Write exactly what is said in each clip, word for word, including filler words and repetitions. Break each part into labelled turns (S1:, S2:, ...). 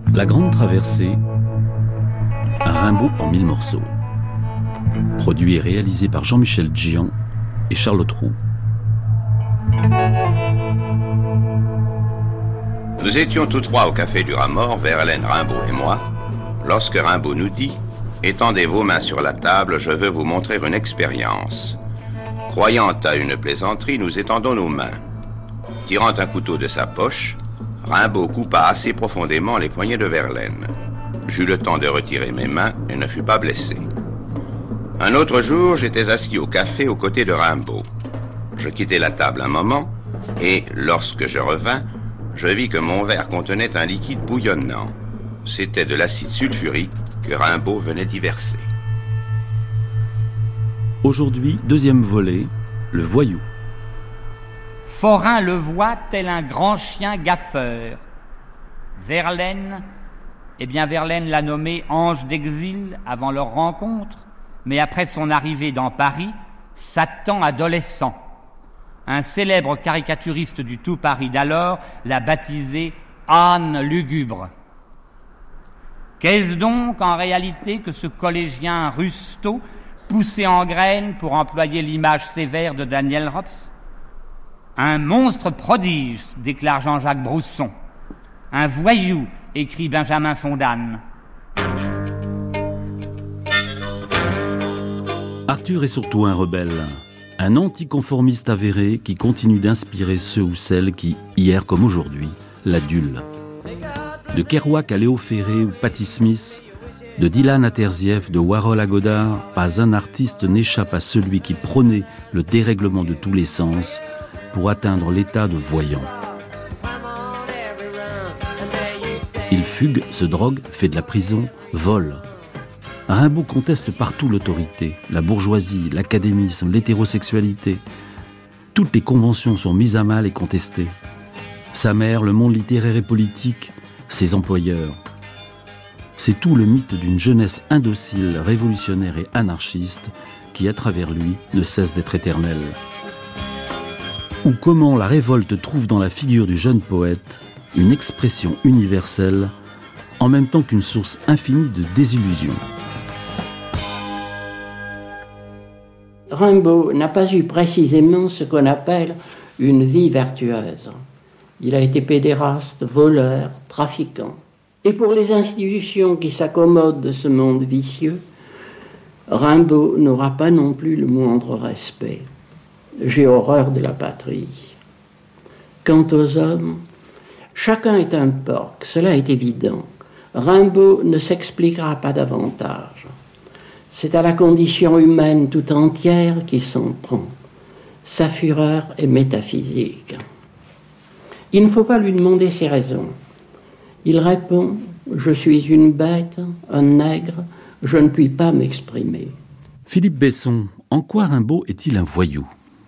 S1: La Grande Traversée, Rimbaud en mille morceaux. Produit et réalisé par Jean-Michel Djian et Charlotte Roux.
S2: Nous étions tous trois au café du Rat-Mort, Verlaine, Rimbaud et moi, lorsque Rimbaud nous dit « Étendez vos mains sur la table, je veux vous montrer une expérience. » Croyant à une plaisanterie, nous étendons nos mains. Tirant un couteau de sa poche, Rimbaud coupa assez profondément les poignets de Verlaine. J'eus le temps de retirer mes mains et ne fus pas blessé. Un autre jour, j'étais assis au café aux côtés de Rimbaud. Je quittai la table un moment et, lorsque je revins, je vis que mon verre contenait un liquide bouillonnant. C'était de l'acide sulfurique que Rimbaud venait d'y verser.
S1: Aujourd'hui, deuxième volet, le voyou.
S3: Forain le voit tel un grand chien gaffeur. Verlaine, eh bien Verlaine l'a nommé ange d'exil avant leur rencontre, mais après son arrivée dans Paris, Satan adolescent. Un célèbre caricaturiste du tout Paris d'alors l'a baptisé âne lugubre. Qu'est-ce donc en réalité que ce collégien rusto, poussé en graines pour employer l'image sévère de Daniel Rops? Un monstre prodige, déclare Jean-Jacques Brousson. Un voyou, écrit Benjamin Fondane.
S1: Arthur est surtout un rebelle, un anticonformiste avéré qui continue d'inspirer ceux ou celles qui, hier comme aujourd'hui, l'adulent. De Kerouac à Léo Ferré ou Patti Smith, de Dylan à Terzieff, de Warhol à Godard, pas un artiste n'échappe à celui qui prônait le dérèglement de tous les sens pour atteindre l'état de voyant. Il fugue, se drogue, fait de la prison, vole. Rimbaud conteste partout l'autorité, la bourgeoisie, l'académisme, l'hétérosexualité. Toutes les conventions sont mises à mal et contestées. Sa mère, le monde littéraire et politique, ses employeurs. C'est tout le mythe d'une jeunesse indocile, révolutionnaire et anarchiste qui, à travers lui, ne cesse d'être éternelle. Ou comment la révolte trouve dans la figure du jeune poète une expression universelle, en même temps qu'une source infinie de désillusion.
S4: Rimbaud n'a pas eu précisément ce qu'on appelle une vie vertueuse. Il a été pédéraste, voleur, trafiquant. Et pour les institutions qui s'accommodent de ce monde vicieux, Rimbaud n'aura pas non plus le moindre respect. J'ai horreur de la patrie. Quant aux hommes, chacun est un porc, cela est évident. Rimbaud ne s'expliquera pas davantage. C'est à la condition humaine tout entière qu'il s'en prend. Sa fureur est métaphysique. Il ne faut pas lui demander ses raisons. Il répond « Je suis une bête, un nègre, je ne puis pas m'exprimer ».
S1: Philippe Besson, en quoi Rimbaud est-il un voyou ?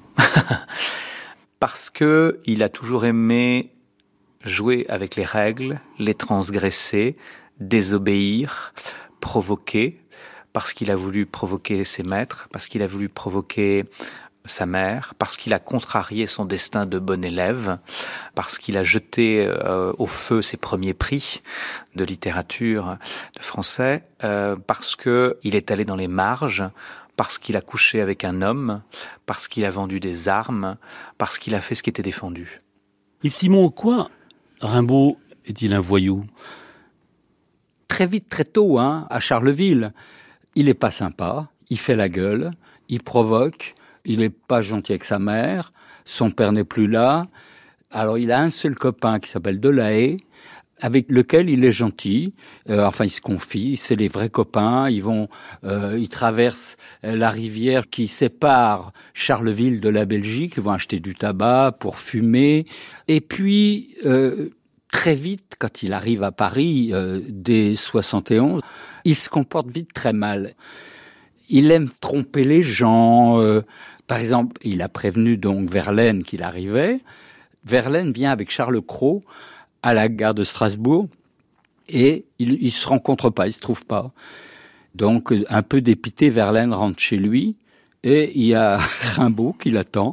S5: Parce que il a toujours aimé jouer avec les règles, les transgresser, désobéir, provoquer, parce qu'il a voulu provoquer ses maîtres, parce qu'il a voulu provoquer sa mère, parce qu'il a contrarié son destin de bon élève, parce qu'il a jeté euh, au feu ses premiers prix de littérature de français, euh, parce que il est allé dans les marges, parce qu'il a couché avec un homme, parce qu'il a vendu des armes, parce qu'il a fait ce qui était défendu.
S1: Yves Simon, en quoi Rimbaud est-il un voyou ?
S6: Très vite, très tôt, hein, à Charleville, il est pas sympa, il fait la gueule, il provoque, il est pas gentil avec sa mère, son père n'est plus là. Alors il a un seul copain qui s'appelle Delahaye, avec lequel il est gentil, euh, enfin il se confie, c'est les vrais copains, ils vont, euh, ils traversent la rivière qui sépare Charleville de la Belgique, ils vont acheter du tabac pour fumer, et puis euh, très vite, quand il arrive à Paris, euh, dès soixante et onze, il se comporte vite très mal. Il aime tromper les gens, euh, par exemple, il a prévenu donc Verlaine qu'il arrivait, Verlaine vient avec Charles Cros à la gare de Strasbourg, et ils il se rencontrent pas, ils se trouvent pas. Donc, un peu dépité, Verlaine rentre chez lui, et il y a Rimbaud qui l'attend,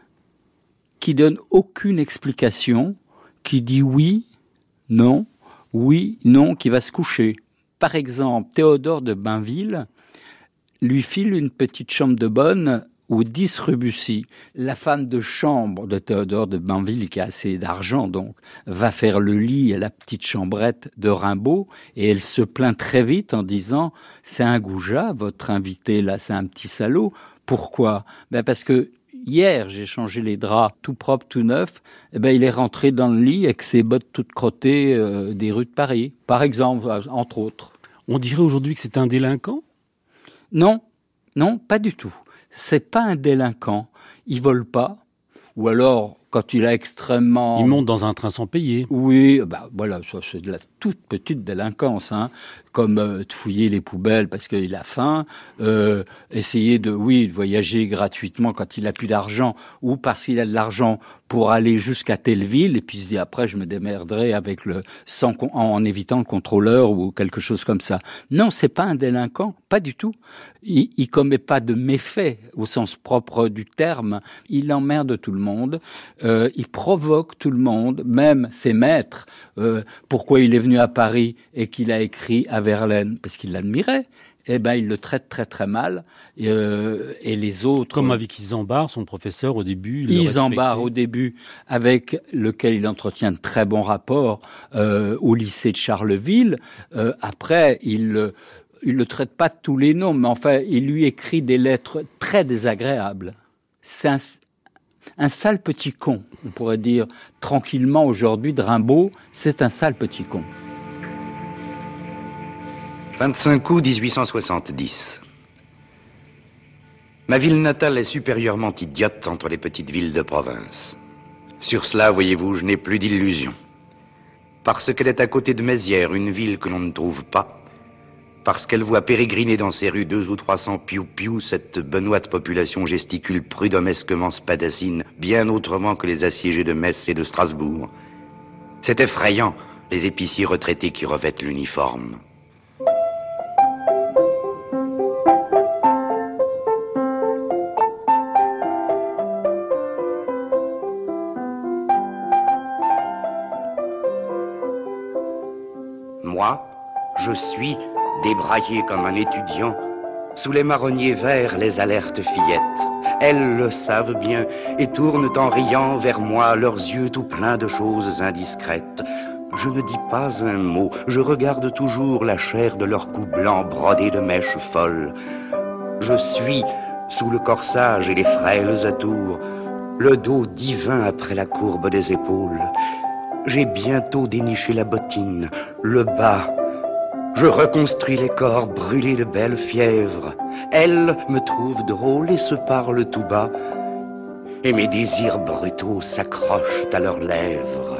S6: qui donne aucune explication, qui dit oui, non, oui, non, qui va se coucher. Par exemple, Théodore de Bainville lui file une petite chambre de bonne ou dix rue Bussy. La femme de chambre de Théodore de Bainville, qui a assez d'argent donc, va faire le lit à la petite chambrette de Rimbaud et elle se plaint très vite en disant « C'est un goujat, votre invité là, c'est un petit salaud. » Pourquoi ? Ben parce que hier, j'ai changé les draps tout propres, tout neufs. Eh ben, il est rentré dans le lit avec ses bottes toutes crottées euh, des rues de Paris, par exemple, entre autres.
S1: On dirait aujourd'hui que c'est un délinquant ?
S6: Non, non, pas du tout. C'est pas un délinquant. Il vole pas. Ou alors, quand il a extrêmement...
S1: Il monte dans un train sans payer.
S6: Oui, bah voilà, ça c'est de la toute petite délinquance, hein, comme euh, de fouiller les poubelles parce qu'il a faim, euh, essayer de, oui, de voyager gratuitement quand il a plus d'argent, ou parce qu'il a de l'argent pour aller jusqu'à telle ville, et puis il se dit après je me démerderai avec le sans en, en évitant le contrôleur ou quelque chose comme ça. Non, c'est pas un délinquant, pas du tout. Il, il commet pas de méfaits au sens propre du terme. Il emmerde tout le monde, euh, il provoque tout le monde, même ses maîtres. Euh, pourquoi il est venu à Paris et qu'il a écrit à Verlaine? Parce qu'il l'admirait. Eh ben, il le traite très très mal. Euh, et les autres...
S1: Comme avec Isambard, son professeur au début.
S6: Isambard au début, avec lequel il entretient de très bons rapports euh, au lycée de Charleville. Euh, après, il... Il le traite pas de tous les noms, mais enfin, il lui écrit des lettres très désagréables. C'est un, un sale petit con, on pourrait dire tranquillement aujourd'hui de Rimbaud, c'est un sale petit con.
S2: vingt-cinq août dix-huit cent soixante-dix. Ma ville natale est supérieurement idiote entre les petites villes de province. Sur cela, voyez-vous, je n'ai plus d'illusions. Parce qu'elle est à côté de Mézières, une ville que l'on ne trouve pas, parce qu'elle voit pérégriner dans ses rues deux ou trois cents piou-piou, cette benoîte population gesticule prudhomesquement spadacine, bien autrement que les assiégés de Metz et de Strasbourg. C'est effrayant, les épiciers retraités qui revêtent l'uniforme. Moi, je suis... débraillé comme un étudiant, sous les marronniers verts, les alertes fillettes. Elles le savent bien et tournent en riant vers moi leurs yeux tout pleins de choses indiscrètes. Je ne dis pas un mot, je regarde toujours la chair de leur cou blanc brodé de mèches folles. Je suis, sous le corsage et les frêles atours, le dos divin après la courbe des épaules. J'ai bientôt déniché la bottine, le bas. Je reconstruis les corps brûlés de belle fièvre. Elle me trouve drôle et se parle tout bas. Et mes désirs brutaux s'accrochent à leurs lèvres.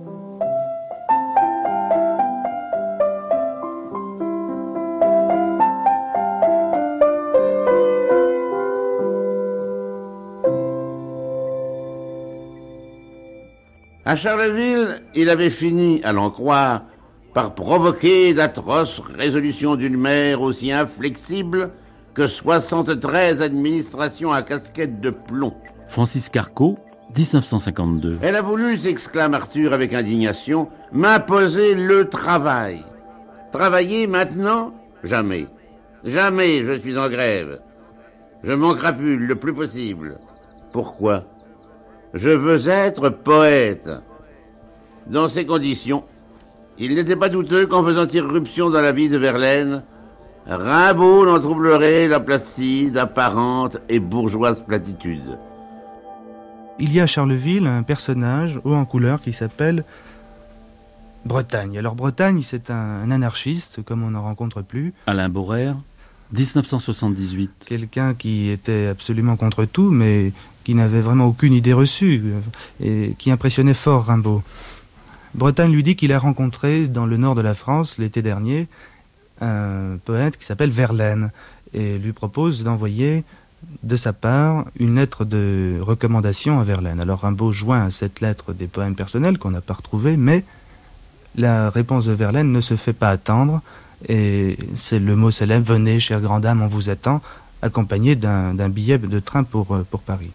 S7: À Charleville, il avait fini, à l'en croire, par provoquer d'atroces résolutions d'une mère aussi inflexible que soixante-treize administrations à casquette de plomb.
S1: Francis Carcot, dix-neuf cent cinquante-deux.
S7: Elle a voulu, s'exclame Arthur avec indignation, m'imposer le travail. Travailler maintenant? Jamais. Jamais je suis en grève. Je m'en crapule le plus possible. Pourquoi? Je veux être poète. Dans ces conditions, il n'était pas douteux qu'en faisant irruption dans la vie de Verlaine, Rimbaud n'en troublerait la placide, apparente et bourgeoise platitude.
S8: Il y a à Charleville un personnage haut en couleur qui s'appelle Bretagne. Alors Bretagne, c'est un, un anarchiste, comme on n'en rencontre plus.
S1: Alain Borère, dix-neuf cent soixante-dix-huit.
S8: Quelqu'un qui était absolument contre tout, mais qui n'avait vraiment aucune idée reçue, et qui impressionnait fort Rimbaud. Bretagne lui dit qu'il a rencontré dans le nord de la France, l'été dernier, un poète qui s'appelle Verlaine, et lui propose d'envoyer de sa part une lettre de recommandation à Verlaine. Alors Rimbaud joint à cette lettre des poèmes personnels qu'on n'a pas retrouvés, mais la réponse de Verlaine ne se fait pas attendre, et c'est le mot célèbre « Venez, chère grande dame, on vous attend », accompagné d'un, d'un billet de train pour, pour Paris.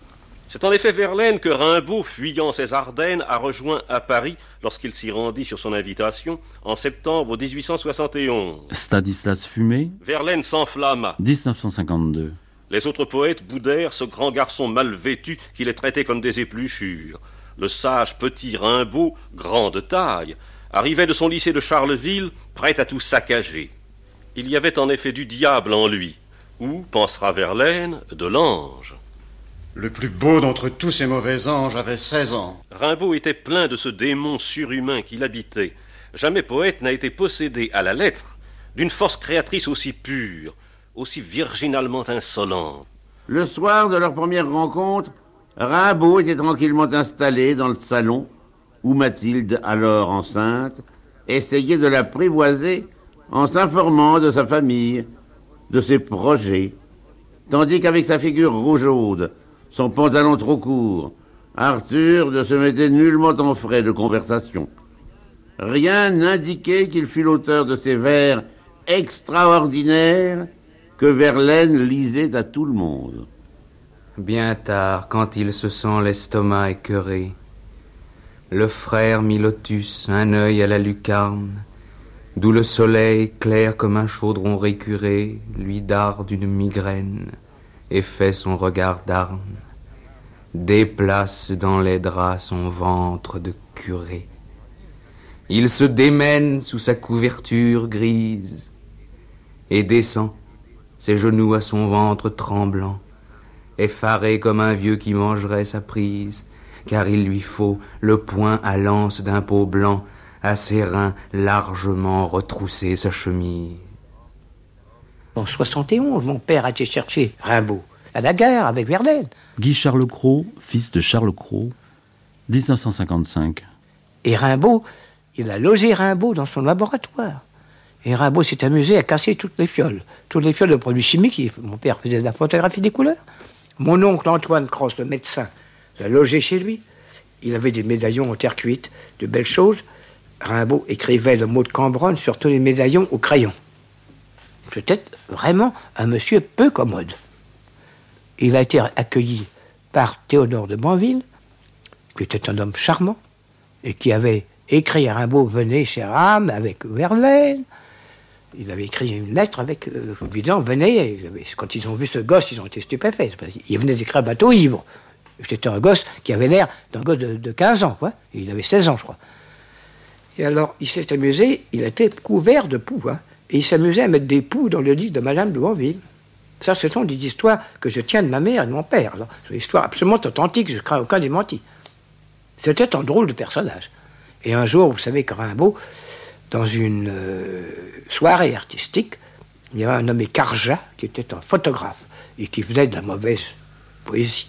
S9: C'est en effet Verlaine que Rimbaud, fuyant ses Ardennes, a rejoint à Paris lorsqu'il s'y rendit sur son invitation en septembre dix-huit cent soixante et onze.
S1: Stanislas Fumé.
S9: Verlaine s'enflamma.
S1: dix-neuf cent cinquante-deux.
S9: Les autres poètes boudèrent ce grand garçon mal vêtu qui les traitait comme des épluchures. Le sage petit Rimbaud, grand de taille, arrivait de son lycée de Charleville, prêt à tout saccager. Il y avait en effet du diable en lui, ou, pensera Verlaine, de l'ange.
S10: Le plus beau d'entre tous ces mauvais anges avait seize ans.
S9: Rimbaud était plein de ce démon surhumain qui l'habitait. Jamais poète n'a été possédé à la lettre d'une force créatrice aussi pure, aussi virginalement insolente.
S7: Le soir de leur première rencontre, Rimbaud était tranquillement installé dans le salon où Mathilde, alors enceinte, essayait de l'apprivoiser en s'informant de sa famille, de ses projets, tandis qu'avec sa figure rougeaude, son pantalon trop court, Arthur ne se mettait nullement en frais de conversation. Rien n'indiquait qu'il fût l'auteur de ces vers extraordinaires que Verlaine lisait à tout le monde.
S11: Bien tard, quand il se sent l'estomac écœuré, le frère Milotus, un œil à la lucarne, d'où le soleil, clair comme un chaudron récuré, lui darde une migraine et fait son regard d'arme, déplace dans les draps son ventre de curé. Il se démène sous sa couverture grise et descend, ses genoux à son ventre tremblant, effaré comme un vieux qui mangerait sa prise, car il lui faut le poing à l'anse d'un peau blanc, à ses reins largement retrousser sa chemise.
S12: En soixante et onze, mon père a été chercher Rimbaud à la guerre avec Verlaine.
S1: Guy Charles Cros, fils de Charles Cros, dix-neuf cent cinquante-cinq.
S12: Et Rimbaud, il a logé Rimbaud dans son laboratoire. Et Rimbaud s'est amusé à casser toutes les fioles. Toutes les fioles de produits chimiques. Mon père faisait de la photographie des couleurs. Mon oncle Antoine Cross, le médecin, l'a logé chez lui. Il avait des médaillons en terre cuite, de belles choses. Rimbaud écrivait le mot de Cambronne sur tous les médaillons au crayon. C'était vraiment un monsieur peu commode. Il a été accueilli par Théodore de Banville, qui était un homme charmant, et qui avait écrit à Rimbaud « Venez, cher âme » avec Verlaine. Ils avaient écrit une lettre avec, euh, lui disant « Venez ». Ils avaient, quand ils ont vu ce gosse, ils ont été stupéfaits. Il venait d'écrire « Bateau ivre ». C'était un gosse qui avait l'air d'un gosse de, de quinze ans, quoi. Et il avait seize ans, je crois. Et alors, il s'est amusé, il était couvert de poux, hein, et il s'amusait à mettre des poux dans le lit de Madame de Banville. Ça, ce sont des histoires que je tiens de ma mère et de mon père. Alors, c'est une histoire absolument authentique, je ne crains aucun démenti. C'était un drôle de personnage. Et un jour, vous savez que Rimbaud, dans une euh, soirée artistique, il y avait un nommé Carja, qui était un photographe, et qui faisait de la mauvaise poésie.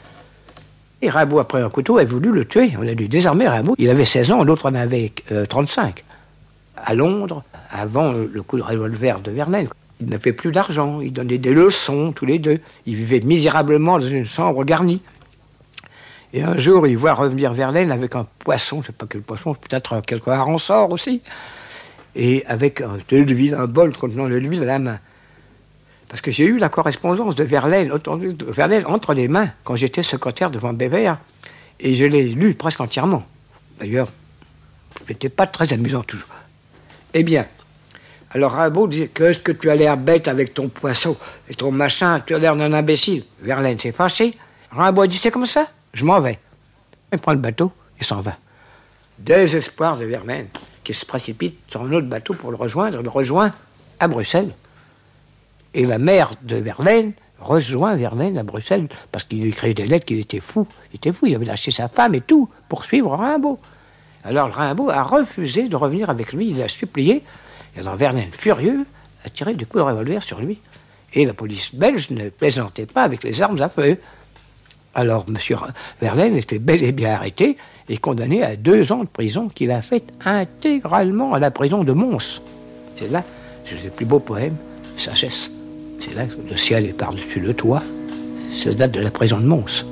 S12: Et Rimbaud, après un couteau, a voulu le tuer. On a dû désarmer Rimbaud. Il avait seize ans, l'autre en avait euh, trente-cinq. À Londres, avant le coup de revolver de Verlaine, il n'avait plus d'argent. Ils donnaient des leçons, tous les deux. Ils vivaient misérablement dans une chambre garnie. Et un jour, il voit revenir Verlaine avec un poisson, je ne sais pas quel poisson, peut-être quelque harançor aussi, et avec un, de l'huile, un bol contenant de l'huile à la main. Parce que j'ai eu la correspondance de Verlaine, de Verlaine entre les mains quand j'étais secrétaire de Van Bever, et je l'ai lu presque entièrement. D'ailleurs, c'était pas très amusant toujours. Eh bien, alors Rimbaud disait « Qu'est-ce que tu as l'air bête avec ton poisson et ton machin, tu as l'air d'un imbécile. » Verlaine s'est fâché. Rimbaud dit « C'est comme ça ? Je m'en vais. » Il prend le bateau et s'en va. Désespoir de Verlaine, qui se précipite sur un autre bateau pour le rejoindre, le rejoint à Bruxelles. Et la mère de Verlaine rejoint Verlaine à Bruxelles, parce qu'il écrit des lettres qu'il était fou. Il était fou, il avait lâché sa femme et tout, pour suivre Rimbaud. Alors Rimbaud a refusé de revenir avec lui, il a supplié. Et alors Verlaine, furieux, a tiré du coup de revolver sur lui. Et la police belge ne plaisantait pas avec les armes à feu. Alors M. Verlaine était bel et bien arrêté et condamné à deux ans de prison qu'il a fait intégralement à la prison de Mons. C'est là, c'est le plus beau poème, Sagesse. C'est là que le ciel est par-dessus le toit. Ça date de la prison de Mons.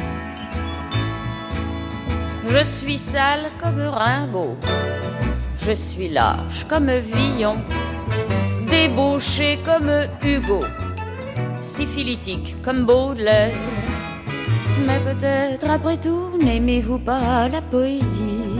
S13: Je suis sale comme Rimbaud. Je Je suis lâche comme Villon, débauché comme Hugo, syphilitique comme Baudelaire. Mais peut-être après tout n'aimez-vous pas la poésie.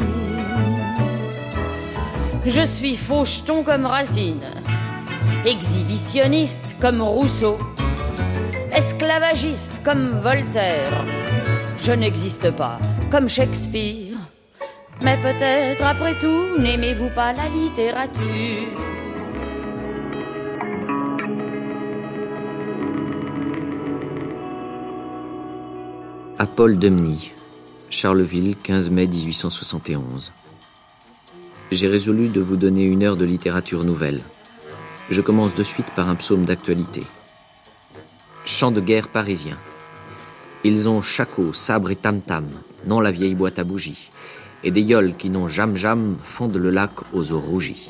S13: Je suis faucheton comme Racine, exhibitionniste comme Rousseau, esclavagiste comme Voltaire. Je n'existe pas comme Shakespeare. Mais peut-être après tout n'aimez-vous pas la littérature.
S14: À Paul Demny, Charleville, quinze mai mille huit cent soixante et onze. J'ai résolu de vous donner une heure de littérature nouvelle. Je commence de suite par un psaume d'actualité. Chant de guerre parisien. Ils ont shako, sabre et tam-tam, non la vieille boîte à bougies, et des yoles qui n'ont jam-jam fondent le lac aux eaux rougies.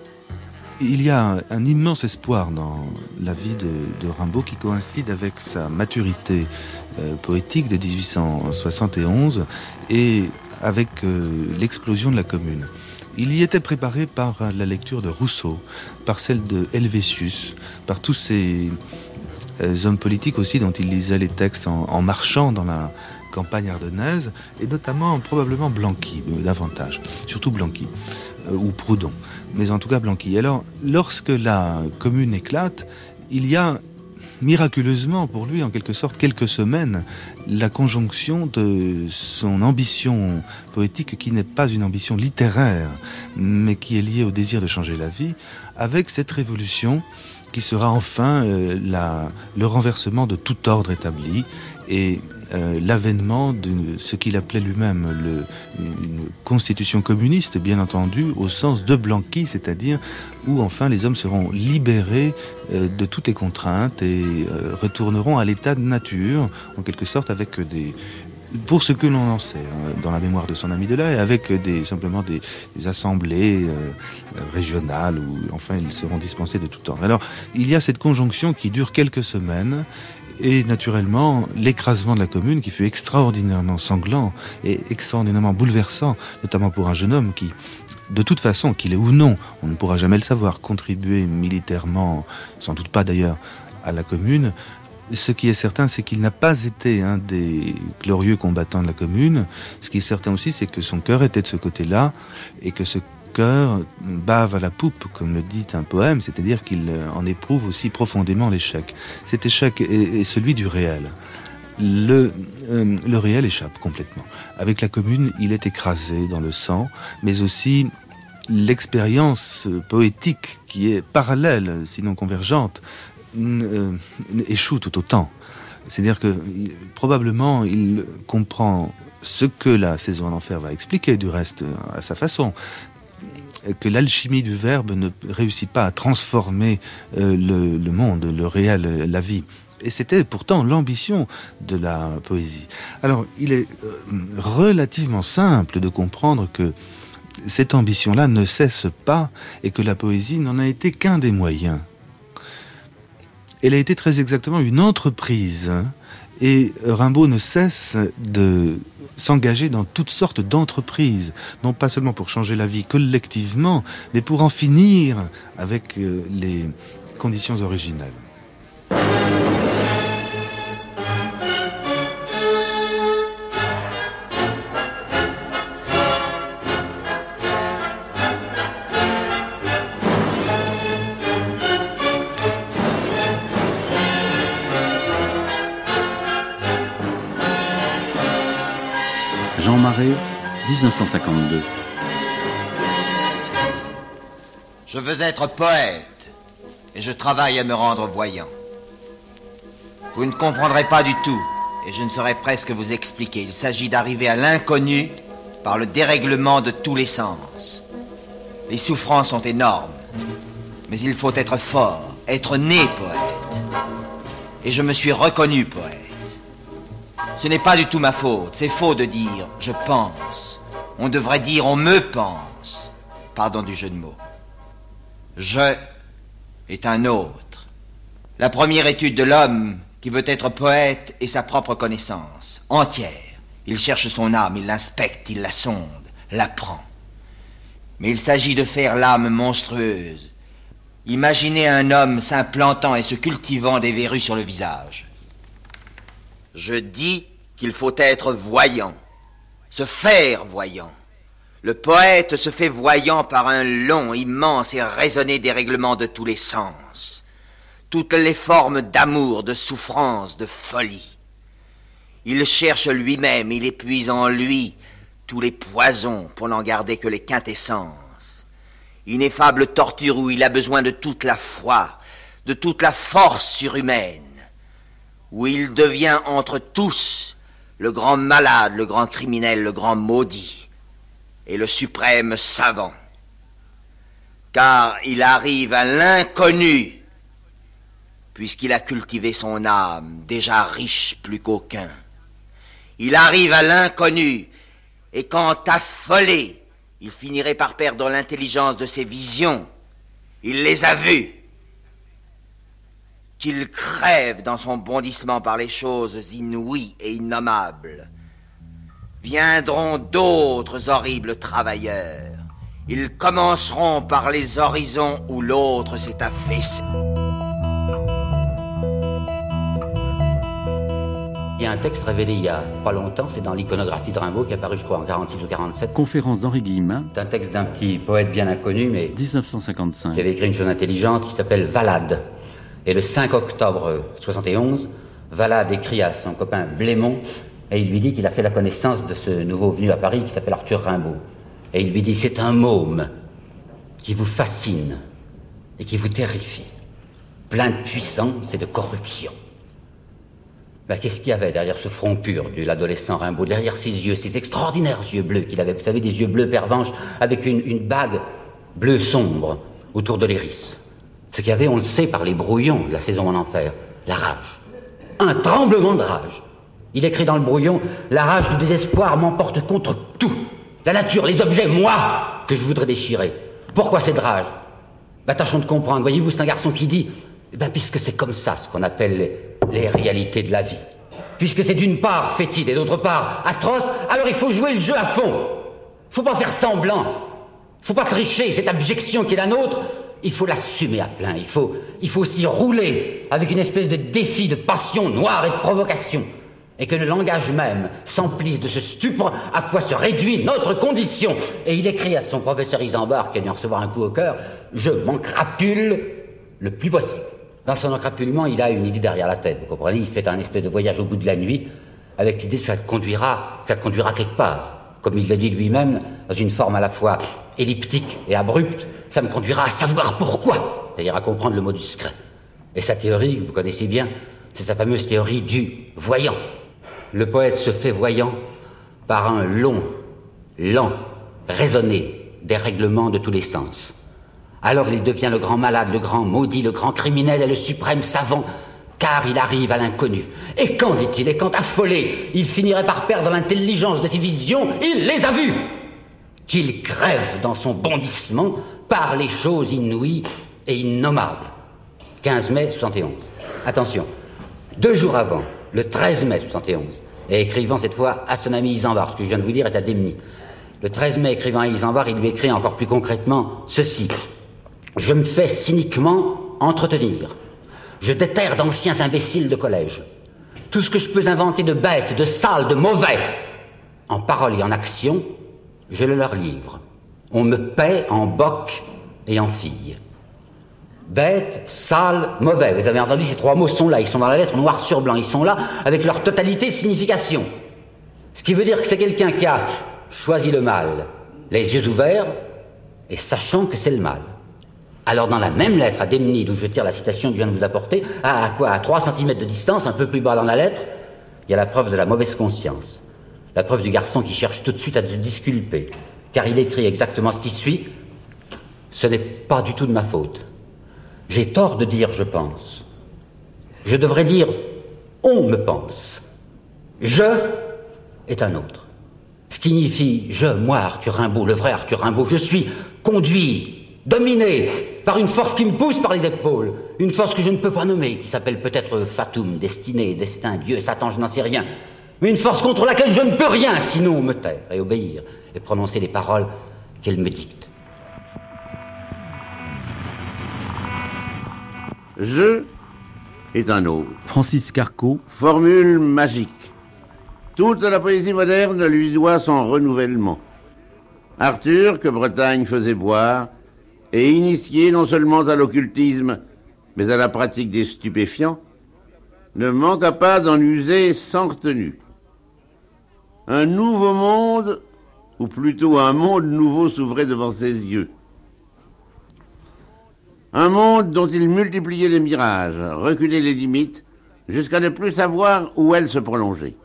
S8: Il y a un, un immense espoir dans la vie de, de Rimbaud qui coïncide avec sa maturité euh, poétique de dix-huit cent soixante et onze et avec euh, l'explosion de la Commune. Il y était préparé par la lecture de Rousseau, par celle de Helvétius, par tous ces euh, hommes politiques aussi dont il lisait les textes en, en marchant dans la campagne ardennaise, et notamment probablement Blanqui, euh, davantage, surtout Blanqui, euh, ou Proudhon, mais en tout cas Blanqui. Alors, lorsque la Commune éclate, il y a miraculeusement pour lui, en quelque sorte, quelques semaines, la conjonction de son ambition poétique, qui n'est pas une ambition littéraire, mais qui est liée au désir de changer la vie, avec cette révolution qui sera enfin euh, la, le renversement de tout ordre établi et euh, l'avènement de ce qu'il appelait lui-même le, une constitution communiste, bien entendu, au sens de Blanqui, c'est-à-dire où enfin les hommes seront libérés euh, de toutes les contraintes et euh, retourneront à l'état de nature, en quelque sorte, avec des... pour ce que l'on en sait, hein, dans la mémoire de son ami Delay, avec des, simplement des, des assemblées euh, régionales où enfin ils seront dispensés de tout ordre. Alors il y a cette conjonction qui dure quelques semaines et naturellement l'écrasement de la Commune qui fut extraordinairement sanglant et extraordinairement bouleversant, notamment pour un jeune homme qui, de toute façon, qu'il est ou non, on ne pourra jamais le savoir, contribuer militairement, sans doute pas d'ailleurs, à la Commune. Ce qui est certain, c'est qu'il n'a pas été un des glorieux combattants de la Commune. Ce qui est certain aussi, c'est que son cœur était de ce côté-là et que ce cœur bave à la poupe, comme le dit un poème, c'est-à-dire qu'il en éprouve aussi profondément l'échec. Cet échec est, est celui du réel. Le, euh, le réel échappe complètement. Avec la Commune, il est écrasé dans le sang, mais aussi l'expérience poétique qui est parallèle, sinon convergente, Euh, échoue tout autant. C'est-à-dire que il, probablement il comprend ce que la saison en enfer va expliquer du reste à sa façon, que l'alchimie du verbe ne réussit pas à transformer euh, le, le monde, le réel, la vie. Et c'était pourtant l'ambition de la poésie. Alors il est euh, relativement simple de comprendre que cette ambition-là ne cesse pas et que la poésie n'en a été qu'un des moyens. Elle a été très exactement une entreprise, et Rimbaud ne cesse de s'engager dans toutes sortes d'entreprises, non pas seulement pour changer la vie collectivement, mais pour en finir avec les conditions originelles.
S1: Jean Marais, dix-neuf cent cinquante-deux.
S15: Je veux être poète, et je travaille à me rendre voyant. Vous ne comprendrez pas du tout, et je ne saurais presque vous expliquer. Il s'agit d'arriver à l'inconnu par le dérèglement de tous les sens. Les souffrances sont énormes, mais il faut être fort, être né poète. Et je me suis reconnu poète. Ce n'est pas du tout ma faute, c'est faux de dire « je pense ». On devrait dire « on me pense ». Pardon du jeu de mots. « Je » est un autre. La première étude de l'homme qui veut être poète est sa propre connaissance, entière. Il cherche son âme, il l'inspecte, il la sonde, l'apprend. Mais il s'agit de faire l'âme monstrueuse. Imaginez un homme s'implantant et se cultivant des verrues sur le visage. Je dis qu'il faut être voyant, se faire voyant. Le poète se fait voyant par un long, immense et raisonné dérèglement de tous les sens. Toutes les formes d'amour, de souffrance, de folie. Il cherche lui-même, il épuise en lui tous les poisons pour n'en garder que les quintessences. Ineffable torture où il a besoin de toute la foi, de toute la force surhumaine, où il devient entre tous le grand malade, le grand criminel, le grand maudit et le suprême savant. Car il arrive à l'inconnu, puisqu'il a cultivé son âme, déjà riche plus qu'aucun. Il arrive à l'inconnu, et quand affolé, il finirait par perdre l'intelligence de ses visions. Il les a vues. Qu'il crève dans son bondissement par les choses inouïes et innommables. Viendront d'autres horribles travailleurs. Ils commenceront par les horizons où l'autre s'est affaissé.
S16: Il y a un texte révélé il y a pas longtemps, c'est dans l'iconographie de Rimbaud qui est apparu je crois en quarante-six ou quarante-sept.
S1: Conférence d'Henri Guillemin.
S16: C'est un texte d'un petit poète bien inconnu mais
S1: dix-neuf cent cinquante-cinq.
S16: Qui avait écrit une chose intelligente qui s'appelle Valade. Et le cinq octobre soixante et onze, Valade écrit à son copain Blémont et il lui dit qu'il a fait la connaissance de ce nouveau venu à Paris qui s'appelle Arthur Rimbaud. Et il lui dit c'est un môme qui vous fascine et qui vous terrifie, plein de puissance et de corruption. Ben, qu'est-ce qu'il y avait derrière ce front pur de l'adolescent Rimbaud, derrière ses yeux, ces extraordinaires yeux bleus qu'il avait, vous savez, des yeux bleus pervenches avec une, une bague bleu sombre autour de l'iris. Ce qu'il y avait, on le sait par les brouillons de la saison en enfer, la rage. Un tremblement de rage. Il écrit dans le brouillon, la rage du désespoir m'emporte contre tout. La nature, les objets, moi, que je voudrais déchirer. Pourquoi cette rage? Ben, tâchons de comprendre. Voyez-vous, c'est un garçon qui dit, eh ben, puisque c'est comme ça ce qu'on appelle les, les réalités de la vie. Puisque c'est d'une part fétide et d'autre part atroce, alors il faut jouer le jeu à fond. Faut pas faire semblant. Faut pas tricher. Cette abjection qui est la nôtre, il faut l'assumer à plein. Il faut, il faut s'y rouler avec une espèce de défi de passion noire et de provocation. Et que le langage même s'emplisse de ce stupre à quoi se réduit notre condition. Et il écrit à son professeur Isambard, qui a dû en recevoir un coup au cœur, « Je m'encrapule le plus possible ». Dans son encrapulement, il a une idée derrière la tête, vous comprenez? Il fait un espèce de voyage au bout de la nuit, avec l'idée que ça le conduira, ça le conduira quelque part. Comme il l'a dit lui-même, dans une forme à la fois elliptique et abrupte, ça me conduira à savoir pourquoi, c'est-à-dire à comprendre le mot du secret. Et sa théorie, que vous connaissez bien, c'est sa fameuse théorie du voyant. Le poète se fait voyant par un long, lent, raisonné dérèglement de tous les sens. Alors il devient le grand malade, le grand maudit, le grand criminel et le suprême savant, car il arrive à l'inconnu. Et quand, dit-il, et quand affolé, il finirait par perdre l'intelligence de ses visions, il les a vues. Qu'il crève dans son bondissement par les choses inouïes et innommables. quinze mai soixante et onze. Attention, deux jours avant, le treize mai soixante et onze, et écrivant cette fois à son ami Isambard, ce que je viens de vous dire est à Demny. Le treize mai, écrivant à Isambard, il lui écrit encore plus concrètement ceci. « Je me fais cyniquement entretenir. Je déterre d'anciens imbéciles de collège. Tout ce que je peux inventer de bête, de sale, de mauvais, en parole et en action, je le leur livre. On me paie en boc et en fille. Bête, sale, mauvais. Vous avez entendu, ces trois mots sont là. Ils sont dans la lettre noir sur blanc. Ils sont là avec leur totalité de signification. Ce qui veut dire que c'est quelqu'un qui a choisi le mal, les yeux ouverts, et sachant que c'est le mal. Alors dans la même lettre à Demny, d'où je tire la citation que je viens de vous apporter, à, à quoi, à trois centimètres de distance, un peu plus bas dans la lettre, il y a la preuve de la mauvaise conscience. La preuve du garçon qui cherche tout de suite à se disculper. Car il écrit exactement ce qui suit. Ce n'est pas du tout de ma faute. J'ai tort de dire je pense. Je devrais dire on me pense. Je est un autre. Ce qui signifie je, moi, Arthur Rimbaud, le vrai Arthur Rimbaud, je suis conduit, dominé par une force qui me pousse par les épaules, une force que je ne peux pas nommer, qui s'appelle peut-être fatum, destinée, destin, Dieu, Satan, je n'en sais rien, mais une force contre laquelle je ne peux rien sinon me taire et obéir et prononcer les paroles qu'elle me dicte.
S7: Je est un autre.
S1: Francis Carco.
S7: Formule magique. Toute la poésie moderne lui doit son renouvellement. Arthur, que Bretagne faisait boire, est initié non seulement à l'occultisme, mais à la pratique des stupéfiants, ne manqua pas d'en user sans retenue. Un nouveau monde, ou plutôt un monde nouveau s'ouvrait devant ses yeux. Un monde dont il multipliait les mirages, reculait les limites, jusqu'à ne plus savoir où elles se prolongeaient.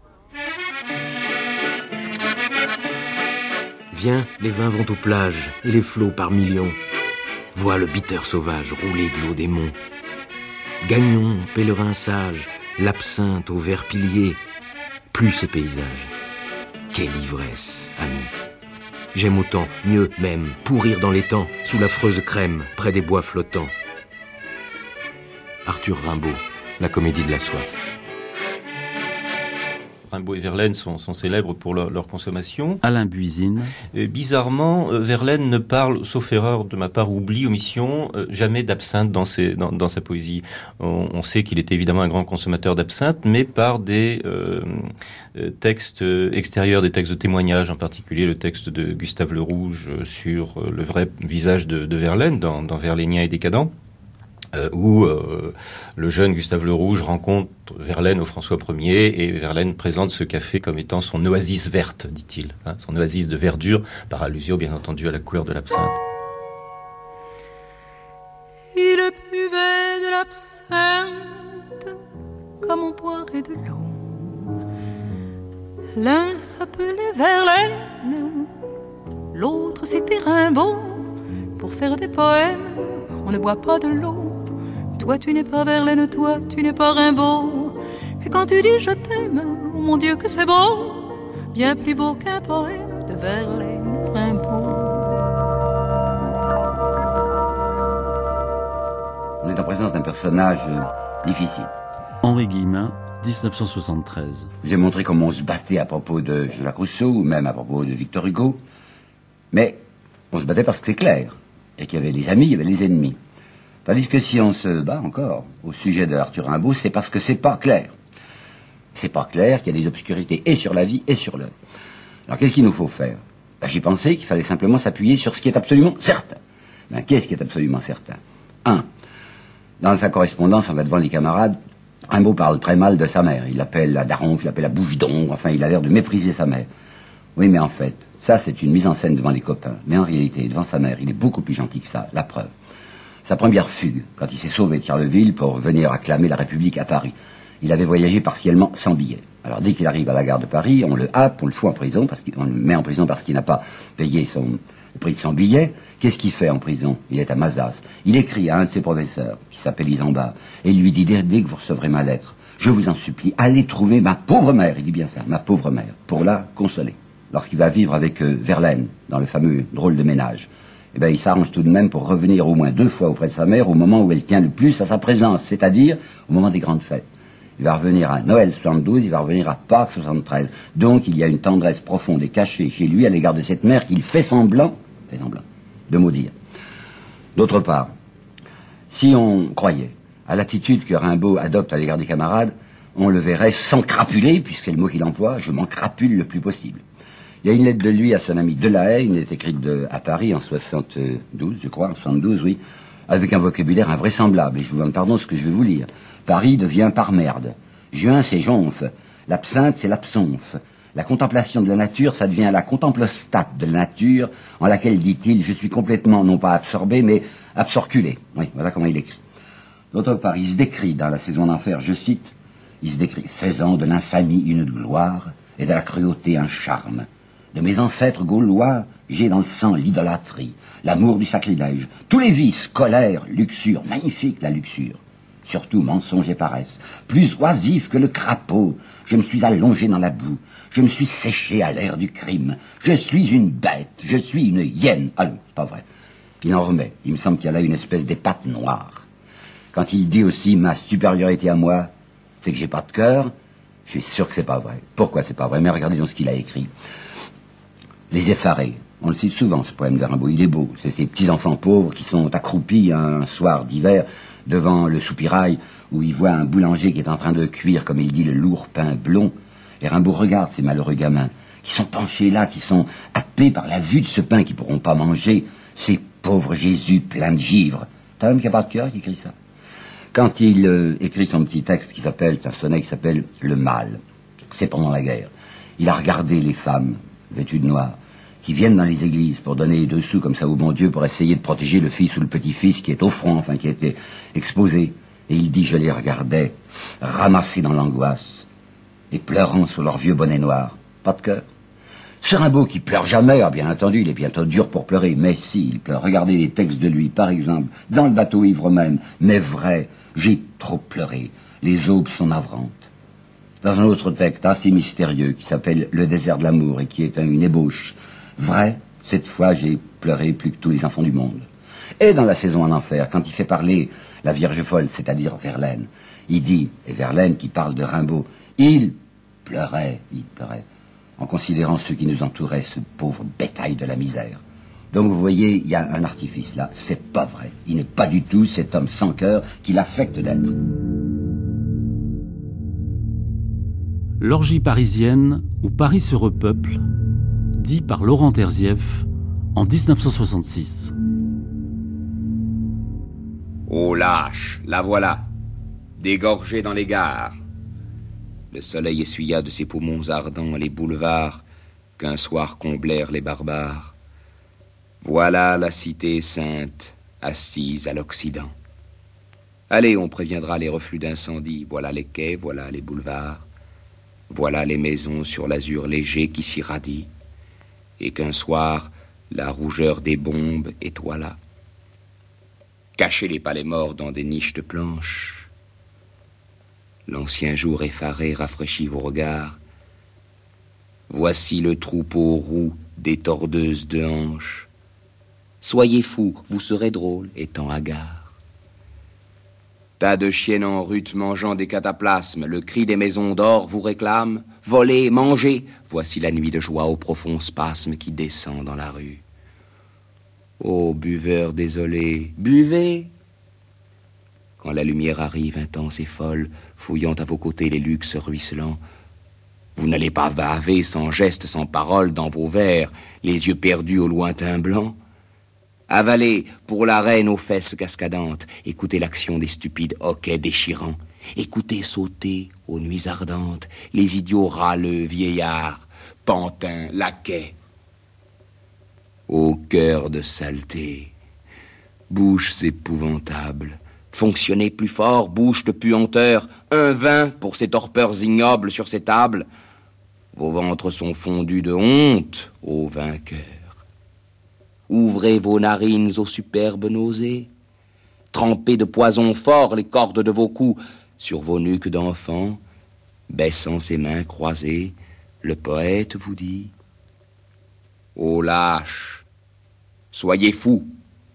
S17: Viens, les vins vont aux plages, et les flots par millions. Vois le bitter sauvage rouler du haut des monts. Gagnons, pèlerins sages, l'absinthe au vert pilier. Plus ces paysages. Quelle ivresse, ami. J'aime autant, mieux même, pourrir dans l'étang, sous l'affreuse crème, près des bois flottants. Arthur Rimbaud, La comédie de la soif.
S18: Rimbaud et Verlaine sont, sont célèbres pour leur, leur consommation.
S1: Alain Buisine.
S18: Et bizarrement, euh, Verlaine ne parle, sauf erreur de ma part, oubli, omission, euh, jamais d'absinthe dans, ses, dans, dans sa poésie. On, on sait qu'il était évidemment un grand consommateur d'absinthe, mais par des euh, euh, textes extérieurs, des textes de témoignage, en particulier le texte de Gustave Le Rouge sur euh, le vrai visage de, de Verlaine, dans, dans Verlainien et décadent. Euh, où euh, le jeune Gustave Le Rouge rencontre Verlaine au François Ier et Verlaine présente ce café comme étant son oasis verte, dit-il, hein, son oasis de verdure, par allusion bien entendu à la couleur de l'absinthe.
S19: Il buvait de l'absinthe comme on boirait de l'eau. L'un s'appelait Verlaine, l'autre c'était Rimbaud. Pour faire des poèmes, on ne boit pas de l'eau. Toi tu n'es pas Verlaine, toi tu n'es pas Rimbaud. Et quand tu dis je t'aime, oh mon Dieu que c'est beau, bien plus beau qu'un poème de Verlaine Rimbaud.
S20: On est en présence d'un personnage euh, difficile.
S1: Henri Guillemin, dix-neuf cent soixante-treize.
S20: J'ai montré comment on se battait à propos de Jacques Rousseau, ou même à propos de Victor Hugo. Mais on se battait parce que c'est clair, et qu'il y avait les amis, il y avait les ennemis. Tandis que si on se bat encore au sujet de Arthur Rimbaud, c'est parce que c'est pas clair. C'est pas clair qu'il y a des obscurités et sur la vie et sur l'œuvre. Alors qu'est-ce qu'il nous faut faire? Ben, j'ai pensé qu'il fallait simplement s'appuyer sur ce qui est absolument certain. Ben, qu'est-ce qui est absolument certain? Un, dans sa correspondance, en fait, devant les camarades, Rimbaud parle très mal de sa mère. Il l'appelle la daronfe, il l'appelle la bouche d'ombre, enfin il a l'air de mépriser sa mère. Oui, mais en fait, ça c'est une mise en scène devant les copains. Mais en réalité, devant sa mère, il est beaucoup plus gentil que ça, la preuve. Sa première fugue, quand il s'est sauvé de Charleville pour venir acclamer la République à Paris. Il avait voyagé partiellement sans billet. Alors dès qu'il arrive à la gare de Paris, on le happe, on le fout en prison, parce qu'on le met en prison parce qu'il n'a pas payé son, le prix de son billet. Qu'est-ce qu'il fait en prison? Il est à Mazas. Il écrit à un de ses professeurs, qui s'appelle Isambard, et il lui dit, dès, dès que vous recevrez ma lettre, je vous en supplie, allez trouver ma pauvre mère, il dit bien ça, ma pauvre mère, pour la consoler. Lorsqu'il va vivre avec euh, Verlaine, dans le fameux drôle de ménage, eh bien, il s'arrange tout de même pour revenir au moins deux fois auprès de sa mère au moment où elle tient le plus à sa présence, c'est-à-dire au moment des grandes fêtes. Il va revenir à Noël soixante-douze, il va revenir à Pâques soixante-treize. Donc, il y a une tendresse profonde et cachée chez lui à l'égard de cette mère qu'il fait semblant, fait semblant, de maudire. D'autre part, si on croyait à l'attitude que Rimbaud adopte à l'égard des camarades, on le verrait s'encrapuler, puisque c'est le mot qu'il emploie, je m'encrapule le plus possible. Il y a une lettre de lui à son ami Delahaye, une lettre écrite de, à Paris en soixante-douze, je crois, en soixante-douze, oui, avec un vocabulaire invraisemblable, et je vous demande pardon ce que je vais vous lire. Paris devient par merde. Juin, c'est jonf. L'absinthe, c'est l'absonf. La contemplation de la nature, ça devient la contemplostate de la nature, en laquelle, dit-il, je suis complètement, non pas absorbé, mais absorculé. Oui, voilà comment il écrit. D'autre part, il se décrit dans la saison d'enfer, je cite, il se décrit faisant de l'infamie une gloire et de la cruauté un charme. De mes ancêtres gaulois, j'ai dans le sang l'idolâtrie, l'amour du sacrilège, tous les vices, colère, luxure, magnifique la luxure. Surtout mensonge et paresse, plus oisif que le crapaud, je me suis allongé dans la boue, je me suis séché à l'air du crime, je suis une bête, je suis une hyène. Ah non, c'est pas vrai. Il en remet, il me semble qu'il y a là une espèce d'épate noire. Quand il dit aussi ma supériorité à moi, c'est que j'ai pas de cœur, je suis sûr que c'est pas vrai. Pourquoi c'est pas vrai? Mais regardez donc ce qu'il a écrit. Les effarés, On le cite souvent, ce poème de Rimbaud, il est beau. C'est ces petits-enfants pauvres qui sont accroupis un soir d'hiver devant le soupirail où ils voient un boulanger qui est en train de cuire, comme il dit, le lourd pain blond. Et Rimbaud regarde ces malheureux gamins qui sont penchés là, qui sont happés par la vue de ce pain qu'ils ne pourront pas manger, ces pauvres Jésus pleins de givre. T'as un homme qui n'a pas de cœur qui écrit ça. Quand il euh, écrit son petit texte qui s'appelle, un sonnet qui s'appelle « Le mal », c'est pendant la guerre. Il a regardé les femmes vêtues de noir qui viennent dans les églises pour donner deux sous comme ça au bon Dieu pour essayer de protéger le fils ou le petit-fils qui est au front, enfin qui a été exposé. Et il dit, je les regardais, ramassés dans l'angoisse et pleurant sur leur vieux bonnet noir. Pas de cœur. Ce Rimbaud qui pleure jamais, ah, bien entendu, il est bientôt dur pour pleurer, mais si, il pleure. Regardez les textes de lui, par exemple, dans le bateau ivre même, mais vrai, j'ai trop pleuré, les aubes sont navrantes. Dans un autre texte assez mystérieux qui s'appelle Le désert de l'amour et qui est une ébauche, vrai, cette fois j'ai pleuré plus que tous les enfants du monde. Et dans La saison en enfer, quand il fait parler la Vierge folle, c'est-à-dire Verlaine, il dit, et Verlaine qui parle de Rimbaud, il pleurait, il pleurait, en considérant ceux qui nous entouraient, ce pauvre bétail de la misère. Donc vous voyez, il y a un artifice là, c'est pas vrai. Il n'est pas du tout cet homme sans cœur qu'il affecte d'être.
S1: L'orgie parisienne où Paris se repeuple, dit par Laurent Terzieff en dix-neuf cent soixante-six.
S2: Oh lâche, la voilà, dégorgée dans les gares. Le soleil essuya de ses poumons ardents les boulevards qu'un soir comblèrent les barbares. Voilà la cité sainte, assise à l'Occident. Allez, on préviendra les reflux d'incendie. Voilà les quais, voilà les boulevards. Voilà les maisons sur l'azur léger qui s'irradie. Et qu'un soir, la rougeur des bombes étoila. Cachez les palais morts dans des niches de planches. L'ancien jour effaré rafraîchit vos regards. Voici le troupeau roux des tordeuses de hanches. Soyez fous, vous serez drôles, étant hagards. Tas de chiennes en rut mangeant des cataplasmes, le cri des maisons d'or vous réclame. Volez, mangez, voici la nuit de joie au profond spasme qui descend dans la rue. Ô buveurs désolés, buvez. Quand la lumière arrive intense et folle, fouillant à vos côtés les luxes ruisselants, vous n'allez pas baver sans geste, sans parole dans vos verres, les yeux perdus au lointain blanc. Avalez pour la reine aux fesses cascadantes, écoutez l'action des stupides hoquets déchirants, écoutez sauter aux nuits ardentes les idiots râleux vieillards, pantins, laquais. Ô cœur de saleté, bouches épouvantables, fonctionnez plus fort, bouche de puanteur, un vin pour ces torpeurs ignobles sur ces tables. Vos ventres sont fondus de honte, ô vainqueurs. Ouvrez vos narines aux superbes nausées. Trempez de poison fort les cordes de vos coups sur vos nuques d'enfants. Baissant ses mains croisées, le poète vous dit: ô lâches, soyez fous.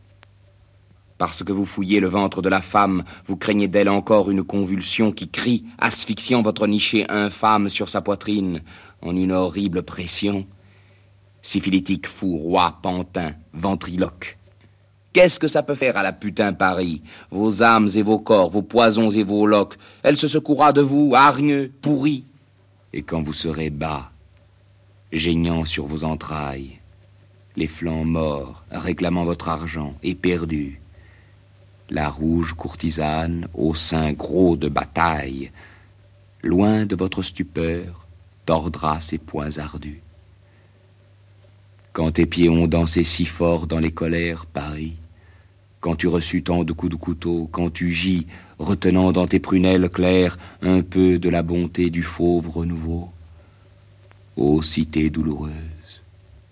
S2: Parce que vous fouillez le ventre de la femme, vous craignez d'elle encore une convulsion qui crie, asphyxiant votre niché infâme sur sa poitrine en une horrible pression. Syphilitique, fou, roi, pantin, ventriloque. Qu'est-ce que ça peut faire à la putain Paris? Vos âmes et vos corps, vos poisons et vos loques, elle se secouera de vous, hargneux, pourri. Et quand vous serez bas, geignant sur vos entrailles, les flancs morts, réclamant votre argent, éperdus, la rouge courtisane, au sein gros de bataille, loin de votre stupeur, tordra ses poings ardus. Quand tes pieds ont dansé si fort dans les colères, Paris, quand tu reçus tant de coups de couteau, quand tu gis, retenant dans tes prunelles claires un peu de la bonté du fauve renouveau, ô cité douloureuse,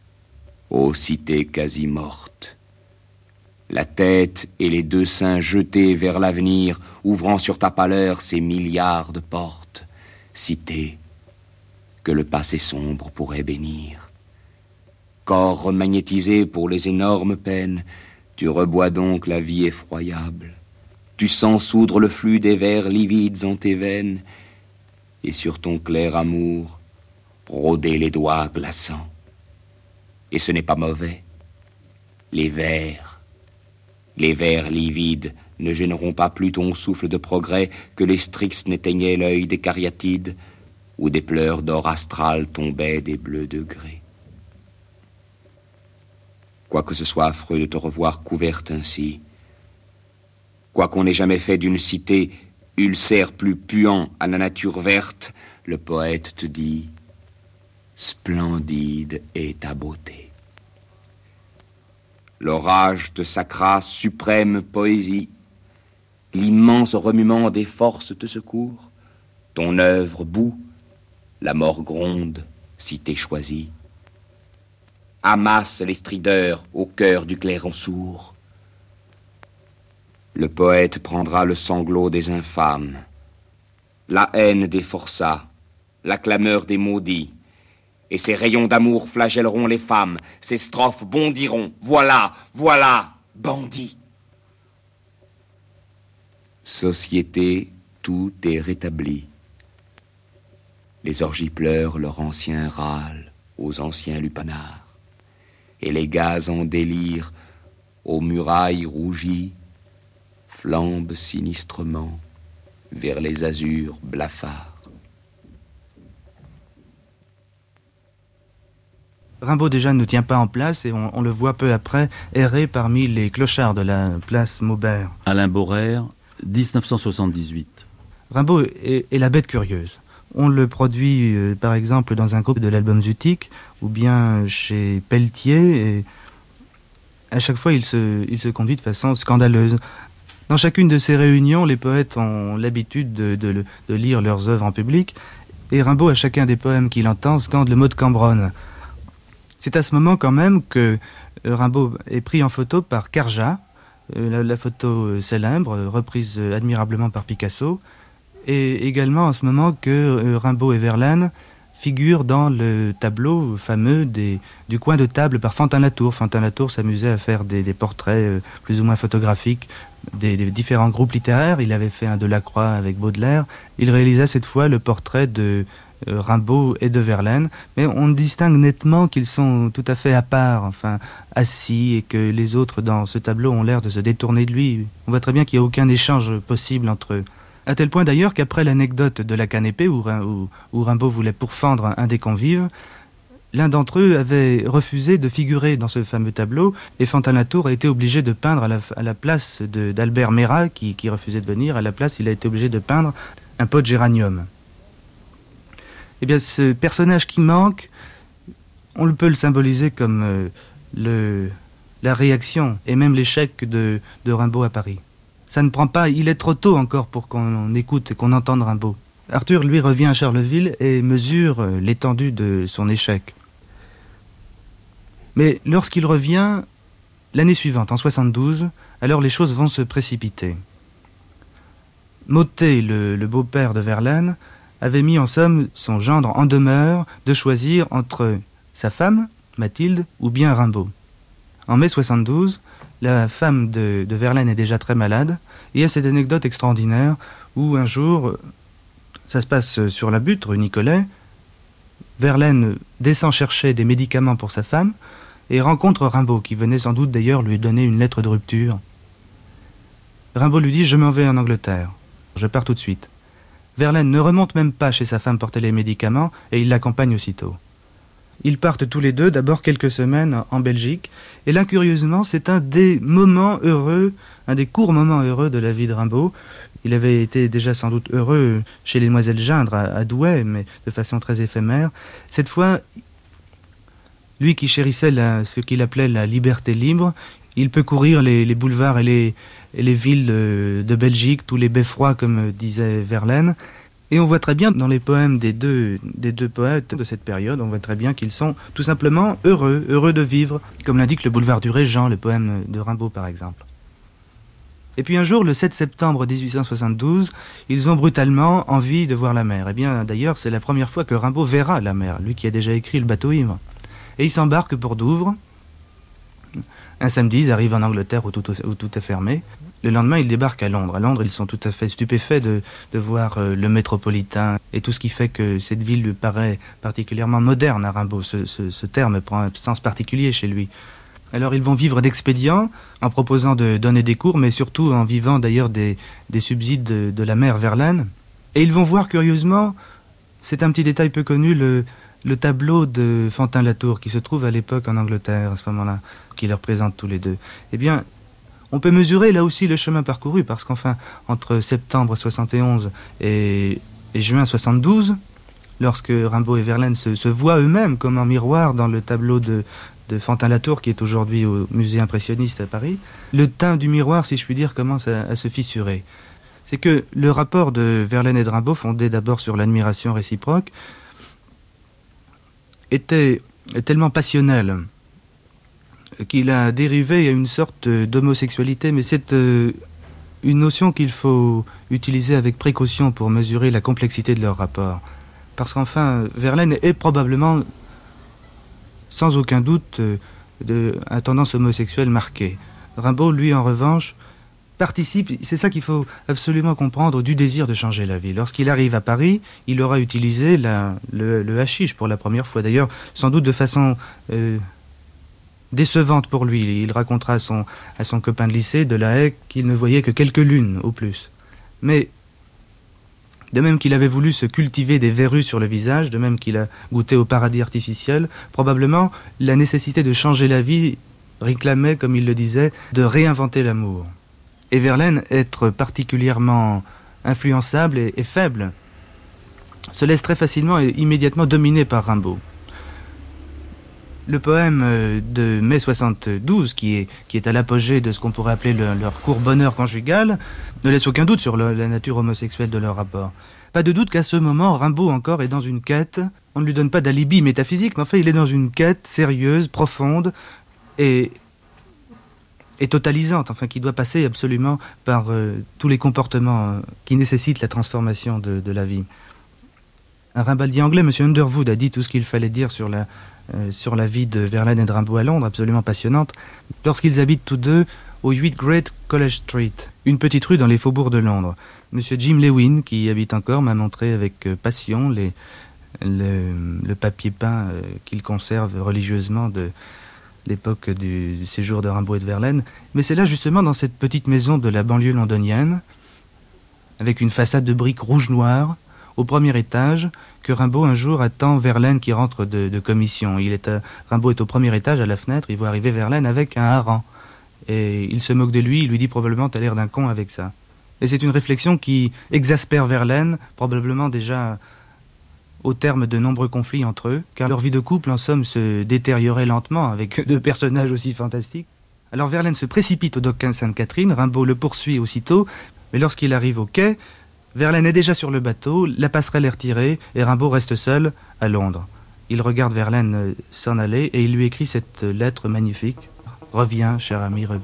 S2: ô cité quasi morte, la tête et les deux seins jetés vers l'avenir, ouvrant sur ta pâleur ces milliards de portes, cité que le passé sombre pourrait bénir. Corps remagnétisé pour les énormes peines, tu rebois donc la vie effroyable. Tu sens soudre le flux des vers livides en tes veines, et sur ton clair amour, rôder les doigts glaçants.
S21: Et ce n'est pas mauvais. Les vers, les vers livides ne gêneront pas plus ton souffle de progrès que les strix n'éteignaient l'œil des cariatides, où des pleurs d'or astral tombaient des bleus degrés. Quoique ce soit affreux de te revoir couverte ainsi, quoiqu'on n'ait jamais fait d'une cité ulcère plus puant à la nature verte, le poète te dit « Splendide est ta beauté ». L'orage te sacra suprême poésie, l'immense remuement des forces te secourt, ton œuvre bout, la mort gronde, si t'es choisi. Amasse les strideurs au cœur du clairon sourd. Le poète prendra le sanglot des infâmes, la haine des forçats, la clameur des maudits, et ses rayons d'amour flagelleront les femmes, ses strophes bondiront. Voilà, voilà, bandit. Société, tout est rétabli. Les orgies pleurent leur ancien râle aux anciens lupanards, et les gaz en délire aux murailles rougies flambent sinistrement vers les azurs blafards.
S8: Rimbaud déjà ne tient pas en place et on, on le voit peu après errer parmi les clochards de la place Maubert.
S1: Alain Borère, dix-neuf cent soixante-dix-huit.
S8: Rimbaud est, est la bête curieuse. On le produit euh, par exemple dans un groupe de l'album Zutique ou bien chez Pelletier et à chaque fois il se, il se conduit de façon scandaleuse. Dans chacune de ces réunions, les poètes ont l'habitude de, de, de lire leurs œuvres en public et Rimbaud, à chacun des poèmes qu'il entend, scande le mot de Cambronne. C'est à ce moment quand même que Rimbaud est pris en photo par Carjat, la, la photo célèbre, reprise admirablement par Picasso, et également à ce moment que Rimbaud et Verlaine figurent dans le tableau fameux des, du coin de table par Fantin-Latour. Fantin-Latour s'amusait à faire des, des portraits plus ou moins photographiques des, des différents groupes littéraires. Il avait fait un Delacroix avec Baudelaire. Il réalisa cette fois le portrait de Rimbaud et de Verlaine, mais on distingue nettement qu'ils sont tout à fait à part, enfin assis, et que les autres dans ce tableau ont l'air de se détourner de lui. On voit très bien qu'il n'y a aucun échange possible entre eux. À tel point d'ailleurs qu'après l'anecdote de la canne épée où, où, où Rimbaud voulait pourfendre un des convives, l'un d'entre eux avait refusé de figurer dans ce fameux tableau et Fantin-Latour a été obligé de peindre à la, à la place de, d'Albert Merat qui, qui refusait de venir. À la place, il a été obligé de peindre un pot de géranium. Eh bien, ce personnage qui manque, on le peut le symboliser comme euh, le, la réaction et même l'échec de, de Rimbaud à Paris. Ça ne prend pas, il est trop tôt encore pour qu'on écoute et qu'on entende Rimbaud. Arthur, lui, revient à Charleville et mesure euh, l'étendue de son échec. Mais lorsqu'il revient, l'année suivante, en soixante-douze, alors les choses vont se précipiter. Mottet, le, le beau-père de Verlaine, avait mis en somme son gendre en demeure de choisir entre sa femme, Mathilde, ou bien Rimbaud. En mai soixante-douze, la femme de, de Verlaine est déjà très malade, et il y a cette anecdote extraordinaire où un jour, ça se passe sur la butte, rue Nicolet, Verlaine descend chercher des médicaments pour sa femme et rencontre Rimbaud, qui venait sans doute d'ailleurs lui donner une lettre de rupture. Rimbaud lui dit « Je m'en vais en Angleterre, je pars tout de suite ». Verlaine ne remonte même pas chez sa femme porter les médicaments et il l'accompagne aussitôt. Ils partent tous les deux, d'abord quelques semaines en Belgique, et là, curieusement, c'est un des moments heureux, un des courts moments heureux de la vie de Rimbaud. Il avait été déjà sans doute heureux chez les Demoiselles Gindre à, à Douai, mais de façon très éphémère. Cette fois, lui qui chérissait la, ce qu'il appelait la liberté libre, il peut courir les, les boulevards et les, et les villes de, de Belgique, tous les beffrois, comme disait Verlaine. Et on voit très bien dans les poèmes des deux, des deux poètes de cette période, on voit très bien qu'ils sont tout simplement heureux, heureux de vivre, comme l'indique le boulevard du Régent, le poème de Rimbaud par exemple. Et puis un jour, le sept septembre dix-huit cent soixante-douze, ils ont brutalement envie de voir la mer. Et bien d'ailleurs, c'est la première fois que Rimbaud verra la mer, lui qui a déjà écrit Le bateau ivre. Et il s'embarque pour Douvres. Un samedi, ils arrivent en Angleterre où tout, où tout est fermé. Le lendemain, il débarque à Londres. À Londres, ils sont tout à fait stupéfaits de, de voir euh, le métropolitain et tout ce qui fait que cette ville lui paraît particulièrement moderne à Rimbaud. Ce, ce, ce terme prend un sens particulier chez lui. Alors ils vont vivre d'expédients en proposant de donner des cours, mais surtout en vivant d'ailleurs des, des subsides de, de la mère Verlaine. Et ils vont voir curieusement, c'est un petit détail peu connu, le, le tableau de Fantin-Latour qui se trouve à l'époque en Angleterre à ce moment-là, qui les représente tous les deux. Eh bien, on peut mesurer là aussi le chemin parcouru, parce qu'enfin, entre septembre soixante et onze et, et juin soixante-douze, lorsque Rimbaud et Verlaine se, se voient eux-mêmes comme en miroir dans le tableau de, de Fantin-Latour, qui est aujourd'hui au musée impressionniste à Paris, le teint du miroir, si je puis dire, commence à, à se fissurer. C'est que le rapport de Verlaine et de Rimbaud, fondé d'abord sur l'admiration réciproque, était tellement passionnel qu'il a dérivé à une sorte d'homosexualité, mais c'est euh, une notion qu'il faut utiliser avec précaution pour mesurer la complexité de leur rapport. Parce qu'enfin, Verlaine est probablement, sans aucun doute, euh, de, à tendance homosexuelle marquée. Rimbaud, lui, en revanche, participe, c'est ça qu'il faut absolument comprendre, du désir de changer la vie. Lorsqu'il arrive à Paris, il aura utilisé la, le, le hashish pour la première fois. D'ailleurs, sans doute de façon euh, décevante pour lui. Il racontera à son, à son copain de lycée de La Haye qu'il ne voyait que quelques lunes au plus. Mais de même qu'il avait voulu se cultiver des verrues sur le visage, de même qu'il a goûté au paradis artificiel, probablement la nécessité de changer la vie réclamait, comme il le disait, de réinventer l'amour. Et Verlaine, être particulièrement influençable et, et faible, se laisse très facilement et immédiatement dominer par Rimbaud. Le poème de mai soixante-douze, qui est, qui est à l'apogée de ce qu'on pourrait appeler le, leur court bonheur conjugal, ne laisse aucun doute sur le, la nature homosexuelle de leur rapport. Pas de doute qu'à ce moment, Rimbaud encore est dans une quête, on ne lui donne pas d'alibi métaphysique, mais enfin il est dans une quête sérieuse, profonde et... et totalisante, enfin qui doit passer absolument par euh, tous les comportements euh, qui nécessitent la transformation de, de la vie. Un rimbaldier anglais, M. Underwood, a dit tout ce qu'il fallait dire sur la, euh, sur la vie de Verlaine et de Rimbaud à Londres, absolument passionnante, lorsqu'ils habitent tous deux au huit Great College Street, une petite rue dans les faubourgs de Londres. M. Jim Lewin, qui y habite encore, m'a montré avec euh, passion les, le, le papier peint euh, qu'il conserve religieusement de l'époque du, du séjour de Rimbaud et de Verlaine. Mais c'est là justement dans cette petite maison de la banlieue londonienne, avec une façade de briques rouge-noir, au premier étage, que Rimbaud un jour attend Verlaine qui rentre de, de commission. Il est à, Rimbaud est au premier étage à la fenêtre, il voit arriver Verlaine avec un hareng. Et il se moque de lui, il lui dit probablement « t'as l'air d'un con avec ça ». Et c'est une réflexion qui exaspère Verlaine, probablement déjà au terme de nombreux conflits entre eux, car leur vie de couple, en somme, se détériorait lentement avec deux personnages aussi fantastiques. Alors Verlaine se précipite au dock Sainte-Catherine, Rimbaud le poursuit aussitôt, mais lorsqu'il arrive au quai, Verlaine est déjà sur le bateau, la passerelle est retirée, et Rimbaud reste seul à Londres. Il regarde Verlaine s'en aller, et il lui écrit cette lettre magnifique. « Reviens, cher ami, reviens ».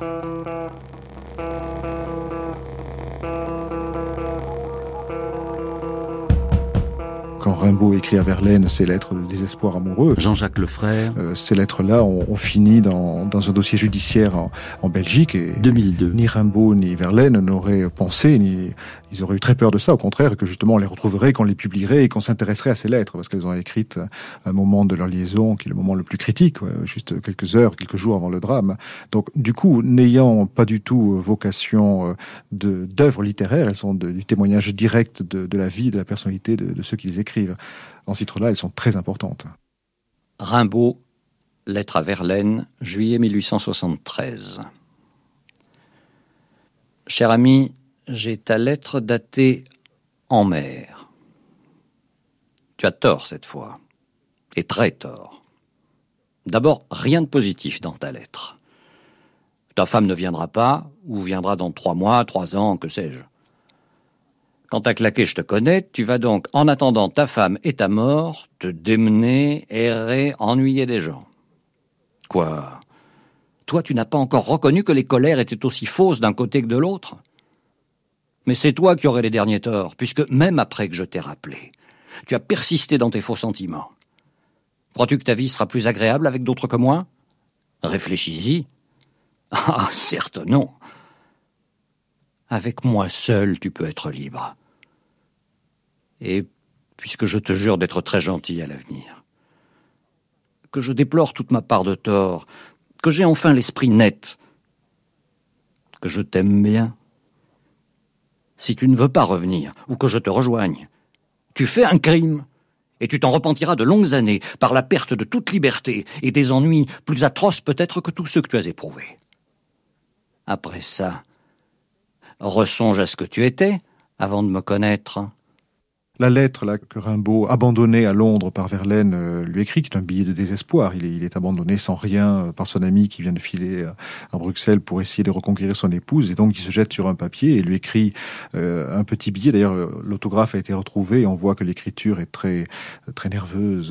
S3: Quand Rimbaud écrit à Verlaine ces lettres de désespoir amoureux,
S1: Jean-Jacques Lefrère,
S3: euh, ces lettres-là ont, ont fini dans, dans un dossier judiciaire en, en Belgique. Et
S1: deux mille deux.
S3: Ni Rimbaud ni Verlaine n'auraient pensé, ni ils auraient eu très peur de ça. Au contraire, que justement on les retrouverait, qu'on les publierait et qu'on s'intéresserait à ces lettres, parce qu'elles ont écrites à un moment de leur liaison qui est le moment le plus critique, juste quelques heures, quelques jours avant le drame. Donc, du coup, n'ayant pas du tout vocation de d'œuvres littéraires, elles sont de, du témoignage direct de, de la vie, de la personnalité de, de ceux qui les écrivent. En ce titre-là, elles sont très importantes.
S22: Rimbaud, lettre à Verlaine, juillet mille huit cent soixante-treize. Cher ami, j'ai ta lettre datée en mer. Tu as tort cette fois, et très tort. D'abord, rien de positif dans ta lettre. Ta femme ne viendra pas, ou viendra dans trois mois, trois ans, que sais-je. Quand t'as claqué, je te connais, tu vas donc, en attendant ta femme et ta mort, te démener, errer, ennuyer des gens. Quoi ? Toi, tu n'as pas encore reconnu que les colères étaient aussi fausses d'un côté que de l'autre ? Mais c'est toi qui aurais les derniers torts, puisque même après que je t'ai rappelé, tu as persisté dans tes faux sentiments. Crois-tu que ta vie sera plus agréable avec d'autres que moi ? Réfléchis-y. Ah, certes non. Avec moi seul, tu peux être libre. Et puisque je te jure d'être très gentil à l'avenir, que je déplore toute ma part de tort, que j'ai enfin l'esprit net, que je t'aime bien, si tu ne veux pas revenir, ou que je te rejoigne, tu fais un crime, et tu t'en repentiras de longues années par la perte de toute liberté et des ennuis plus atroces peut-être que tous ceux que tu as éprouvés. Après ça, ressonge à ce que tu étais avant de me connaître.
S3: La lettre là, que Rimbaud, abandonné à Londres par Verlaine, euh, lui écrit, qui est un billet de désespoir. Il est, il est abandonné sans rien euh, par son ami qui vient de filer euh, à Bruxelles pour essayer de reconquérir son épouse. Et donc il se jette sur un papier et lui écrit euh, un petit billet. D'ailleurs, l'autographe a été retrouvé et on voit que l'écriture est très très nerveuse.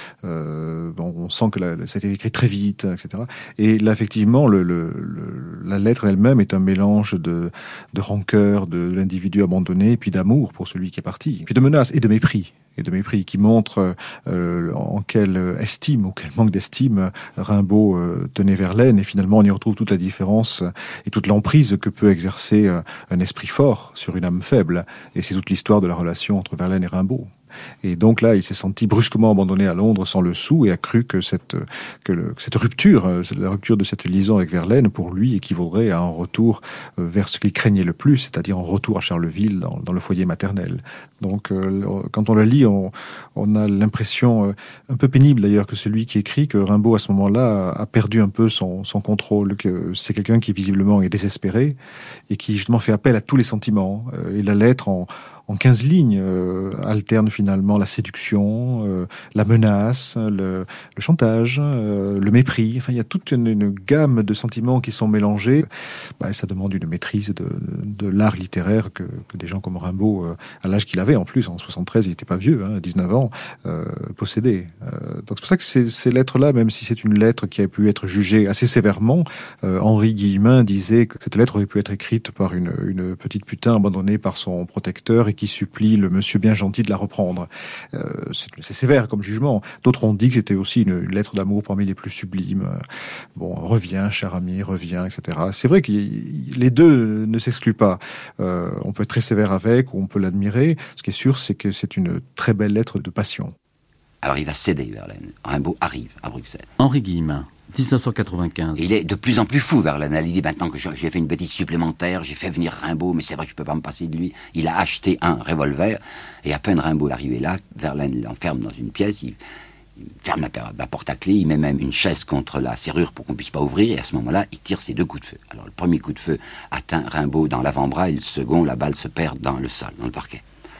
S3: Euh, bon, on sent que la, ça a été écrit très vite, et cetera. Et là, effectivement, le, le, le, la lettre elle-même est un mélange de, de rancœur de l'individu abandonné et puis d'amour pour celui qui est parti. Puis de menace et de mépris, et de mépris qui montre euh, en quelle estime ou quel manque d'estime Rimbaud euh, tenait Verlaine, et finalement on y retrouve toute la différence et toute l'emprise que peut exercer euh, un esprit fort sur une âme faible, et c'est toute l'histoire de la relation entre Verlaine et Rimbaud. Et donc là, il s'est senti brusquement abandonné à Londres sans le sou et a cru que cette, que le, cette rupture, la rupture de cette liaison avec Verlaine, pour lui, équivaudrait à un retour vers ce qu'il craignait le plus, c'est-à-dire un retour à Charleville, dans, dans le foyer maternel. Donc, euh, quand on le lit, on, on a l'impression, euh, un peu pénible d'ailleurs, que celui qui écrit, que Rimbaud, à ce moment-là, a perdu un peu son, son contrôle, que c'est quelqu'un qui, visiblement, est désespéré et qui, justement, fait appel à tous les sentiments. Et la lettre, en En quinze lignes, euh, alterne finalement la séduction, euh, la menace, le, le chantage, euh, le mépris. Enfin, il y a toute une, une gamme de sentiments qui sont mélangés. Bah, ça demande une maîtrise de, de, de l'art littéraire que, que des gens comme Rimbaud, euh, à l'âge qu'il avait en plus, en soixante-treize, il n'était pas vieux, hein, dix-neuf ans, euh, possédaient. Euh, donc c'est pour ça que ces, ces lettres-là, même si c'est une lettre qui a pu être jugée assez sévèrement, euh, Henri Guillemin disait que cette lettre aurait pu être écrite par une, une petite putain abandonnée par son protecteur et qui supplie le monsieur bien gentil de la reprendre. Euh, c'est, c'est sévère comme jugement. D'autres ont dit que c'était aussi une, une lettre d'amour parmi les plus sublimes. Bon, reviens, cher ami, reviens, et cetera. C'est vrai que les deux ne s'excluent pas. Euh, on peut être très sévère avec, ou on peut l'admirer. Ce qui est sûr, c'est que c'est une très belle lettre de passion.
S4: Alors il va céder, Verlaine. Rimbaud arrive à Bruxelles.
S1: Henri Guillemin. dix-neuf cent quatre-vingt-quinze.
S4: Il est de plus en plus fou, Verlaine. Il dit maintenant que j'ai fait une bêtise supplémentaire, j'ai fait venir Rimbaud, mais c'est vrai que je peux pas me passer de lui. Il a acheté un revolver, et à peine Rimbaud est arrivé là, Verlaine l'enferme dans une pièce, il, il ferme la, la porte à clé, il met même une chaise contre la serrure pour qu'on puisse pas ouvrir, et à ce moment-là, il tire ses deux coups de feu. Alors le premier coup de feu atteint Rimbaud dans l'avant-bras, et le second, la balle se perd dans le sol, dans le parquet.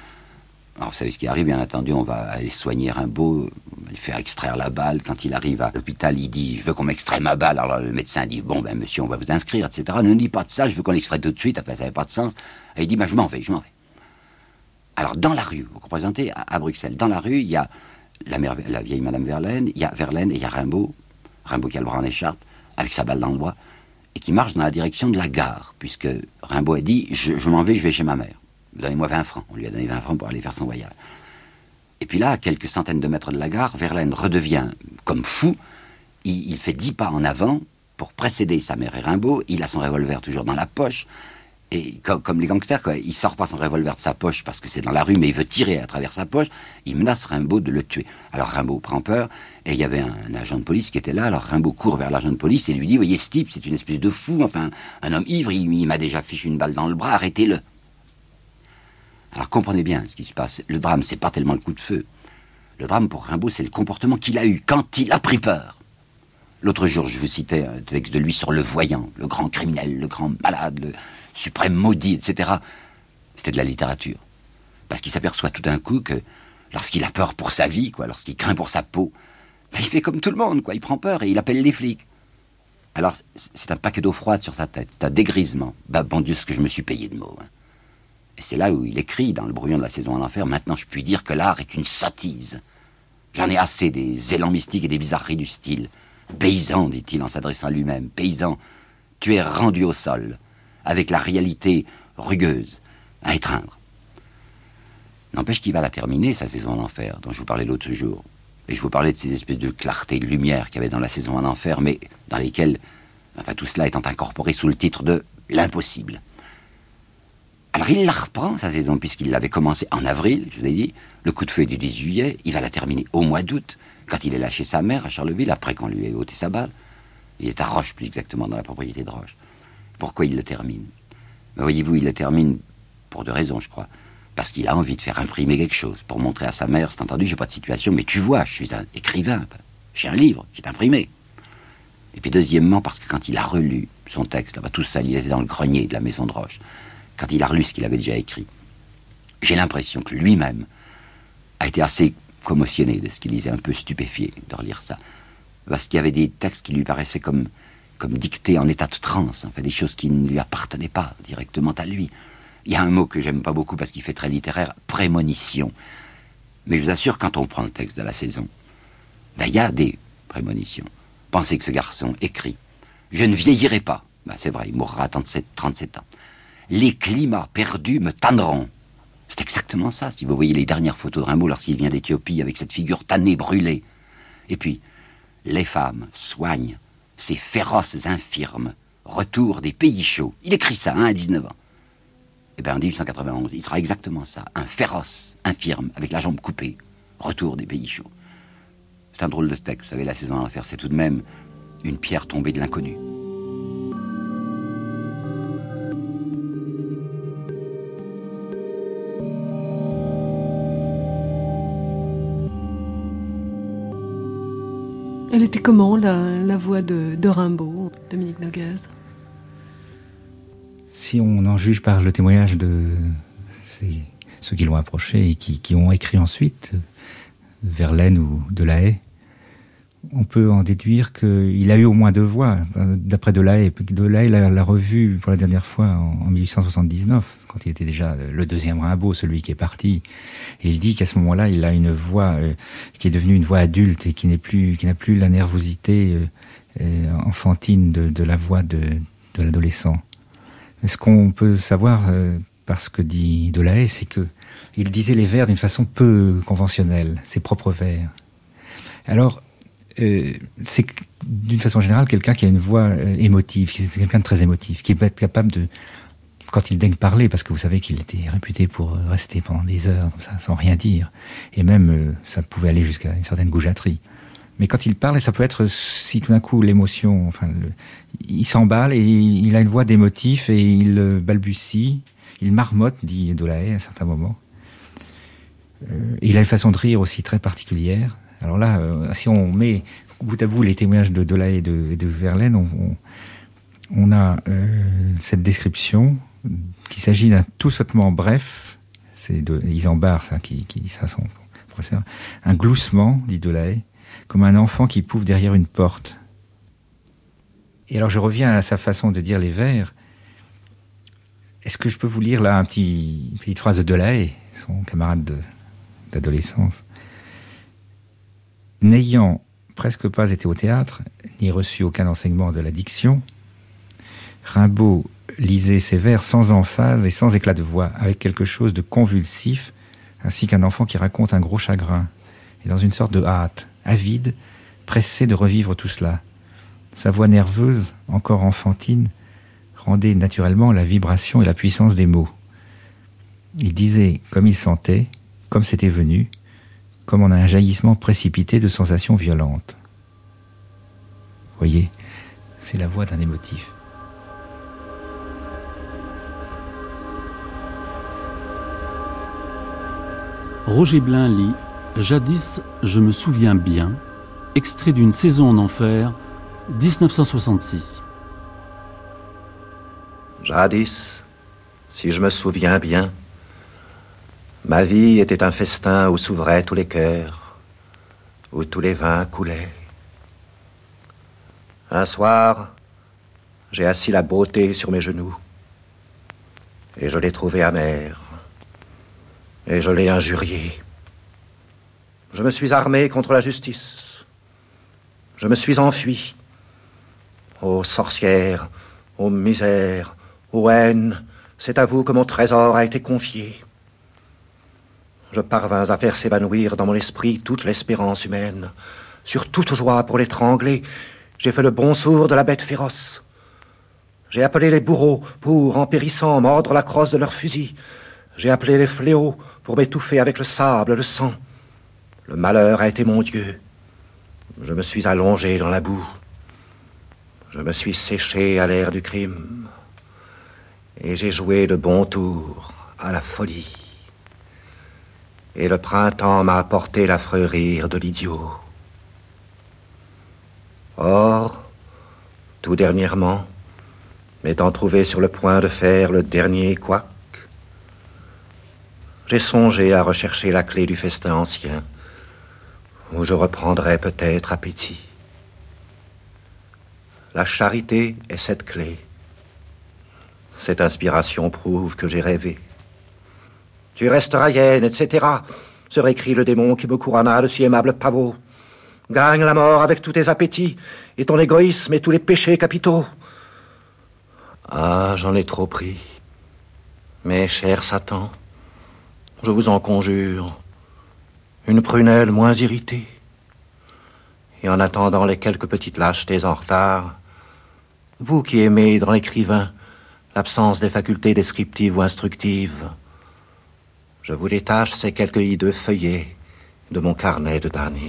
S4: Alors vous savez ce qui arrive, bien entendu, on va aller soigner Rimbaud, on va lui faire extraire la balle. Quand il arrive à l'hôpital, il dit « je veux qu'on m'extrait ma balle ». Alors le médecin dit « bon ben monsieur, on va vous inscrire, et cetera » Ne dit pas de ça, je veux qu'on l'extrait tout de suite, enfin ça n'avait pas de sens. Et il dit ben, « je m'en vais, je m'en vais ». Alors dans la rue, vous représentez à, à Bruxelles, dans la rue, il y a la, mère, la vieille Madame Verlaine, il y a Verlaine et il y a Rimbaud, Rimbaud qui a le bras en écharpe, avec sa balle dans le doigt, et qui marche dans la direction de la gare, puisque Rimbaud a dit « je, je m'en vais, je vais chez ma mère ». Donnez-moi vingt francs. On lui a donné vingt francs pour aller faire son voyage. Et puis là, à quelques centaines de mètres de la gare, Verlaine redevient comme fou. Il, il fait dix pas en avant pour précéder sa mère et Rimbaud. Il a son revolver toujours dans la poche. Et comme, comme les gangsters, quoi, il sort pas son revolver de sa poche parce que c'est dans la rue, mais il veut tirer à travers sa poche. Il menace Rimbaud de le tuer. Alors Rimbaud prend peur, et il y avait un, un agent de police qui était là. Alors Rimbaud court vers l'agent de police et lui dit « Voyez ce type, c'est une espèce de fou, enfin, un homme ivre, il, il m'a déjà fichu une balle dans le bras, arrêtez-le ». Alors comprenez bien ce qui se passe. Le drame, c'est pas tellement le coup de feu. Le drame pour Rimbaud, c'est le comportement qu'il a eu quand il a pris peur. L'autre jour, je vous citais un texte de lui sur le voyant, le grand criminel, le grand malade, le suprême maudit, et cetera. C'était de la littérature. Parce qu'il s'aperçoit tout d'un coup que lorsqu'il a peur pour sa vie, quoi, lorsqu'il craint pour sa peau, ben, il fait comme tout le monde, quoi. Il prend peur et il appelle les flics. Alors, c'est un paquet d'eau froide sur sa tête. C'est un dégrisement. Ben, bon Dieu, ce que je me suis payé de mots, hein. Et c'est là où il écrit, dans le brouillon de la saison en enfer, « Maintenant je puis dire que l'art est une sottise. J'en ai assez des élans mystiques et des bizarreries du style. Paysan, dit-il en s'adressant à lui-même, paysan, tu es rendu au sol, avec la réalité rugueuse à étreindre. » N'empêche qu'il va la terminer, sa saison en enfer, dont je vous parlais l'autre jour. Et je vous parlais de ces espèces de clarté, de lumière qu'il y avait dans la saison en enfer, mais dans lesquelles, enfin tout cela étant incorporé sous le titre de « l'impossible ». Alors il la reprend, sa saison, puisqu'il l'avait commencé en avril, je vous ai dit. Le coup de feu est du dix juillet, il va la terminer au mois d'août, quand il est là chez sa mère, à Charleville, après qu'on lui ait ôté sa balle. Il est à Roche, plus exactement, dans la propriété de Roche. Pourquoi il le termine? Mais voyez-vous, il le termine pour deux raisons, je crois. Parce qu'il a envie de faire imprimer quelque chose, pour montrer à sa mère, c'est entendu, j'ai pas de situation, mais tu vois, je suis un écrivain, j'ai un livre qui est imprimé. Et puis deuxièmement, parce que quand il a relu son texte, là-bas tout seul, il était dans le grenier de la maison de Roche, quand il a relu ce qu'il avait déjà écrit, j'ai l'impression que lui-même a été assez commotionné de ce qu'il lisait, un peu stupéfié de relire ça. Parce qu'il y avait des textes qui lui paraissaient comme, comme dictés en état de transe, en fait, des choses qui ne lui appartenaient pas directement à lui. Il y a un mot que j'aime pas beaucoup parce qu'il fait très littéraire, prémonition. Mais je vous assure, quand on prend le texte de la saison, ben, il y a des prémonitions. Pensez que ce garçon écrit « Je ne vieillirai pas ». Ben, c'est vrai, il mourra à trente-sept ans. « Les climats perdus me tanneront ». C'est exactement ça, si vous voyez les dernières photos de Rimbaud lorsqu'il vient d'Éthiopie avec cette figure tannée, brûlée. Et puis, les femmes soignent ces féroces infirmes, retour des pays chauds. Il écrit ça, hein, à dix-neuf ans. Eh bien, en dix-huit cent quatre-vingt-onze, il sera exactement ça, un féroce infirme, avec la jambe coupée, retour des pays chauds. C'est un drôle de texte, vous savez, la saison en enfer, c'est tout de même une pierre tombée de l'inconnu.
S5: Elle était comment, la, la voix de, de Rimbaud, Dominique Noguez?
S6: Si on en juge par le témoignage de ces, ceux qui l'ont approché et qui, qui ont écrit ensuite, Verlaine ou Delahaye, on peut en déduire qu'il a eu au moins deux voix, d'après Delahaye. Delahaye l'a, l'a revu pour la dernière fois en, en dix-huit cent soixante-dix-neuf, quand il était déjà le deuxième Rimbaud, celui qui est parti. Et il dit qu'à ce moment-là, il a une voix euh, qui est devenue une voix adulte et qui n'est plus, qui n'a plus la nervosité euh, euh, enfantine de, de la voix de, de l'adolescent. Mais ce qu'on peut savoir, euh, par ce que dit Delahaye, c'est que il disait les vers d'une façon peu conventionnelle, ses propres vers. Alors, Euh, c'est d'une façon générale quelqu'un qui a une voix euh, émotive, c'est quelqu'un de très émotif, qui est capable de, quand il daigne parler, parce que vous savez qu'il était réputé pour rester pendant des heures comme ça, sans rien dire, et même euh, ça pouvait aller jusqu'à une certaine goujaterie. Mais quand il parle, ça peut être, si tout d'un coup l'émotion, enfin, le, il s'emballe et il, il a une voix d'émotif et il euh, balbutie, il marmotte, dit Delahaye à un certain moment. Euh, et il a une façon de rire aussi très particulière. Alors là, euh, si on met bout à bout les témoignages de Delahaye et de, de Verlaine, on, on, on a euh, cette description qu'il s'agit d'un tout sottement bref, c'est de Isambard ça, qui, qui dit ça à son professeur, un gloussement, dit Delahaye, comme un enfant qui pouffe derrière une porte. Et alors je reviens à sa façon de dire les vers. Est-ce que je peux vous lire là un petit, une petite phrase de Delahaye, son camarade de, d'adolescence? N'ayant presque pas été au théâtre, ni reçu aucun enseignement de la diction, Rimbaud lisait ses vers sans emphase et sans éclat de voix, avec quelque chose de convulsif, ainsi qu'un enfant qui raconte un gros chagrin, et dans une sorte de hâte, avide, pressé de revivre tout cela. Sa voix nerveuse, encore enfantine, rendait naturellement la vibration et la puissance des mots. Il disait comme il sentait, comme c'était venu, comme on a un jaillissement précipité de sensations violentes. Vous voyez, c'est la voix d'un émotif.
S1: Roger Blin lit « Jadis, je me souviens bien », extrait d'une saison en enfer, dix-neuf cent soixante-six.
S23: Jadis, si je me souviens bien, ma vie était un festin où s'ouvraient tous les cœurs, où tous les vins coulaient. Un soir, j'ai assis la beauté sur mes genoux, et je l'ai trouvée amère, et je l'ai injuriée. Je me suis armé contre la justice. Je me suis enfui. Ô sorcière, ô misère, ô haine, c'est à vous que mon trésor a été confié. Je parvins à faire s'évanouir dans mon esprit toute l'espérance humaine. Sur toute joie pour l'étrangler, j'ai fait le bon sourd de la bête féroce. J'ai appelé les bourreaux pour, en périssant, mordre la crosse de leurs fusils. J'ai appelé les fléaux pour m'étouffer avec le sable, le sang. Le malheur a été mon Dieu. Je me suis allongé dans la boue. Je me suis séché à l'air du crime. Et j'ai joué de bons tours à la folie. Et le printemps m'a apporté l'affreux rire de l'idiot. Or, tout dernièrement, m'étant trouvé sur le point de faire le dernier couac, j'ai songé à rechercher la clé du festin ancien, où je reprendrais peut-être appétit. La charité est cette clé. Cette inspiration prouve que j'ai rêvé. Tu resteras hyène, et cetera, se récrie le démon qui me couronna de si aimables pavots. Gagne la mort avec tous tes appétits, et ton égoïsme et tous les péchés capitaux. Ah, j'en ai trop pris. Mais, cher Satan, je vous en conjure, une prunelle moins irritée. Et en attendant les quelques petites lâchetés en retard, vous qui aimez dans l'écrivain l'absence des facultés descriptives ou instructives, je vous détache ces quelques hideux feuillets de mon carnet de damnés.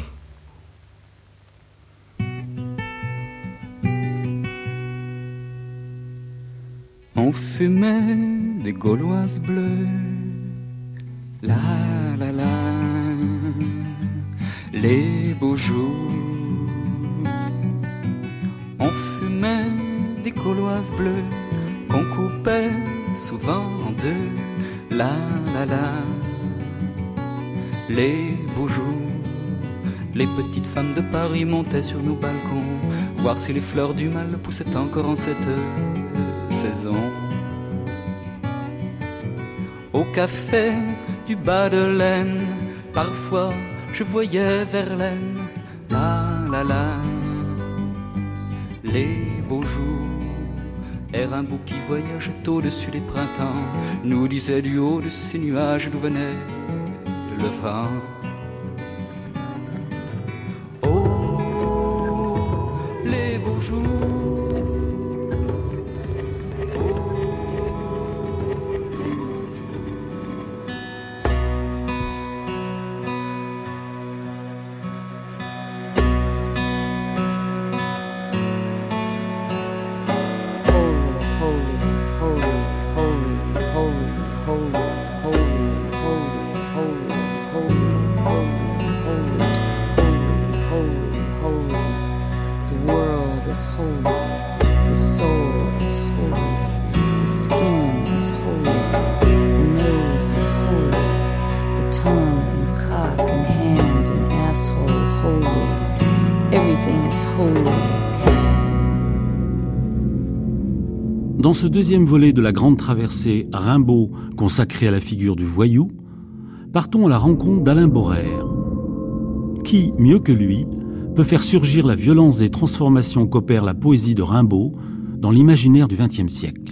S9: On fumait des gauloises bleues, la la la, les beaux jours. On fumait des gauloises bleues qu'on coupait souvent en deux, la la la, les beaux jours. Les petites femmes de Paris montaient sur nos balcons, voir si les fleurs du mal poussaient encore en cette saison. Au café du bas de Laine, parfois je voyais Verlaine, la la la, les beaux jours. Et Rimbaud qui voyageait au-dessus des printemps nous disait du haut de ces nuages d'où venait le vent. Oh, les beaux jours.
S1: Dans ce deuxième volet de la grande traversée Rimbaud consacrée à la figure du voyou, partons à la rencontre d'Alain Borère. Qui, mieux que lui, peut faire surgir la violence des transformations qu'opère la poésie de Rimbaud dans l'imaginaire du vingtième siècle?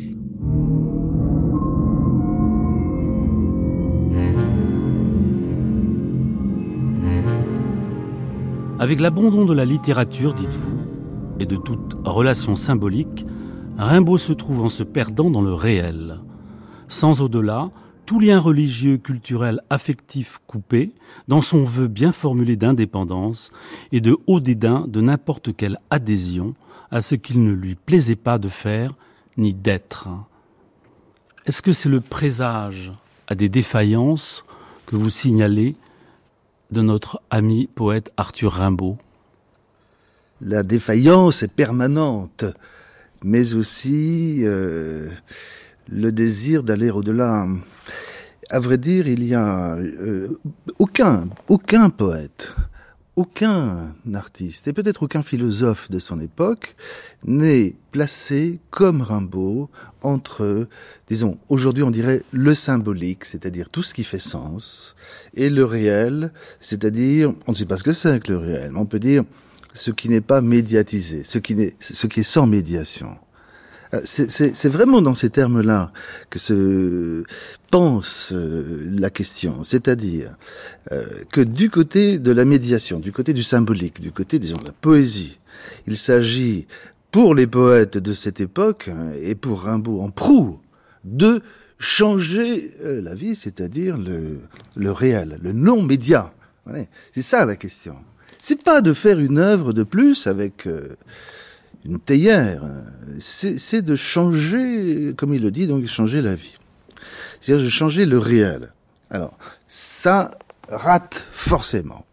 S1: Avec l'abandon de la littérature, dites-vous, et de toute relation symbolique, Rimbaud se trouve en se perdant dans le réel. Sans au-delà, tout lien religieux, culturel, affectif coupé, dans son vœu bien formulé d'indépendance et de haut dédain de n'importe quelle adhésion à ce qu'il ne lui plaisait pas de faire ni d'être. Est-ce que c'est le présage à des défaillances que vous signalez de notre ami poète Arthur Rimbaud?
S10: La défaillance est permanente, mais aussi euh, le désir d'aller au-delà. À vrai dire, il y a euh, aucun, aucun poète, aucun artiste, et peut-être aucun philosophe de son époque n'est placé comme Rimbaud entre, disons, aujourd'hui on dirait le symbolique, c'est-à-dire tout ce qui fait sens, et le réel, c'est-à-dire, on ne sait pas ce que c'est que le réel, mais on peut dire ce qui n'est pas médiatisé, ce qui, n'est, ce qui est sans médiation. C'est, c'est, c'est vraiment dans ces termes-là que se pense euh, la question, c'est-à-dire euh, que du côté de la médiation, du côté du symbolique, du côté, disons, de la poésie, il s'agit pour les poètes de cette époque, et pour Rimbaud en proue, de changer la vie, c'est-à-dire le, le réel, le non-média. Ouais, c'est ça la question. C'est pas de faire une œuvre de plus avec euh, une théière, c'est, c'est de changer, comme il le dit, donc changer la vie. C'est-à-dire de changer le réel. Alors, ça rate forcément.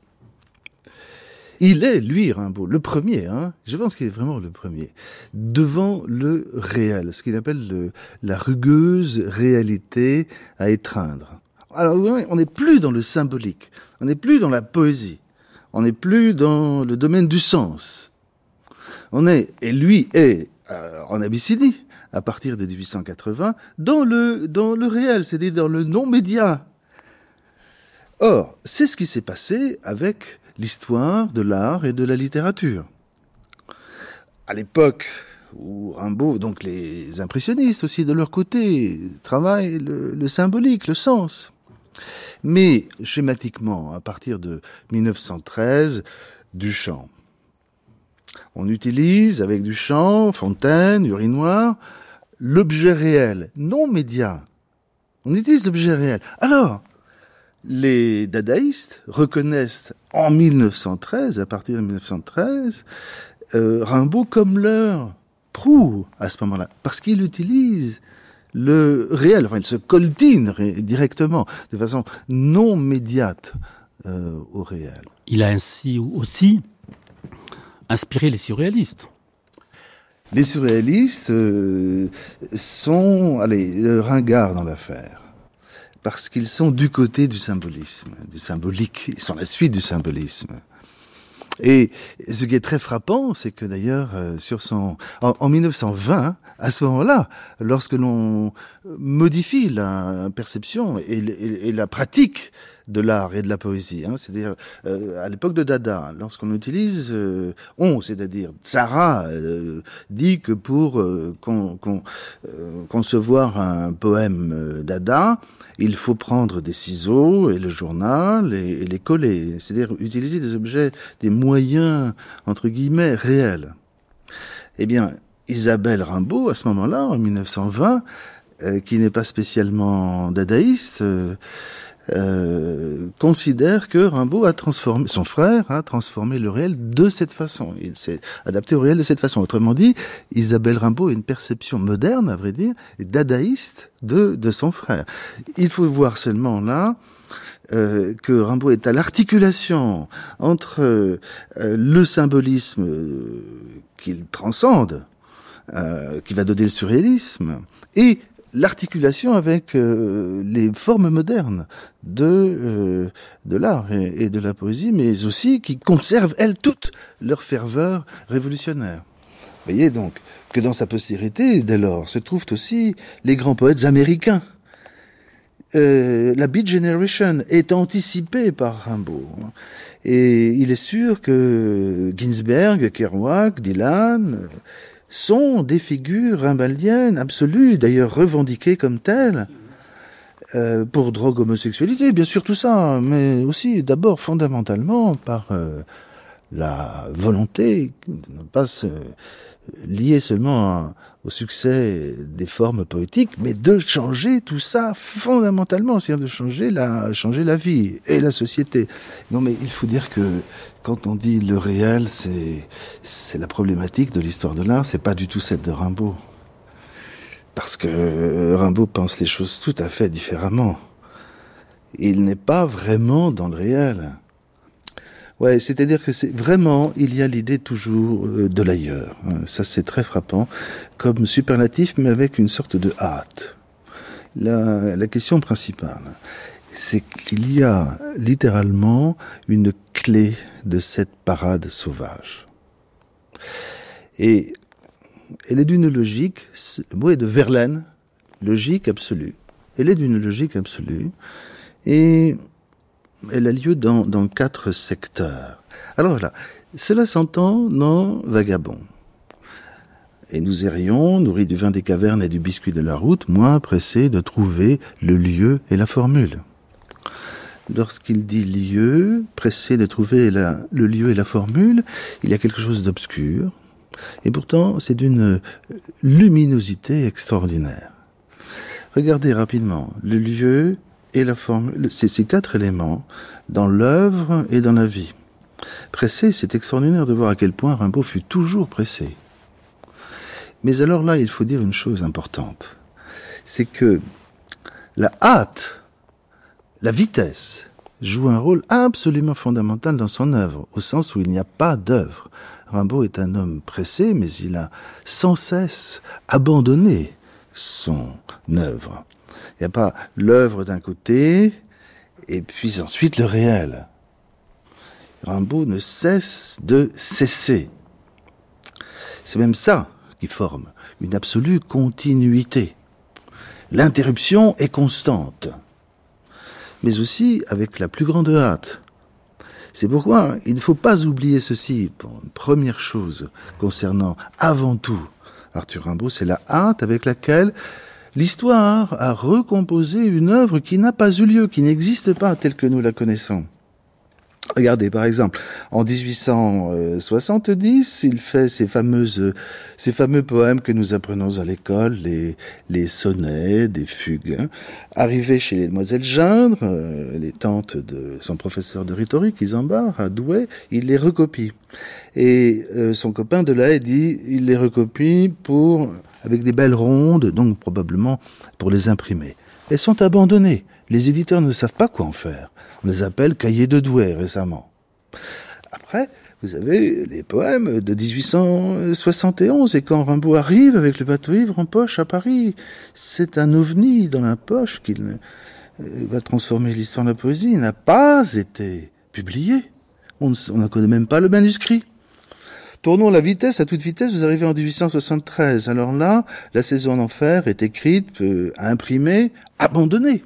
S10: Il est, lui, Rimbaud, le premier, hein, je pense qu'il est vraiment le premier, devant le réel, ce qu'il appelle le, la rugueuse réalité à étreindre. Alors, on n'est plus dans le symbolique, on n'est plus dans la poésie, on n'est plus dans le domaine du sens. On est, et lui est, euh, en Abyssinie, à partir de dix-huit cent quatre-vingts, dans le, dans le réel, c'est-à-dire dans le non-média. Or, c'est ce qui s'est passé avec l'histoire de l'art et de la littérature. À l'époque où Rimbaud, donc les impressionnistes aussi de leur côté, travaillent le, le symbolique, le sens. Mais schématiquement, à partir de mille neuf cent treize, Duchamp. On utilise avec Duchamp, Fontaine, Urinoir, l'objet réel, non média. On utilise l'objet réel. Alors, les dadaïstes reconnaissent en mille neuf cent treize, à partir de mille neuf cent treize, euh, Rimbaud comme leur proue à ce moment-là, parce qu'il utilise le réel, enfin il se coltine ré- directement, de façon non médiate euh, au réel.
S1: Il a ainsi aussi inspiré les surréalistes.
S10: Les surréalistes euh, sont, allez, ringards dans l'affaire. Parce qu'ils sont du côté du symbolisme, du symbolique, ils sont la suite du symbolisme. Et ce qui est très frappant, c'est que d'ailleurs, euh, sur son, en, en mille neuf cent vingt, à ce moment-là, lorsque l'on modifie la perception et, et, et la pratique de l'art et de la poésie, hein, c'est-à-dire euh, à l'époque de Dada, lorsqu'on utilise euh, on, c'est-à-dire Tzara euh, dit que pour euh, con, con, euh, concevoir un poème euh, Dada, il faut prendre des ciseaux et le journal et, et les coller, c'est-à-dire utiliser des objets, des moyens entre guillemets réels. Eh bien, Isabelle Rimbaud, à ce moment-là, en mille neuf cent vingt, euh, qui n'est pas spécialement dadaïste, euh, Euh, considère que Rimbaud a transformé, son frère a transformé le réel de cette façon. Il s'est adapté au réel de cette façon. Autrement dit, Isabelle Rimbaud a une perception moderne, à vrai dire, et dadaïste de, de son frère. Il faut voir seulement là euh, que Rimbaud est à l'articulation entre euh, le symbolisme euh, qu'il transcende, euh, qui va donner le surréalisme, et l'articulation avec euh, les formes modernes de euh, de l'art et, et de la poésie, mais aussi qui conservent, elles, toutes leur ferveur révolutionnaire. Vous voyez donc que dans sa postérité, dès lors, se trouvent aussi les grands poètes américains. Euh, la Beat Generation est anticipée par Rimbaud. Et il est sûr que Ginsberg, Kerouac, Dylan sont des figures rimbaldiennes absolues, d'ailleurs revendiquées comme telles, euh, pour drogue, homosexualité, bien sûr tout ça, mais aussi d'abord fondamentalement par euh, la volonté de ne pas se lier seulement à, au succès des formes poétiques, mais de changer tout ça fondamentalement, c'est-à-dire de changer la, changer la vie et la société. Non, mais il faut dire que quand on dit le réel, c'est, c'est la problématique de l'histoire de l'art, c'est pas du tout celle de Rimbaud. Parce que Rimbaud pense les choses tout à fait différemment. Il n'est pas vraiment dans le réel. Ouais, c'est-à-dire que c'est vraiment, il y a l'idée toujours de l'ailleurs. Ça, c'est très frappant, comme superlatif, mais avec une sorte de hâte. La, la question principale, c'est qu'il y a littéralement une clé de cette parade sauvage. Et elle est d'une logique, le mot est de Verlaine, logique absolue. Elle est d'une logique absolue, et elle a lieu dans, dans quatre secteurs. Alors voilà, cela s'entend dans Vagabond. Et nous errions, nourris du vin des cavernes et du biscuit de la route, moins pressés de trouver le lieu et la formule. Lorsqu'il dit lieu, pressé de trouver la, le lieu et la formule, il y a quelque chose d'obscur, Et pourtant, c'est d'une luminosité extraordinaire. Regardez rapidement le lieu et la forme, c'est ces quatre éléments dans l'œuvre et dans la vie. Pressé, c'est extraordinaire de voir à quel point Rimbaud fut toujours pressé. Mais alors là, il faut dire une chose importante. C'est que la hâte, la vitesse, joue un rôle absolument fondamental dans son œuvre, au sens où il n'y a pas d'œuvre. Rimbaud est un homme pressé, mais il a sans cesse abandonné son œuvre. Il n'y a pas l'œuvre d'un côté, et puis ensuite le réel. Rimbaud ne cesse de cesser. C'est même ça qui forme une absolue continuité. L'interruption est constante, mais aussi avec la plus grande hâte. C'est pourquoi il ne faut pas oublier ceci. Bon, une première chose concernant avant tout Arthur Rimbaud, c'est la hâte avec laquelle l'histoire a recomposé une œuvre qui n'a pas eu lieu, qui n'existe pas telle que nous la connaissons. Regardez, par exemple, en dix-huit cent soixante-dix, il fait ces fameuses, ces fameux poèmes que nous apprenons à l'école, les, les sonnets, des fugues. Hein. Arrivé chez les demoiselles Gindre, euh, les tantes de son professeur de rhétorique, Isambard, à Douai, il les recopie. Et euh, son copain de La Haye dit, il les recopie pour, avec des belles rondes, donc probablement pour les imprimer. Elles sont abandonnées. Les éditeurs ne savent pas quoi en faire. On les appelle cahiers de Douai récemment. Après, vous avez les poèmes de dix-huit cent soixante et onze, et quand Rimbaud arrive avec le bateau ivre en poche à Paris, c'est un ovni dans la poche qu'il va transformer l'histoire de la poésie. Il n'a pas été publié. On ne connaît même pas le manuscrit. Tournons la vitesse, à toute vitesse, vous arrivez en dix-huit cent soixante-treize. Alors là, La Saison en Enfer est écrite, euh, imprimée, abandonnée.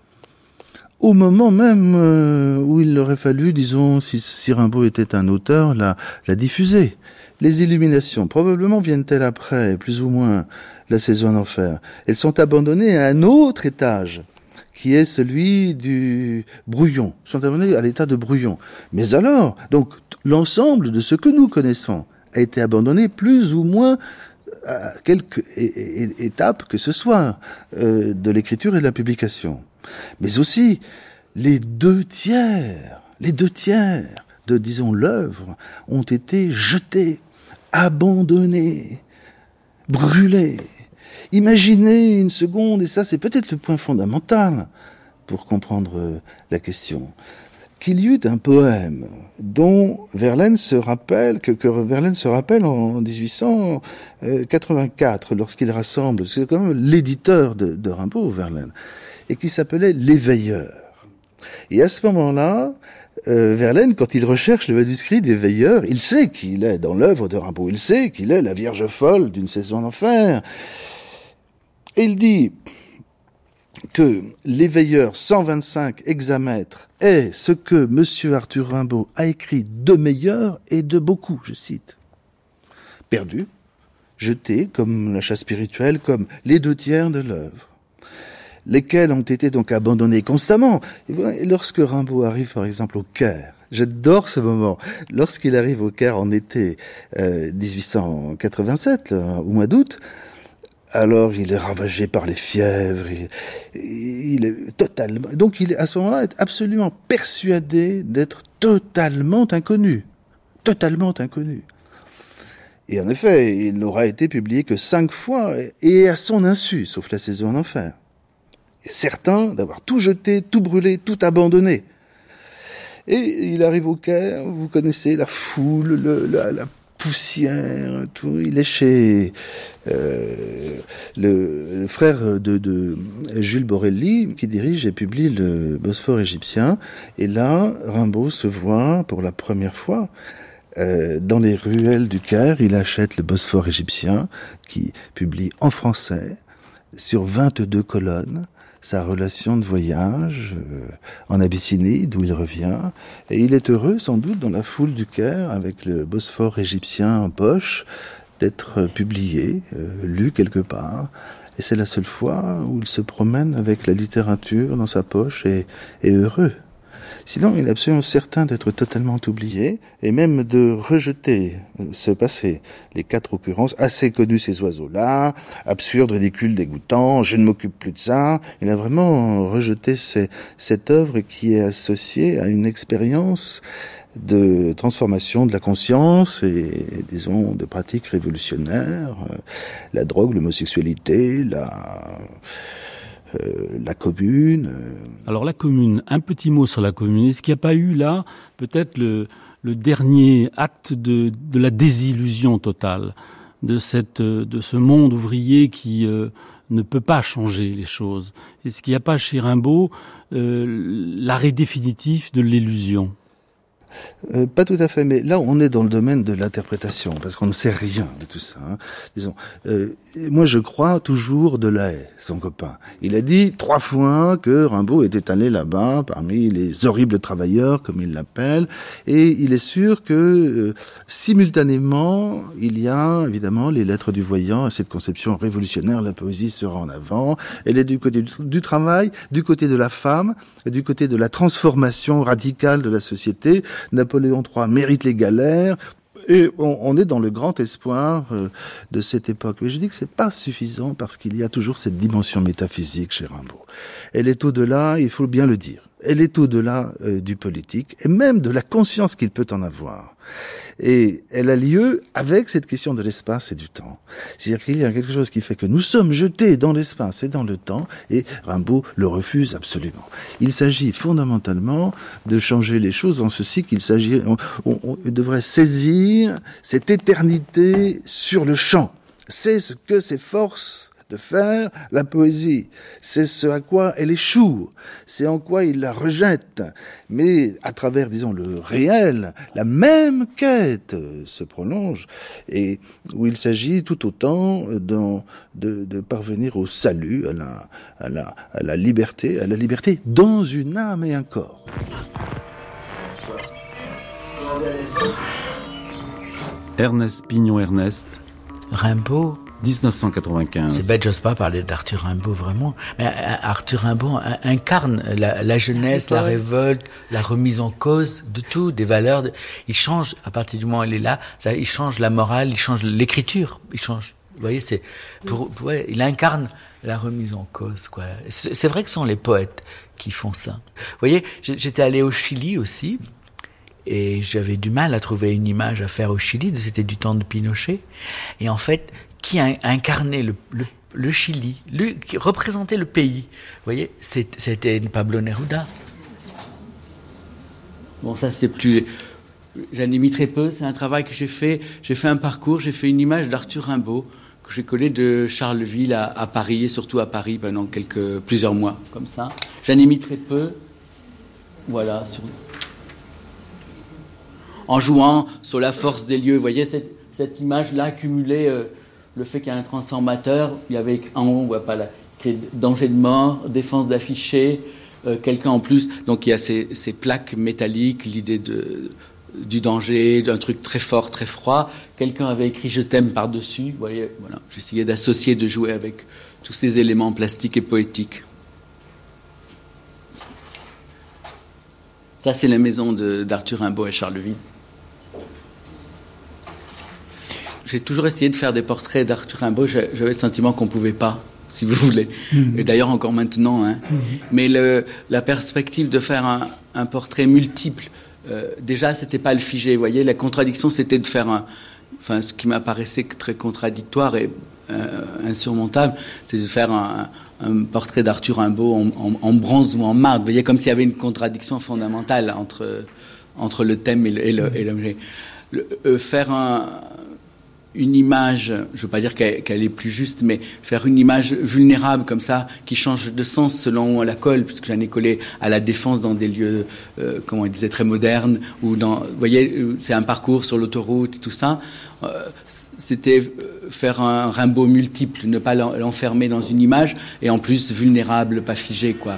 S10: Au moment même euh, où il aurait fallu, disons, si, si Rimbaud était un auteur, la, la diffuser. Les Illuminations, probablement viennent-elles après, plus ou moins, La Saison en Enfer. Elles sont abandonnées à un autre étage, qui est celui du brouillon. Elles sont abandonnées à l'état de brouillon. Mais alors, donc, l'ensemble de ce que nous connaissons a été abandonné plus ou moins à quelques é- é- étapes que ce soit euh, de l'écriture et de la publication. Mais aussi, les deux tiers, les deux tiers de, disons, l'œuvre ont été jetés, abandonnés, brûlés. Imaginez une seconde, et ça c'est peut-être le point fondamental pour comprendre la question, qu'il y eut un poème dont Verlaine se rappelle, que, que Verlaine se rappelle en dix-huit cent quatre-vingt-quatre, lorsqu'il rassemble, c'est quand même l'éditeur de, de Rimbaud, Verlaine, et qui s'appelait L'Éveilleur. Et à ce moment-là, euh, Verlaine, quand il recherche le manuscrit des Veilleurs, il sait qu'il est dans l'œuvre de Rimbaud, il sait qu'il est la Vierge folle d'une Saison en Enfer. Et il dit que L'Éveilleur cent vingt-cinq hexamètres est ce que Monsieur Arthur Rimbaud a écrit de meilleur et de beaucoup, je cite. Perdu, jeté comme l'achat spirituel, comme les deux tiers de l'œuvre, lesquels ont été donc abandonnés constamment. Et lorsque Rimbaud arrive par exemple au Caire, j'adore ce moment, lorsqu'il arrive au Caire en été euh, dix-huit cent quatre-vingt-sept, là, au mois d'août, alors il est ravagé par les fièvres, il, il est totalement, donc il est à ce moment-là est absolument persuadé d'être totalement inconnu, totalement inconnu. Et en effet, il n'aura été publié que cinq fois, et à son insu, sauf La Saison en Enfer. Et certain d'avoir tout jeté, tout brûlé, tout abandonné. Et il arrive au Caire, vous connaissez la foule, le, la, la poussière, tout. Il est chez euh, le, le frère de, de Jules Borelli, qui dirige et publie le Bosphore égyptien. Et là, Rimbaud se voit pour la première fois euh, dans les ruelles du Caire. Il achète le Bosphore égyptien, qui publie en français, sur vingt-deux colonnes, sa relation de voyage euh, en Abyssinie, d'où il revient. Et il est heureux, sans doute, dans la foule du Caire, avec le Bosphore égyptien en poche, d'être publié, euh, lu quelque part. Et c'est la seule fois où il se promène avec la littérature dans sa poche et est heureux. Sinon, il est absolument certain d'être totalement oublié, et même de rejeter ce passé. Les quatre occurrences, assez connues ces oiseaux-là, absurdes, ridicules, dégoûtants, je ne m'occupe plus de ça. Il a vraiment rejeté ces, cette œuvre qui est associée à une expérience de transformation de la conscience et, disons, de pratiques révolutionnaires, euh, la drogue, l'homosexualité, la... Euh, la commune. Euh...
S1: Alors la commune, un petit mot sur la commune. Est-ce qu'il n'y a pas eu là peut-être le, le dernier acte de, de la désillusion totale de, cette, de ce monde ouvrier qui euh, ne peut pas changer les choses? Est-ce qu'il n'y a pas chez Rimbaud euh, l'arrêt définitif de l'illusion?
S10: Euh, pas tout à fait, mais là on est dans le domaine de l'interprétation, parce qu'on ne sait rien de tout ça. Hein. Disons, euh, moi je crois toujours de La Haye, son copain. Il a dit trois fois que Rimbaud était allé là-bas parmi les horribles travailleurs, comme il l'appelle, et il est sûr que euh, simultanément il y a évidemment les lettres du voyant, cette conception révolutionnaire, la poésie sera en avant. Elle est du côté du, du travail, du côté de la femme, du côté de la transformation radicale de la société. Napoléon trois mérite les galères, et on, on est dans le grand espoir euh, de cette époque. Mais je dis que c'est pas suffisant parce qu'il y a toujours cette dimension métaphysique chez Rimbaud. Elle est au-delà, il faut bien le dire, elle est au-delà euh, du politique et même de la conscience qu'il peut en avoir. Et elle a lieu avec cette question de l'espace et du temps. C'est-à-dire qu'il y a quelque chose qui fait que nous sommes jetés dans l'espace et dans le temps, et Rimbaud le refuse absolument. Il s'agit fondamentalement de changer les choses en ceci qu'il s'agit, on, on, on devrait saisir cette éternité sur le champ. C'est ce que s'efforce de faire la poésie. C'est ce à quoi elle échoue. C'est en quoi il la rejette. Mais à travers, disons, le réel, la même quête se prolonge et où il s'agit tout autant de, de, de parvenir au salut, à la, à, la, à la liberté, à la liberté dans une âme et un corps.
S1: Ernest Pignon-Ernest.
S11: Rimbaud.
S1: dix-neuf cent quatre-vingt-quinze.
S11: C'est bête, j'ose pas parler d'Arthur Rimbaud, vraiment. Mais Arthur Rimbaud incarne la, la jeunesse, la révolte, la remise en cause de tout, des valeurs. De... Il change, à partir du moment où il est là, ça, il change la morale, il change l'écriture, il change. Vous voyez, c'est, pour, pour, ouais, il incarne la remise en cause, quoi. C'est, c'est vrai que ce sont les poètes qui font ça. Vous voyez, j'étais allé au Chili aussi, et j'avais du mal à trouver une image à faire au Chili, c'était du temps de Pinochet. Et en fait, qui a incarné le, le, le Chili, le, qui représentait le pays. Vous voyez, c'était Pablo Neruda. Bon, ça, c'est plus... J'en ai mis très peu, c'est un travail que j'ai fait. J'ai fait un parcours, j'ai fait une image d'Arthur Rimbaud, que j'ai collé de Charleville à, à Paris, et surtout à Paris pendant quelques, plusieurs mois, comme ça. J'en ai mis très peu. Voilà. Sur... En jouant sur la force des lieux. Vous voyez, cette, cette image-là accumulée... Euh, le fait qu'il y a un transformateur, il y avait en haut, on voit pas là, danger de mort, défense d'afficher, euh, quelqu'un en plus, donc il y a ces, ces plaques métalliques, l'idée de, du danger, d'un truc très fort, très froid. Quelqu'un avait écrit « Je t'aime » par-dessus, vous voyez, voilà. J'essayais d'associer, de jouer avec tous ces éléments plastiques et poétiques. Ça, c'est la maison de, d'Arthur Rimbaud à Charleville. J'ai toujours essayé de faire des portraits d'Arthur Rimbaud. J'avais le sentiment qu'on ne pouvait pas, si vous voulez. Mmh. Et d'ailleurs, encore maintenant. Hein. Mmh. Mais le, la perspective de faire un, un portrait multiple, euh, déjà, ce n'était pas le figé. Vous voyez, la contradiction, c'était de faire un... Enfin, ce qui m'apparaissait très contradictoire et euh, insurmontable, c'est de faire un, un portrait d'Arthur Rimbaud en, en, en bronze ou en marbre. Vous voyez, comme s'il y avait une contradiction fondamentale entre, entre le thème et l'objet. Le, le, le, euh, faire un... une image, je ne veux pas dire qu'elle, qu'elle est plus juste, mais faire une image vulnérable comme ça, qui change de sens selon la colle, puisque j'en ai collé à la Défense dans des lieux, euh, comment on disait, très modernes, ou dans, vous voyez, c'est un parcours sur l'autoroute, tout ça. Euh, c'était faire un Rimbaud multiple, ne pas l'enfermer dans une image, et en plus vulnérable, pas figé, quoi.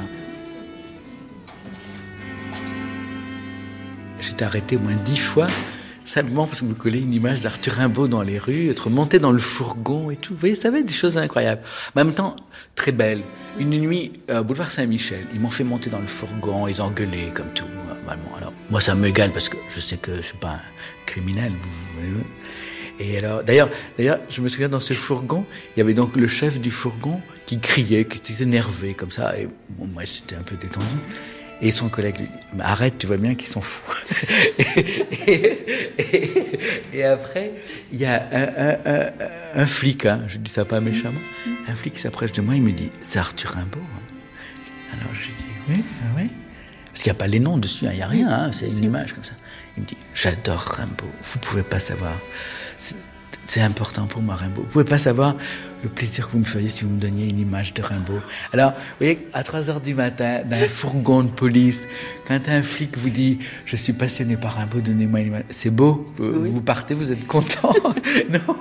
S11: J'étais arrêté au moins dix fois, simplement parce que vous collez une image d'Arthur Rimbaud dans les rues, être monté dans le fourgon et tout. Vous voyez, ça va être des choses incroyables. Mais en même temps, très belles. Une nuit, euh, boulevard Saint-Michel, ils m'ont fait monter dans le fourgon, ils ont gueulé comme tout.
S12: normalement. Alors, moi, ça m'égale parce que je sais que je suis pas un criminel. Vous voyez. Et alors, d'ailleurs, d'ailleurs, je me souviens dans ce fourgon, il y avait donc le chef du fourgon qui criait, qui était énervé comme ça. Et bon, moi, j'étais un peu détendu. Et son collègue lui dit, arrête, tu vois bien qu'ils sont fous. et, et, et, et après, il y a un, un, un, un flic, hein, je dis ça pas méchamment, un flic qui s'approche de moi, il me dit, c'est Arthur Rimbaud. Hein. Alors je dis, oui, ah oui. Parce qu'il n'y a pas les noms dessus, il n'y a rien, hein, c'est une image comme ça. Il me dit, j'adore Rimbaud, vous ne pouvez pas savoir. C'est, c'est important pour moi, Rimbaud. Vous ne pouvez pas savoir le plaisir que vous me feriez si vous me donniez une image de Rimbaud. Alors, vous voyez, à trois heures du matin, dans un fourgon de police, quand un flic vous dit « Je suis passionné par Rimbaud, donnez-moi une image », c'est beau. Oui. Vous partez, vous êtes content. Non.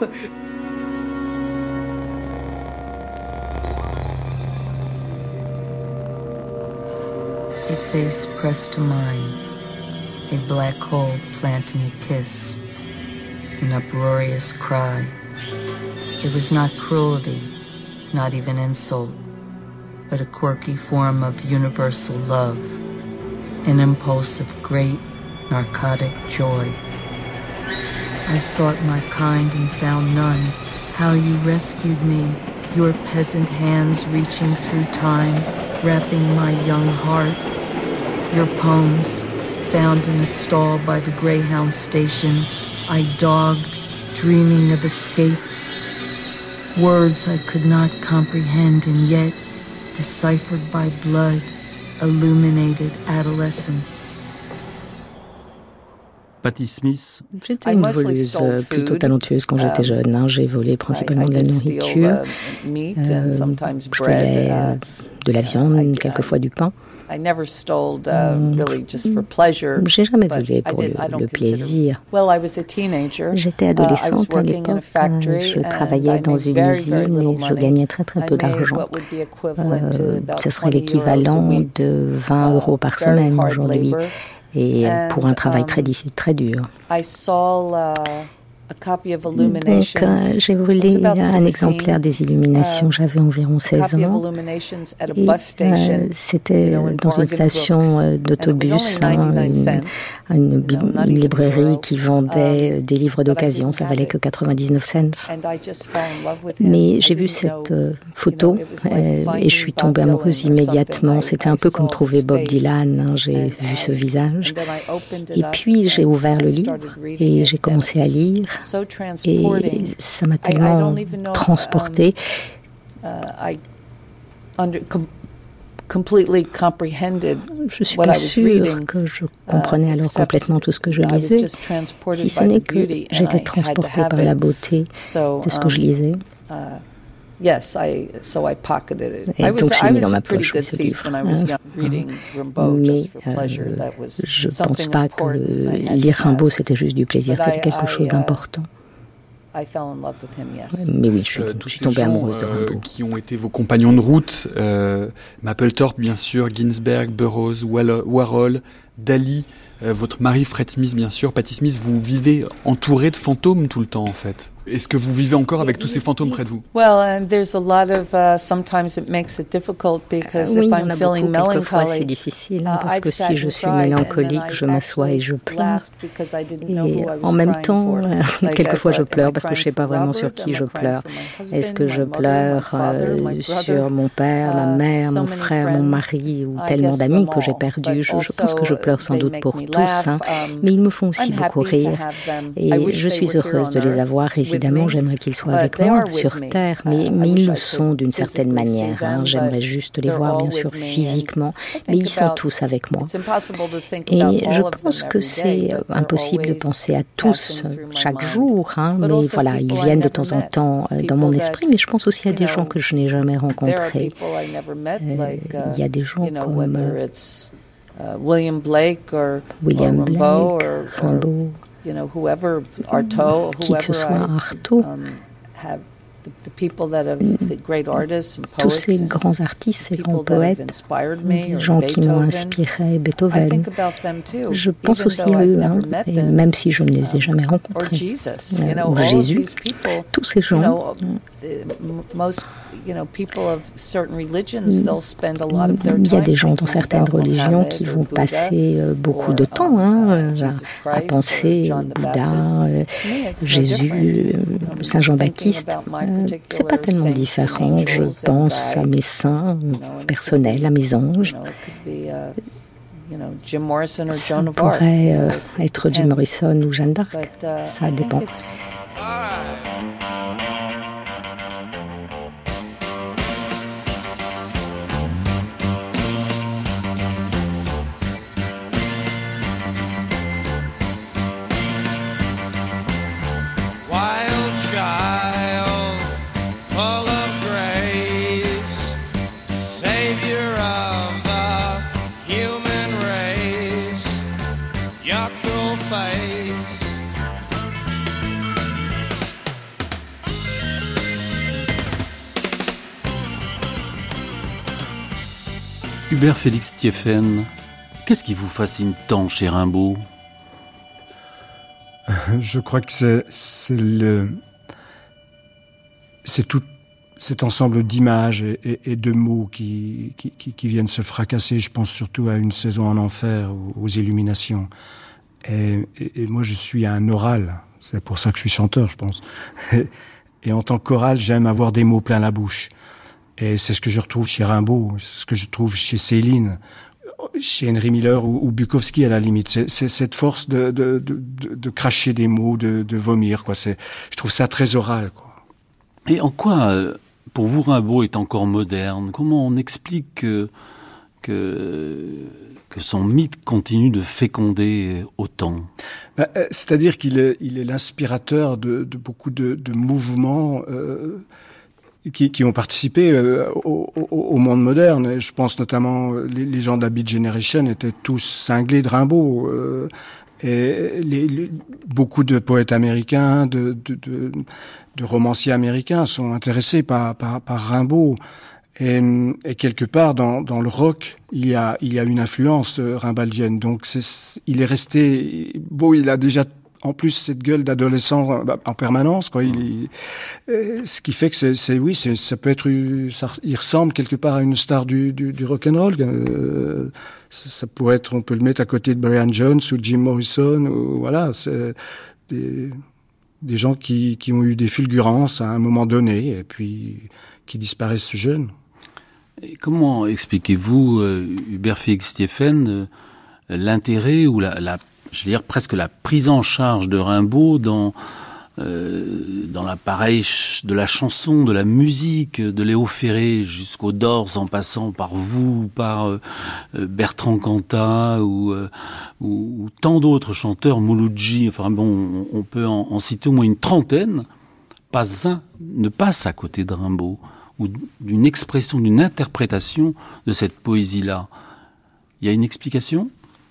S13: A face pressed to mine, a black hole planting a kiss, an uproarious cry. It was not cruelty, not even insult, but a quirky form of universal love, an impulse of great narcotic joy. I sought my kind and found none. How you rescued me, your peasant hands reaching through time, wrapping my young heart. Your poems, found in a stall by the Greyhound station, I dogged, dreaming of escape. Words I could not comprehend, and yet, deciphered by blood, illuminated adolescence.
S1: Patti Smith.
S14: J'étais une voleuse euh, plutôt talentueuse quand j'étais jeune. Hein. J'ai volé principalement de la nourriture. Euh, je volais euh, de la viande, quelquefois du pain. Hum, j'ai jamais volé pour le, le plaisir. J'étais adolescente à l'époque. Je travaillais dans une usine et je gagnais très très peu d'argent. Euh, ce serait l'équivalent de vingt euros par semaine aujourd'hui. Et pour un travail très difficile, très dur. Donc, euh, j'ai volé un exemplaire des Illuminations, j'avais environ seize ans. Et euh, c'était dans une station euh, d'autobus, hein, une, une, une librairie qui vendait des livres d'occasion, ça valait que quatre-vingt-dix-neuf cents. Mais j'ai vu cette euh, photo euh, et je suis tombée amoureuse immédiatement. C'était un peu comme trouver Bob Dylan, hein, j'ai vu ce visage. Et puis j'ai ouvert le livre et j'ai commencé à lire. Et ça m'a tellement transportée. Je suis pas sûre que je comprenais alors complètement tout ce que je lisais, si ce n'est que j'étais transportée par la beauté de ce que je lisais.
S24: Yes, I, so I pocketed it.
S14: Et donc j'ai mis dans ma poche ce livre. Hein. Mais euh, je ne pense pas que lire Rimbaud c'était juste du plaisir, c'était quelque chose d'important.
S24: I fell in love with him, yes.
S14: Mais oui, je suis,
S25: euh,
S14: je suis tombée amoureuse de Rimbaud.
S25: Euh, qui ont été vos compagnons de route, euh, Mapplethorpe bien sûr, Ginsberg, Burroughs, Warhol, Dali, euh, votre mari Fred Smith bien sûr, Patti Smith, vous vivez entouré de fantômes tout le temps en fait. Est-ce que vous vivez encore avec tous ces fantômes près de vous?
S24: Well, um, there's a lot of uh, sometimes it makes it difficult because
S14: euh, oui,
S24: if I'm feeling melancholy,
S14: quelquefois c'est difficile hein, parce que si je suis mélancolique, je m'assois et je pleure. Et en même temps, euh, quelquefois je pleure parce que je ne sais pas vraiment sur qui je pleure. Est-ce que je pleure euh, sur mon père, ma mère, mon frère, mon mari ou tellement d'amis que j'ai perdus? Je, je pense que je pleure sans doute pour tous, hein, mais ils me font aussi beaucoup rire. Et je suis heureuse de les avoir. Évidemment, j'aimerais qu'ils soient avec moi sur Terre, mais, mais ils le sont d'une certaine manière. Hein. J'aimerais juste les voir, bien sûr, physiquement, mais ils sont tous avec moi. Et je pense que c'est impossible de penser à tous chaque jour, hein, mais voilà, ils viennent de temps en temps dans mon esprit, mais je pense aussi à des gens que je n'ai jamais rencontrés. Euh, il y a des gens comme euh,
S24: William Blake,
S14: William Blake, Rimbaud,
S24: You know, whoever, Artaud,
S14: qui que ce soit, Artaud,
S24: um, have
S14: tous ces grands artistes, ces grands poètes, des gens qui m'ont inspiré, Beethoven, je pense aussi à eux, hein, et même si je ne les ai jamais rencontrés, euh, ou Jésus, tous ces gens. Il y a des gens dans certaines religions qui vont passer beaucoup de temps hein, à, à penser au Bouddha, euh, Jésus, euh, Saint Jean-Baptiste. Euh, c'est pas tellement différent. Je pense à mes saints personnels, à mes anges. Ça pourrait euh, être Jim Morrison ou Jeanne d'Arc. Ça dépend.
S1: Hubert Félix Stieffen, qu'est-ce qui vous fascine tant chez Rimbaud ?
S7: Je crois que c'est, c'est le, c'est tout cet ensemble d'images et, et, et de mots qui, qui, qui, qui viennent se fracasser. Je pense surtout à Une saison en enfer, aux, aux Illuminations. Et, et, et moi, je suis un oral. C'est pour ça que je suis chanteur, je pense. Et, et en tant qu'oral, j'aime avoir des mots plein la bouche. Et c'est ce que je retrouve chez Rimbaud, c'est ce que je trouve chez Céline, chez Henry Miller ou, ou Bukowski à la limite. C'est, c'est cette force de, de, de, de, de cracher des mots, de, de vomir, quoi. C'est, je trouve ça très oral, quoi.
S1: Et en quoi, pour vous, Rimbaud est encore moderne ? Comment on explique que, que, que son mythe continue de féconder autant ?
S7: Bah, c'est-à-dire qu'il est, il est l'inspirateur de, de beaucoup de, de mouvements euh, Qui, qui ont participé euh, au, au, au monde moderne. Je pense notamment les, les gens de la Beat Generation étaient tous cinglés de Rimbaud. Euh, et les, les, beaucoup de poètes américains, de, de, de, de romanciers américains sont intéressés par, par, par Rimbaud. Et, et quelque part dans, dans le rock, il y a, il y a une influence euh, rimbaldienne. Donc c'est, il est resté beau. Il a déjà en plus cette gueule d'adolescent en permanence, quoi. Il, il, ce qui fait que c'est, c'est oui, c'est, ça peut être, ça, il ressemble quelque part à une star du, du, du rock and roll. Euh, ça, ça pourrait être, on peut le mettre à côté de Brian Jones ou Jim Morrison, ou voilà, c'est des, des gens qui, qui ont eu des fulgurances à un moment donné et puis qui disparaissent jeunes.
S1: Et comment expliquez-vous, euh, Hubert Félix Stieffen, euh, l'intérêt ou la, la je veux dire presque la prise en charge de Rimbaud dans euh, dans l'appareil de la chanson, de la musique, de Léo Ferré jusqu'aux Doors, en passant par vous, par euh, Bertrand Cantat ou, euh, ou, ou tant d'autres chanteurs, Mouloudji, enfin bon, on, on peut en, en citer au moins une trentaine. Pas un ne passe à côté de Rimbaud ou d'une expression, d'une interprétation de cette poésie-là. Il y a une explication ?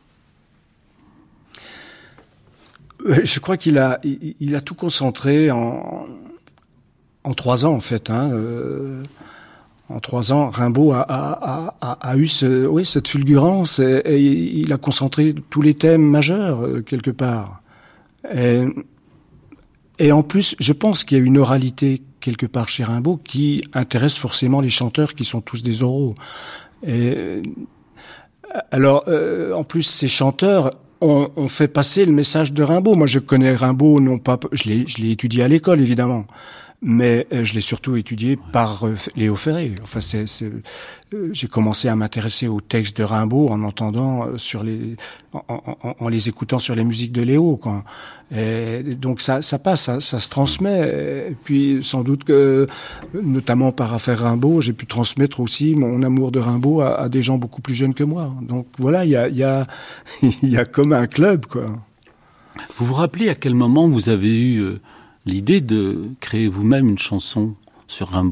S7: Je crois qu'il a, il, il a tout concentré en, en trois ans, en fait, hein. Euh, en trois ans, Rimbaud a, a, a, a eu ce, oui, cette fulgurance et, et il a concentré tous les thèmes majeurs, euh, quelque part. Et, et en plus, je pense qu'il y a une oralité, quelque part, chez Rimbaud qui intéresse forcément les chanteurs qui sont tous des oraux. Et, alors, euh, en plus, ces chanteurs, On, on fait passer le message de Rimbaud. Moi, je connais Rimbaud, non pas, je l'ai, je l'ai étudié à l'école, évidemment, mais euh, je l'ai surtout étudié par euh, Léo Ferré. Enfin, c'est, c'est, euh, j'ai commencé à m'intéresser aux textes de Rimbaud en entendant euh, sur les, en, en, en les écoutant sur les musiques de Léo, quoi. Et donc ça, ça passe, ça, ça se transmet. Et puis sans doute que, notamment par Affaire Rimbaud, j'ai pu transmettre aussi mon amour de Rimbaud à, à des gens beaucoup plus jeunes que moi. Donc voilà, il y a, il y a, il y a comme un club, quoi.
S1: Vous vous rappelez à quel moment vous avez eu euh, l'idée de créer vous-même une chanson sur Rimbaud ?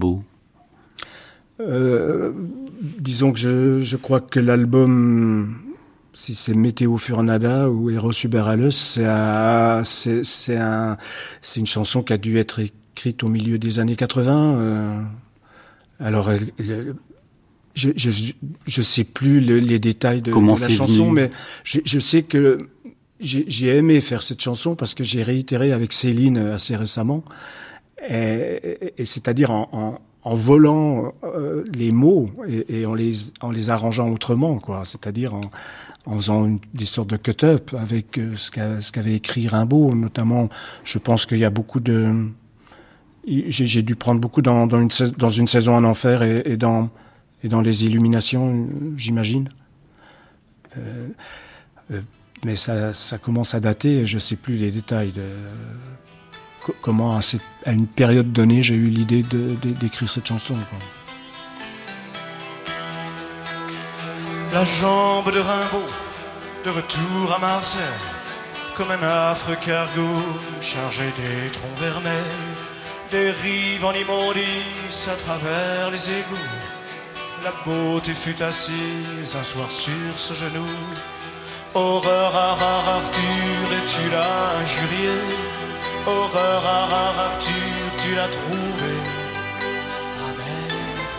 S7: euh, Disons que je, je crois que l'album, si c'est Météo Furnada ou Eros Uber Alles, c'est, un, c'est, c'est, un, c'est une chanson qui a dû être écrite écrite au milieu des années quatre-vingts. Euh, alors, elle, elle, je, je je sais plus le, les détails de, de la chanson, venu? mais je, je sais que j'ai, j'ai aimé faire cette chanson parce que j'ai réitéré avec Céline assez récemment, et, et, et c'est-à-dire en, en, en volant euh, les mots et, et en les en les arrangeant autrement, quoi. C'est-à-dire en, en faisant une, des sortes de cut-up avec euh, ce, qu'a, ce qu'avait écrit Rimbaud, notamment. Je pense qu'il y a beaucoup de j'ai, j'ai dû prendre beaucoup dans, dans une dans une saison en enfer et, et dans et dans les illuminations, j'imagine. Euh, euh, mais ça, ça commence à dater, et je ne sais plus les détails de co- comment, à, cette, à une période donnée, j'ai eu l'idée de, de, d'écrire cette chanson, quoi.
S15: La jambe de Rimbaud, de retour à Marseille, comme un affreux cargo chargé d'étrons vermeils, dérive en immondice à travers les égouts. La beauté fut assise un soir sur ce genou. Horreur à rare Arthur, et tu l'as injurié. Horreur à rare Arthur, tu l'as trouvé amère.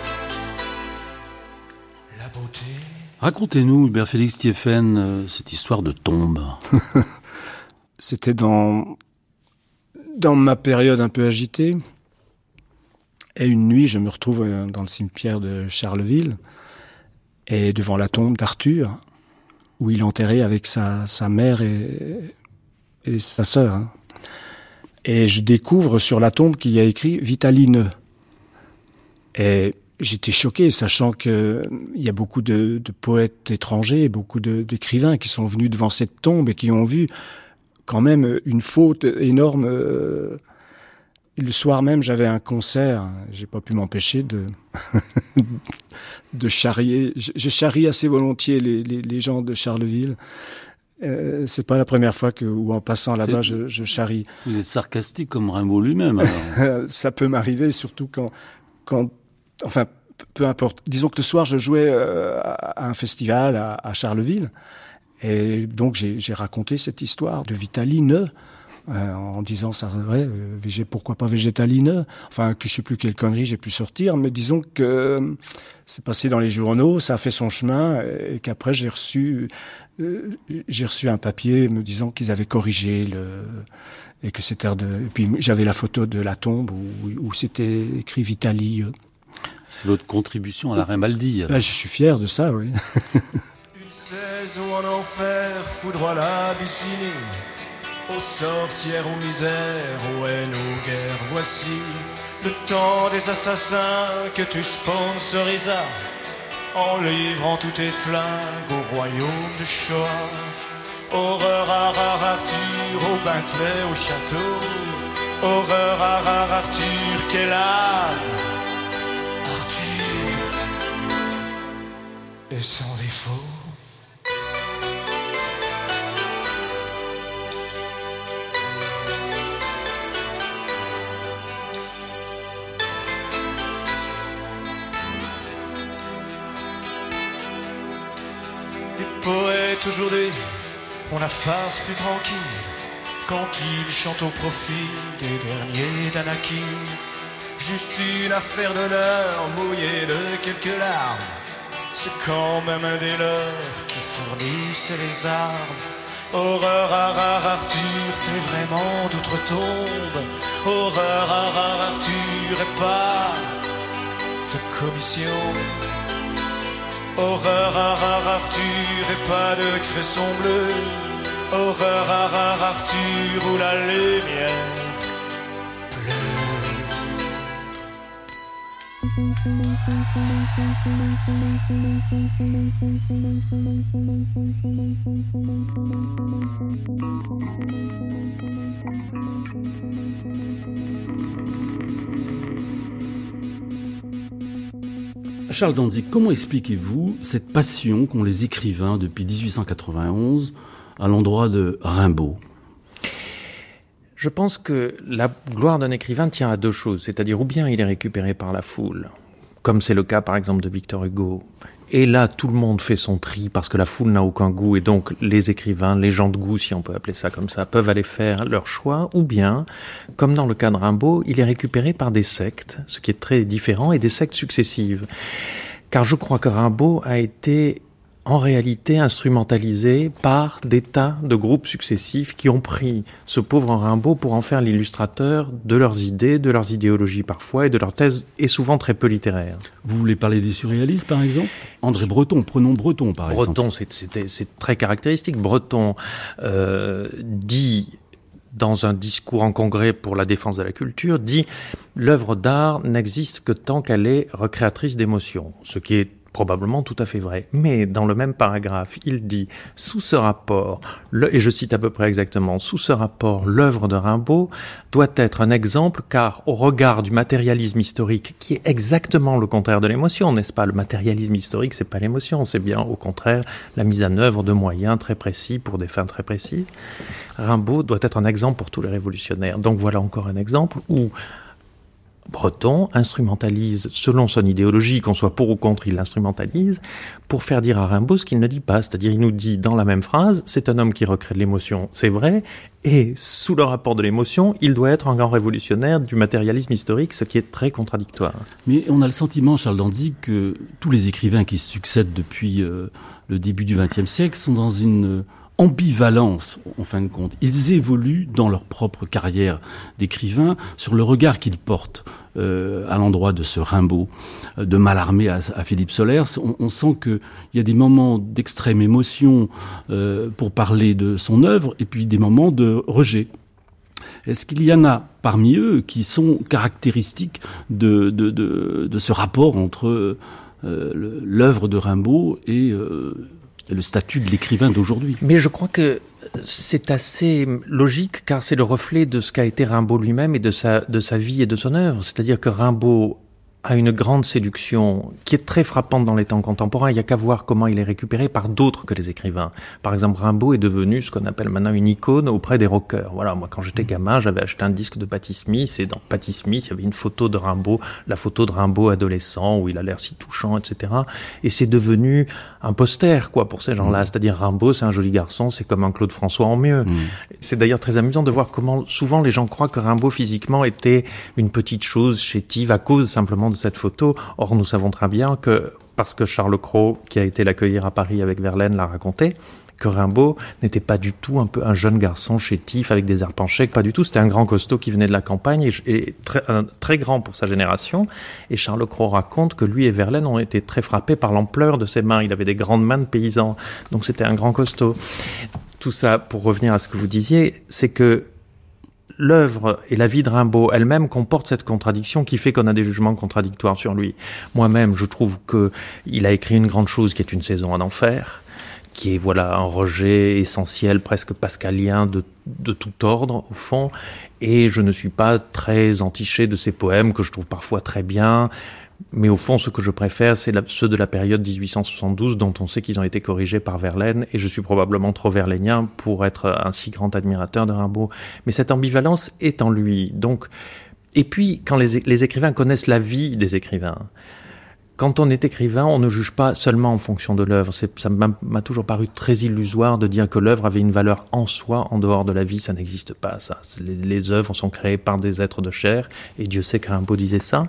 S15: La beauté.
S1: Racontez-nous, Hubert Félix Thiéfaine, cette histoire de tombe.
S7: C'était dans, dans ma période un peu agitée. Et une nuit, je me retrouve dans le cimetière de Charleville, et devant la tombe d'Arthur, où il est enterré avec sa, sa mère et, et sa sœur. Hein. Et je découvre sur la tombe qu'il y a écrit « Vitalineux ». Et j'étais choqué, sachant qu'il y a beaucoup de, de poètes étrangers, beaucoup de, d'écrivains qui sont venus devant cette tombe et qui ont vu quand même une faute énorme. Euh, Le soir même, j'avais un concert. J'ai pas pu m'empêcher de de charrier. Je, je charrie assez volontiers les, les, les gens de Charleville. Euh, c'est pas la première fois que, ou en passant là-bas, je, je charrie.
S1: Vous êtes sarcastique comme Rimbaud lui-même. Alors.
S7: Ça peut m'arriver, surtout quand, quand, enfin, peu importe. Disons que le soir, je jouais euh, à un festival à, à Charleville, et donc j'ai, j'ai raconté cette histoire de Vitalineux. Euh, en disant ça, ouais, euh, végé, pourquoi pas végétalineux, enfin que je sais plus quelle connerie j'ai pu sortir, mais disons que euh, c'est passé dans les journaux, ça a fait son chemin, et qu'après j'ai reçu euh, j'ai reçu un papier me disant qu'ils avaient corrigé le et que c'était de, et puis j'avais la photo de la tombe où, où c'était écrit Vitali.
S1: C'est votre contribution à la Rimbaldi.
S7: Là, je suis fier de ça, oui.
S15: Une saison en enfer foudroie l'Abyssinie. Aux sorcières, aux misères, aux haines, aux guerres, voici le temps des assassins que tu sponsorisas en livrant tous tes flingues au royaume de Shoah. Horreur à rare Arthur, au Bentley, au château. Horreur à rare Arthur, quel âme Arthur est sans défaut. Poète aujourd'hui, on la farce plus tranquille, quand il chante au profit des derniers d'Anakin. Juste une affaire d'honneur, mouillée de quelques larmes, c'est quand même un des leurs qui fournissait les armes. Horreur à rare Arthur, t'es vraiment d'outre-tombe. Horreur à rare Arthur, et pas de commission. Horreur à rare Arthur et pas de cresson bleu. Horreur à rare Arthur où la lumière
S1: Charles Dantzig, comment expliquez-vous cette passion qu'ont les écrivains depuis dix-huit cent quatre-vingt-onze à l'endroit de Rimbaud ?
S16: Je pense que la gloire d'un écrivain tient à deux choses, c'est-à-dire ou bien il est récupéré par la foule, comme c'est le cas par exemple de Victor Hugo, Et là, tout le monde fait son tri parce que la foule n'a aucun goût et donc les écrivains, les gens de goût, si on peut appeler ça comme ça, peuvent aller faire leur choix. Ou bien, comme dans le cas de Rimbaud, il est récupéré par des sectes, ce qui est très différent, et des sectes successives. Car je crois que Rimbaud a été en réalité instrumentalisé par des tas de groupes successifs qui ont pris ce pauvre Rimbaud pour en faire l'illustrateur de leurs idées, de leurs idéologies parfois, et de leurs thèses, et souvent très peu littéraires.
S1: Vous voulez parler des surréalistes, par exemple ? André Breton, prenons Breton, par exemple.
S16: Breton, c'est, c'est, c'est très caractéristique. Breton euh, dit, dans un discours en congrès pour la défense de la culture, dit « L'œuvre d'art n'existe que tant qu'elle est recréatrice d'émotions », ce qui est probablement tout à fait vrai. Mais dans le même paragraphe, il dit « Sous ce rapport, le, et je cite à peu près exactement, sous ce rapport, l'œuvre de Rimbaud doit être un exemple car au regard du matérialisme historique, qui est exactement le contraire de l'émotion, n'est-ce pas ? Le matérialisme historique, c'est pas l'émotion, c'est bien au contraire la mise en œuvre de moyens très précis pour des fins très précises. Rimbaud doit être un exemple pour tous les révolutionnaires. Donc voilà encore un exemple où Breton instrumentalise, selon son idéologie, qu'on soit pour ou contre, il l'instrumentalise, pour faire dire à Rimbaud ce qu'il ne dit pas. C'est-à-dire, il nous dit dans la même phrase, c'est un homme qui recrée de l'émotion, c'est vrai, et sous le rapport de l'émotion, il doit être un grand révolutionnaire du matérialisme historique, ce qui est très contradictoire.
S1: Mais on a le sentiment, Charles Dandy, que tous les écrivains qui succèdent depuis euh, le début du vingtième siècle sont dans une Euh, ambivalence, en fin de compte. Ils évoluent dans leur propre carrière d'écrivain sur le regard qu'ils portent euh, à l'endroit de ce Rimbaud, de Mallarmé à, à Philippe Solers. On, on sent qu'il y a des moments d'extrême émotion euh, pour parler de son œuvre et puis des moments de rejet. Est-ce qu'il y en a parmi eux qui sont caractéristiques de, de, de, de ce rapport entre euh, le, l'œuvre de Rimbaud et euh, le statut de l'écrivain d'aujourd'hui?
S16: Mais je crois que c'est assez logique, car c'est le reflet de ce qu'a été Rimbaud lui-même et de sa, de sa vie et de son œuvre. C'est-à-dire que Rimbaud a une grande séduction qui est très frappante dans les temps contemporains. Il n'y a qu'à voir comment il est récupéré par d'autres que les écrivains. Par exemple, Rimbaud est devenu ce qu'on appelle maintenant une icône auprès des rockers. Voilà, moi quand j'étais gamin, j'avais acheté un disque de Patti Smith, et dans Patti Smith, il y avait une photo de Rimbaud, la photo de Rimbaud adolescent, où il a l'air si touchant, et cetera. Et c'est devenu un poster, quoi, pour ces gens-là. Mmh. C'est-à-dire, Rimbaud, c'est un joli garçon, c'est comme un Claude François en mieux. Mmh. C'est d'ailleurs très amusant de voir comment souvent les gens croient que Rimbaud physiquement était une petite chose chétive à cause simplement de cette photo. Or, nous savons très bien que, parce que Charles Cros, qui a été l'accueillir à Paris avec Verlaine, l'a raconté, que Rimbaud n'était pas du tout un peu un jeune garçon chétif avec des airs penchés, pas du tout. C'était un grand costaud qui venait de la campagne et, et très, un, très grand pour sa génération. Et Charles Cros raconte que lui et Verlaine ont été très frappés par l'ampleur de ses mains. Il avait des grandes mains de paysan. Donc c'était un grand costaud. Tout ça, pour revenir à ce que vous disiez, c'est que l'œuvre et la vie de Rimbaud elle-même comportent cette contradiction qui fait qu'on a des jugements contradictoires sur lui. Moi-même, je trouve qu'il a écrit une grande chose qui est Une saison en enfer, qui est voilà un rejet essentiel, presque pascalien de, de tout ordre, au fond. Et je ne suis pas très entiché de ses poèmes, que je trouve parfois très bien. Mais au fond, ce que je préfère, c'est la, ceux de la période dix-huit cent soixante-douze, dont on sait qu'ils ont été corrigés par Verlaine, et je suis probablement trop verlainien pour être un si grand admirateur de Rimbaud. Mais cette ambivalence est en lui. Donc, et puis, quand les, les écrivains connaissent la vie des écrivains, quand on est écrivain, on ne juge pas seulement en fonction de l'œuvre. C'est, ça m'a, m'a toujours paru très illusoire de dire que l'œuvre avait une valeur en soi, en dehors de la vie. Ça n'existe pas, ça. Les, les œuvres sont créées par des êtres de chair, et Dieu sait que Rimbaud disait ça.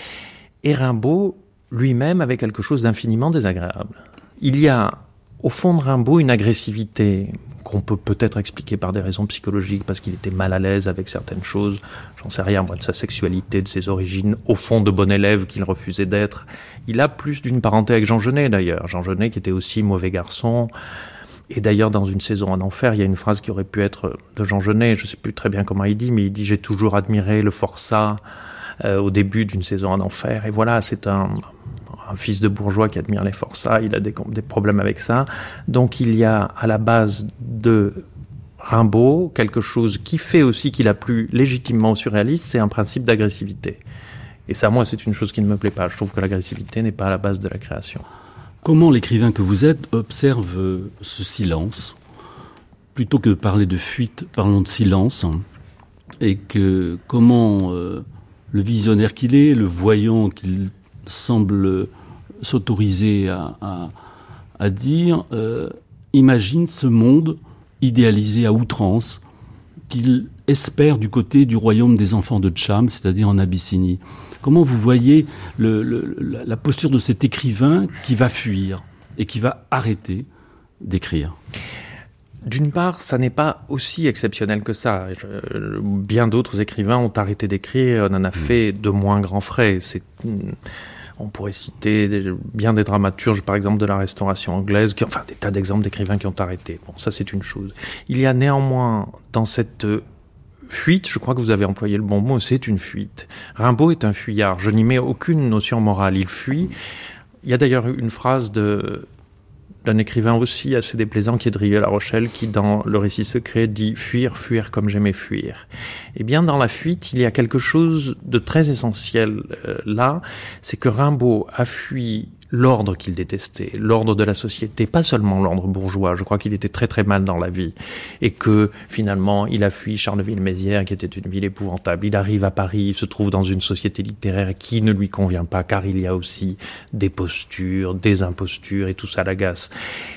S16: Et Rimbaud, lui-même, avait quelque chose d'infiniment désagréable. Il y a, au fond de Rimbaud, une agressivité qu'on peut peut-être expliquer par des raisons psychologiques, parce qu'il était mal à l'aise avec certaines choses, j'en sais rien, moi, de sa sexualité, de ses origines, au fond de bon élève qu'il refusait d'être. Il a plus d'une parenté avec Jean Genet, d'ailleurs. Jean Genet, qui était aussi mauvais garçon. Et d'ailleurs, dans Une saison en enfer, il y a une phrase qui aurait pu être de Jean Genet, je ne sais plus très bien comment il dit, mais il dit « J'ai toujours admiré le forçat ». Euh, au début d'une saison en enfer. Et voilà, c'est un, un fils de bourgeois qui admire les forçats, il a des, des problèmes avec ça. Donc il y a à la base de Rimbaud quelque chose qui fait aussi qu'il a plu légitimement au surréaliste, c'est un principe d'agressivité. Et ça, moi, c'est une chose qui ne me plaît pas. Je trouve que l'agressivité n'est pas à la base de la création.
S1: Comment l'écrivain que vous êtes observe ce silence? Plutôt que de parler de fuite, parlons de silence. Et que comment... Euh, le visionnaire qu'il est, le voyant qu'il semble s'autoriser à, à, à dire euh, imagine ce monde idéalisé à outrance qu'il espère du côté du royaume des enfants de Cham, c'est-à-dire en Abyssinie. Comment vous voyez le, le, la posture de cet écrivain qui va fuir et qui va arrêter d'écrire ?
S16: D'une part, ça n'est pas aussi exceptionnel que ça. Je, bien d'autres écrivains ont arrêté d'écrire, on en a fait de moins grands frais. C'est, on pourrait citer des, bien des dramaturges, par exemple, de la Restauration anglaise, qui, enfin, des tas d'exemples d'écrivains qui ont arrêté. Bon, ça, c'est une chose. Il y a néanmoins, dans cette fuite, je crois que vous avez employé le bon mot, c'est une fuite. Rimbaud est un fuyard. Je n'y mets aucune notion morale. Il fuit. Il y a d'ailleurs une phrase de... d'un écrivain aussi assez déplaisant qui est Drieux-La Rochelle, qui dans Le Récit secret dit « Fuir, fuir comme j'aimais fuir ». Eh bien, dans la fuite, il y a quelque chose de très essentiel euh, là, c'est que Rimbaud a fui l'ordre qu'il détestait, l'ordre de la société, pas seulement l'ordre bourgeois, je crois qu'il était très très mal dans la vie, et que finalement il a fui Charleville-Mézières qui était une ville épouvantable. Il arrive à Paris, il se trouve dans une société littéraire qui ne lui convient pas, car il y a aussi des postures, des impostures, et tout ça l'agace.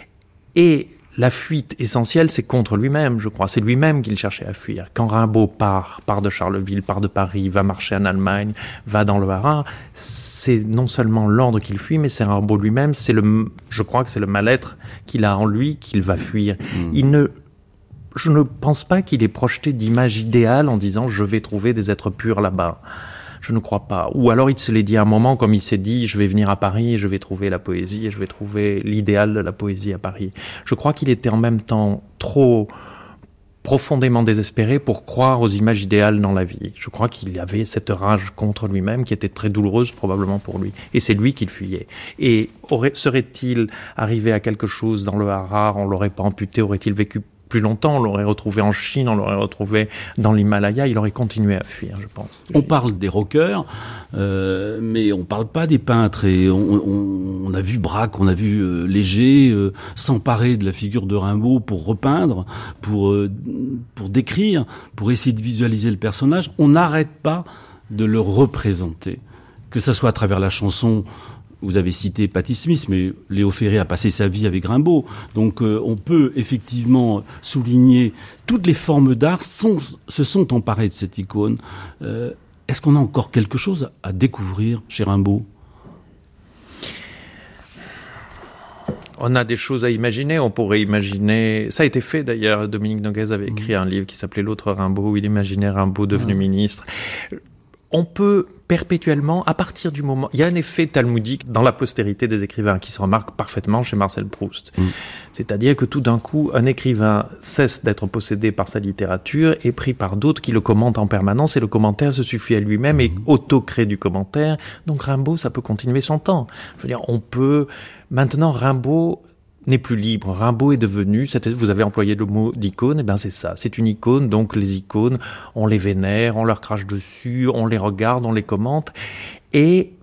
S16: Et la fuite essentielle, c'est contre lui-même, je crois. C'est lui-même qu'il cherchait à fuir. Quand Rimbaud part, part de Charleville, part de Paris, va marcher en Allemagne, va dans le Haras, c'est non seulement l'ordre qu'il fuit, mais c'est Rimbaud lui-même. C'est le, je crois que c'est le mal-être qu'il a en lui qu'il va fuir. Mmh. Il ne, je ne pense pas qu'il ait projeté d'image idéale en disant « je vais trouver des êtres purs là-bas ». Je ne crois pas. Ou alors il se l'est dit à un moment, comme il s'est dit, je vais venir à Paris, je vais trouver la poésie, et je vais trouver l'idéal de la poésie à Paris. Je crois qu'il était en même temps trop profondément désespéré pour croire aux images idéales dans la vie. Je crois qu'il avait cette rage contre lui-même qui était très douloureuse probablement pour lui. Et c'est lui qu'il fuyait. Et aurait, serait-il arrivé à quelque chose dans le Haras, on l'aurait pas amputé, aurait-il vécu plus longtemps, on l'aurait retrouvé en Chine, on l'aurait retrouvé dans l'Himalaya, il aurait continué à fuir, je pense.
S1: On parle des rockers, euh, mais on parle pas des peintres. Et on, on, on a vu Braque, on a vu euh, Léger euh, s'emparer de la figure de Rimbaud pour repeindre, pour, euh, pour décrire, pour essayer de visualiser le personnage. On n'arrête pas de le représenter, que ça soit à travers la chanson. Vous avez cité Patti Smith, mais Léo Ferré a passé sa vie avec Rimbaud. Donc euh, on peut effectivement souligner toutes les formes d'art sont, se sont emparées de cette icône. Euh, est-ce qu'on a encore quelque chose à découvrir chez Rimbaud ?
S16: On a des choses à imaginer, on pourrait imaginer... Ça a été fait d'ailleurs, Dominique Noguès avait écrit mmh. un livre qui s'appelait L'autre Rimbaud, où il imaginait Rimbaud devenu mmh. ministre. On peut perpétuellement, à partir du moment... Il y a un effet talmudique dans la postérité des écrivains qui se remarque parfaitement chez Marcel Proust. Mmh. C'est-à-dire que tout d'un coup, un écrivain cesse d'être possédé par sa littérature et pris par d'autres qui le commentent en permanence, et le commentaire se suffit à lui-même et auto-crée du commentaire. Donc Rimbaud, ça peut continuer cent ans. Je veux dire, on peut... Maintenant, Rimbaud n'est plus libre. Rimbaud est devenu, vous avez employé le mot d'icône, et bien c'est ça, c'est une icône, donc les icônes, on les vénère, on leur crache dessus, on les regarde, on les commente, et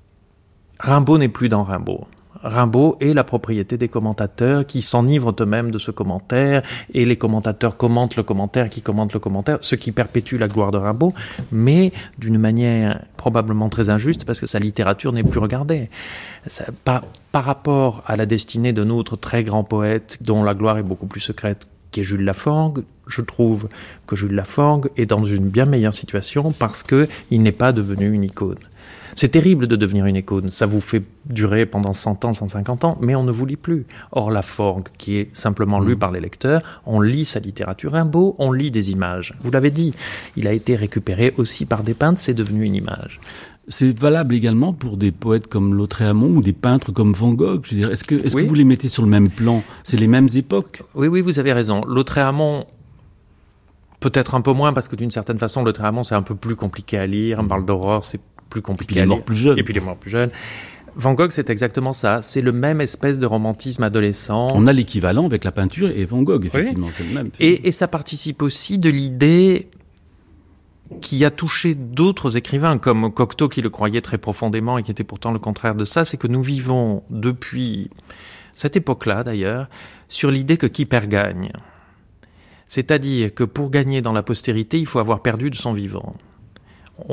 S16: Rimbaud n'est plus dans Rimbaud. Rimbaud est la propriété des commentateurs qui s'enivrent eux-mêmes de ce commentaire, et les commentateurs commentent le commentaire qui commente le commentaire, ce qui perpétue la gloire de Rimbaud, mais d'une manière probablement très injuste, parce que sa littérature n'est plus regardée. Ça, par, par rapport à la destinée d'un autre très grand poète, dont la gloire est beaucoup plus secrète, qui est Jules Laforgue, je trouve que Jules Laforgue est dans une bien meilleure situation parce qu'il n'est pas devenu une icône. C'est terrible de devenir une icône, ça vous fait durer pendant cent ans, cent cinquante ans, mais on ne vous lit plus. Or, Laforgue, qui est simplement lu par les lecteurs, on lit sa littérature. Rimbaud, on lit des images. Vous l'avez dit, il a été récupéré aussi par des peintres, c'est devenu une image.
S1: C'est valable également pour des poètes comme Lautréamont ou des peintres comme Van Gogh. Je veux dire, est-ce que, est-ce oui. que vous les mettez sur le même plan ? C'est les mêmes époques ?
S16: Oui, oui, vous avez raison. Lautréamont, peut-être un peu moins, parce que d'une certaine façon, Lautréamont, c'est un peu plus compliqué à lire. On parle d'aurore, c'est plus compliqué.
S1: Et puis il est mort plus jeune.
S16: Et puis il est mort plus jeune. Van Gogh, c'est exactement ça. C'est le même espèce de romantisme adolescent.
S1: On a l'équivalent avec la peinture et Van Gogh, effectivement, oui. c'est le même.
S16: Et, et ça participe aussi de l'idée qui a touché d'autres écrivains, comme Cocteau, qui le croyait très profondément et qui était pourtant le contraire de ça, c'est que nous vivons depuis cette époque-là, d'ailleurs, sur l'idée que qui perd gagne. C'est-à-dire que pour gagner dans la postérité, il faut avoir perdu de son vivant. On,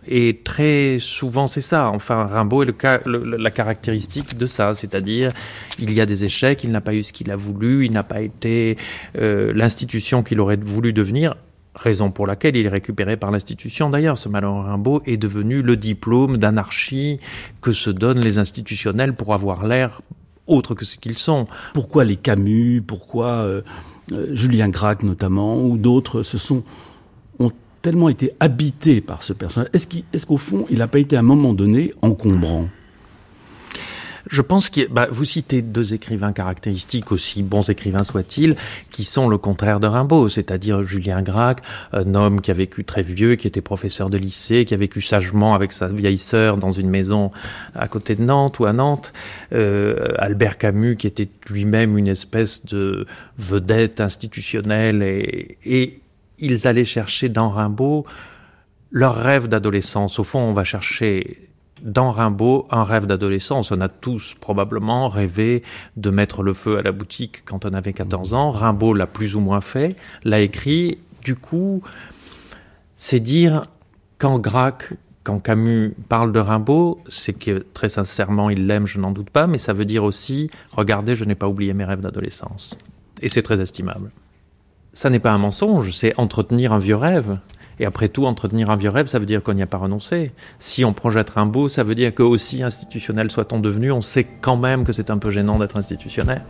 S16: Et très souvent, c'est ça. Enfin, Rimbaud est le cas, le, la caractéristique de ça. C'est-à-dire, il y a des échecs, il n'a pas eu ce qu'il a voulu, il n'a pas été euh, l'institution qu'il aurait voulu devenir. Raison pour laquelle il est récupéré par l'institution. D'ailleurs, ce malheureux Rimbaud est devenu le diplôme d'anarchie que se donnent les institutionnels pour avoir l'air autre que ce qu'ils sont.
S1: Pourquoi les Camus, pourquoi euh, euh, Julien Gracq notamment, ou d'autres, se sont, ont tellement été habités par ce personnage. Est-ce, qu'il, est-ce qu'au fond, il n'a pas été à un moment donné encombrant ?
S16: Je pense que bah, vous citez deux écrivains caractéristiques, aussi bons écrivains soient-ils, qui sont le contraire de Rimbaud, c'est-à-dire Julien Gracq, un homme qui a vécu très vieux, qui était professeur de lycée, qui a vécu sagement avec sa vieille sœur dans une maison à côté de Nantes ou à Nantes. Euh, Albert Camus, qui était lui-même une espèce de vedette institutionnelle, et, et ils allaient chercher dans Rimbaud leur rêve d'adolescence. Au fond, on va chercher dans Rimbaud un rêve d'adolescence. On a tous probablement rêvé de mettre le feu à la boutique quand on avait quatorze ans. Rimbaud l'a plus ou moins fait, l'a écrit. Du coup, c'est dire, quand Gracq, quand Camus parle de Rimbaud, c'est que très sincèrement il l'aime, je n'en doute pas, mais ça veut dire aussi, regardez, je n'ai pas oublié mes rêves d'adolescence. Et c'est très estimable. Ça n'est pas un mensonge, c'est entretenir un vieux rêve. Et après tout, entretenir un vieux rêve, ça veut dire qu'on n'y a pas renoncé. Si on projette Rimbaud, ça veut dire que aussi institutionnel soit-on devenu, on sait quand même que c'est un peu gênant d'être institutionnel.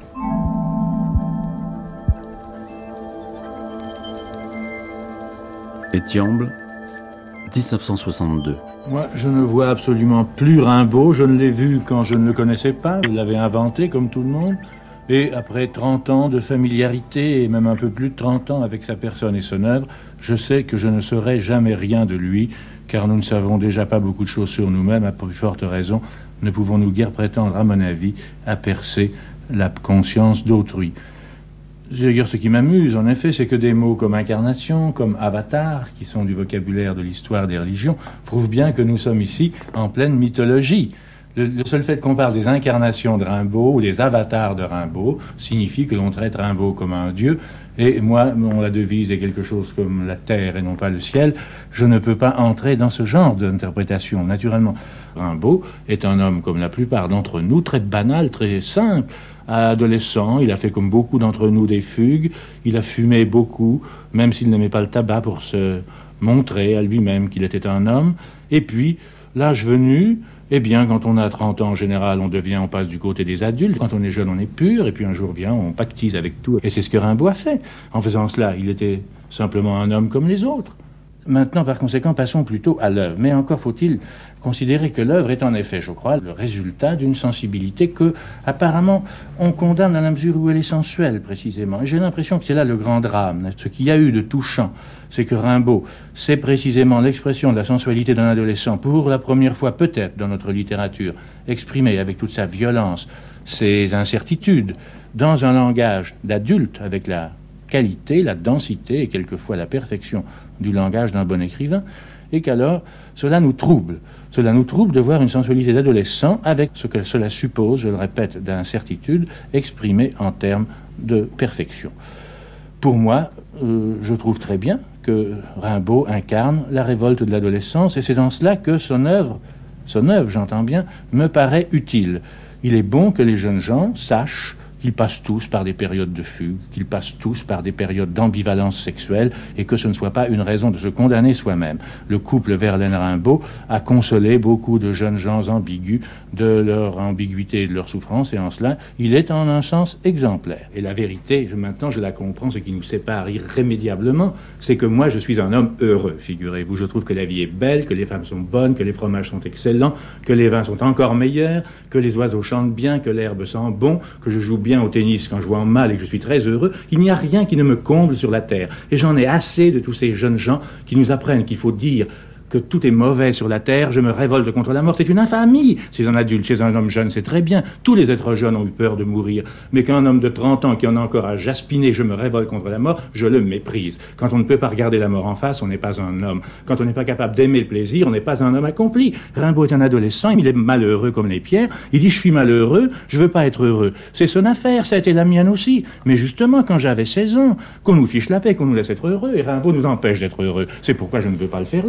S1: Étiamble, dix-neuf cent soixante-deux.
S2: Moi, je ne vois absolument plus Rimbaud. Je ne l'ai vu quand je ne le connaissais pas. Je l'avais inventé comme tout le monde. Et après trente ans de familiarité, et même un peu plus de trente ans avec sa personne et son œuvre, je sais que je ne saurai jamais rien de lui, car nous ne savons déjà pas beaucoup de choses sur nous-mêmes, à plus forte raison, ne pouvons-nous guère prétendre, à mon avis, à percer la conscience d'autrui. D'ailleurs, ce qui m'amuse, en effet, c'est que des mots comme incarnation, comme avatar, qui sont du vocabulaire de l'histoire des religions, prouvent bien que nous sommes ici en pleine mythologie. Le, le seul fait qu'on parle des incarnations de Rimbaud ou des avatars de Rimbaud signifie que l'on traite Rimbaud comme un dieu. Et moi, mon la devise est quelque chose comme la terre et non pas le ciel. Je ne peux pas entrer dans ce genre d'interprétation. Naturellement, Rimbaud est un homme comme la plupart d'entre nous, très banal, très simple. Adolescent, il a fait comme beaucoup d'entre nous des fugues. Il a fumé beaucoup, même s'il n'aimait pas le tabac, pour se montrer à lui-même qu'il était un homme. Et puis, l'âge venu, eh bien, quand on a trente ans, en général, on devient, on passe du côté des adultes. Quand on est jeune, on est pur. Et puis un jour vient, on pactise avec tout. Et c'est ce que Rimbaud a fait. En faisant cela, il était simplement un homme comme les autres. Maintenant, par conséquent, passons plutôt à l'œuvre. Mais encore faut-il considérer que l'œuvre est en effet, je crois, le résultat d'une sensibilité que, apparemment, on condamne à la mesure où elle est sensuelle, précisément. Et j'ai l'impression que c'est là le grand drame. Ce qu'il y a eu de touchant, c'est que Rimbaud, c'est précisément l'expression de la sensualité d'un adolescent, pour la première fois peut-être dans notre littérature, exprimée avec toute sa violence, ses incertitudes, dans un langage d'adulte, avec la qualité, la densité et quelquefois la perfection du langage d'un bon écrivain, et qu'alors cela nous trouble. Cela nous trouble de voir une sensualité d'adolescent avec ce que cela suppose, je le répète, d'incertitude, exprimée en termes de perfection. Pour moi, euh, je trouve très bien que Rimbaud incarne la révolte de l'adolescence, et c'est dans cela que son œuvre, son œuvre, j'entends bien, me paraît utile. Il est bon que les jeunes gens sachent qu'ils passent tous par des périodes de fugue, qu'ils passent tous par des périodes d'ambivalence sexuelle, et que ce ne soit pas une raison de se condamner soi-même. Le couple Verlaine-Rimbaud a consolé beaucoup de jeunes gens ambigus de leur ambiguïté et de leur souffrance, et en cela, il est en un sens exemplaire. Et la vérité, je, maintenant je la comprends, ce qui nous sépare irrémédiablement, c'est que moi je suis un homme heureux, figurez-vous. Je trouve que la vie est belle, que les femmes sont bonnes, que les fromages sont excellents, que les vins sont encore meilleurs, que les oiseaux chantent bien, que l'herbe sent bon, que je joue bien au tennis quand je joue en mal et que je suis très heureux. Il n'y a rien qui ne me comble sur la terre. Et j'en ai assez de tous ces jeunes gens qui nous apprennent qu'il faut dire que tout est mauvais sur la terre, je me révolte contre la mort. C'est une infamie. Chez un adulte, chez un homme jeune, c'est très bien. Tous les êtres jeunes ont eu peur de mourir. Mais qu'un homme de trente ans qui en a encore à jaspiner, je me révolte contre la mort, je le méprise. Quand on ne peut pas regarder la mort en face, on n'est pas un homme. Quand on n'est pas capable d'aimer le plaisir, on n'est pas un homme accompli. Rimbaud est un adolescent, il est malheureux comme les pierres. Il dit, je suis malheureux, je veux pas être heureux. C'est son affaire, ça a été la mienne aussi. Mais justement, quand j'avais seize ans, qu'on nous fiche la paix, qu'on nous laisse être heureux, et Rimbaud nous empêche d'être heureux. C'est pourquoi je ne veux pas le faire lire.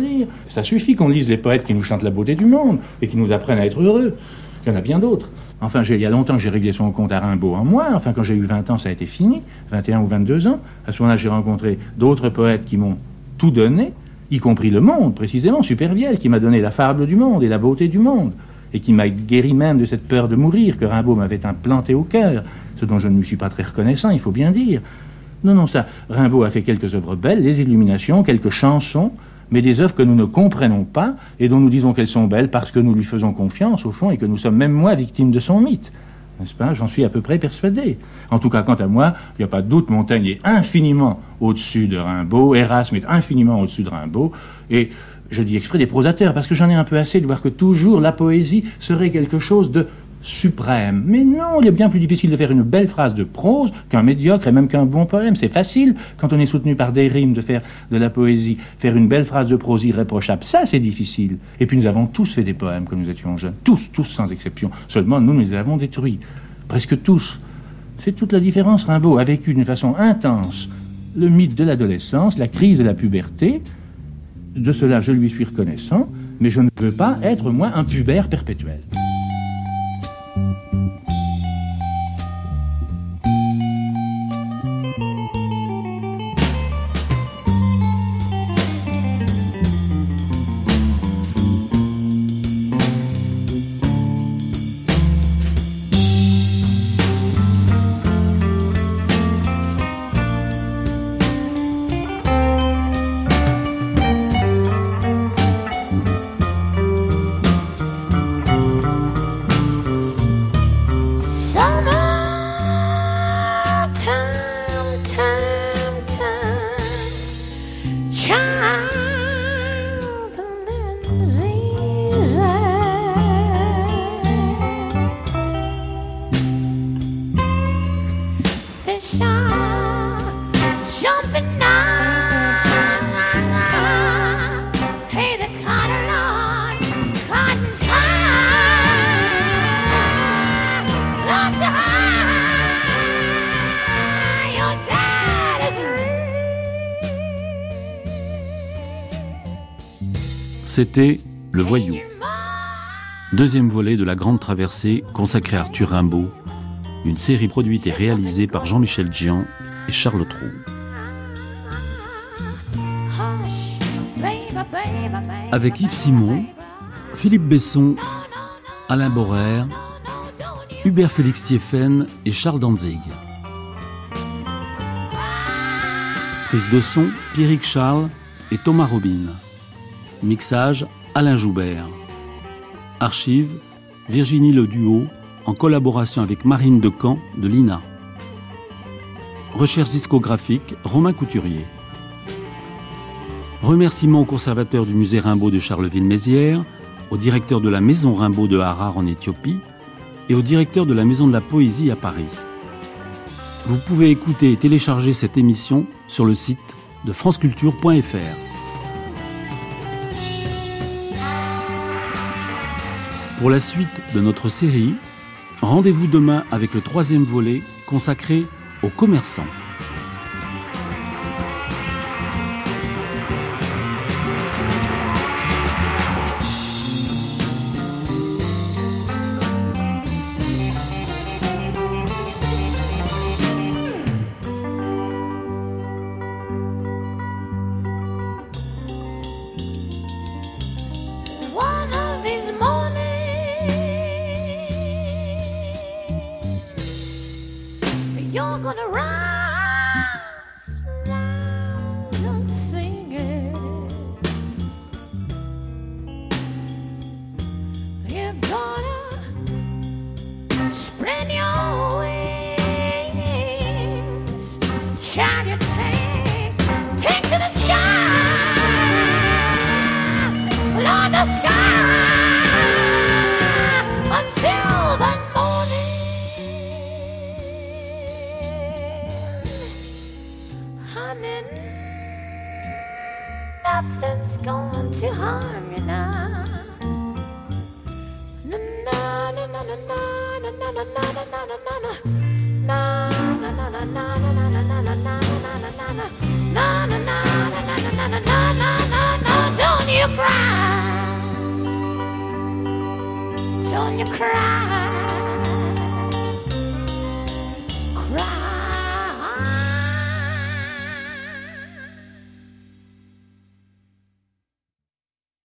S2: Ça suffit qu'on lise les poètes qui nous chantent la beauté du monde et qui nous apprennent à être heureux. Il y en a bien d'autres. Enfin, il y a longtemps que j'ai réglé son compte à Rimbaud en moi. Enfin, quand j'ai eu vingt ans, ça a été fini. vingt et un ou vingt-deux ans. À ce moment-là, j'ai rencontré d'autres poètes qui m'ont tout donné, y compris le monde, précisément, Supervielle, qui m'a donné la fable du monde et la beauté du monde, et qui m'a guéri même de cette peur de mourir que Rimbaud m'avait implanté au cœur, ce dont je ne lui suis pas très reconnaissant, il faut bien dire. Non, non, ça, Rimbaud a fait quelques œuvres belles, les Illuminations, quelques chansons, mais des œuvres que nous ne comprenons pas et dont nous disons qu'elles sont belles parce que nous lui faisons confiance, au fond, et que nous sommes même moi victimes de son mythe. N'est-ce pas? J'en suis à peu près persuadé. En tout cas, quant à moi, il n'y a pas de doute, Montaigne est infiniment au-dessus de Rimbaud, Erasme est infiniment au-dessus de Rimbaud, et je dis exprès des prosateurs, parce que j'en ai un peu assez de voir que toujours la poésie serait quelque chose de suprême. Mais non, il est bien plus difficile de faire une belle phrase de prose qu'un médiocre et même qu'un bon poème. C'est facile, quand on est soutenu par des rimes, de faire de la poésie. Faire une belle phrase de prose irréprochable, ça c'est difficile. Et puis nous avons tous fait des poèmes quand nous étions jeunes. Tous, tous sans exception. Seulement nous, nous les avons détruits. Presque tous. C'est toute la différence. Rimbaud a vécu d'une façon intense le mythe de l'adolescence, la crise de la puberté. De cela, je lui suis reconnaissant, mais je ne veux pas être, moi, un pubère perpétuel.
S1: C'était Le Voyou, deuxième volet de la grande traversée consacrée à Arthur Rimbaud, une série produite et réalisée par Jean-Michel Djian et Charles Trou. Avec Yves Simon, Philippe Besson, Alain Borer, Hubert Félix Thieffen et Charles Danzig. Prise de son, Pierrick Charles et Thomas Robin. Mixage, Alain Joubert. Archives, Virginie Le Duo, en collaboration avec Marine Decamp de l'I N A. Recherche discographique, Romain Couturier. Remerciements au conservateur du musée Rimbaud de Charleville-Mézières, au directeur de la maison Rimbaud de Harar en Éthiopie et au directeur de la maison de la poésie à Paris. Vous pouvez écouter et télécharger cette émission sur le site de franceculture point f r. Pour la suite de notre série, rendez-vous demain avec le troisième volet consacré aux commerçants.
S17: You're gonna rise round and sing it. You're gonna spread your wings, shine your tank, take to the sky, Lord, the sky, until the morning. Honey, nothing's going to harm you now. Na na na na na na na na na na na na na na na, don't you cry. don't you cry.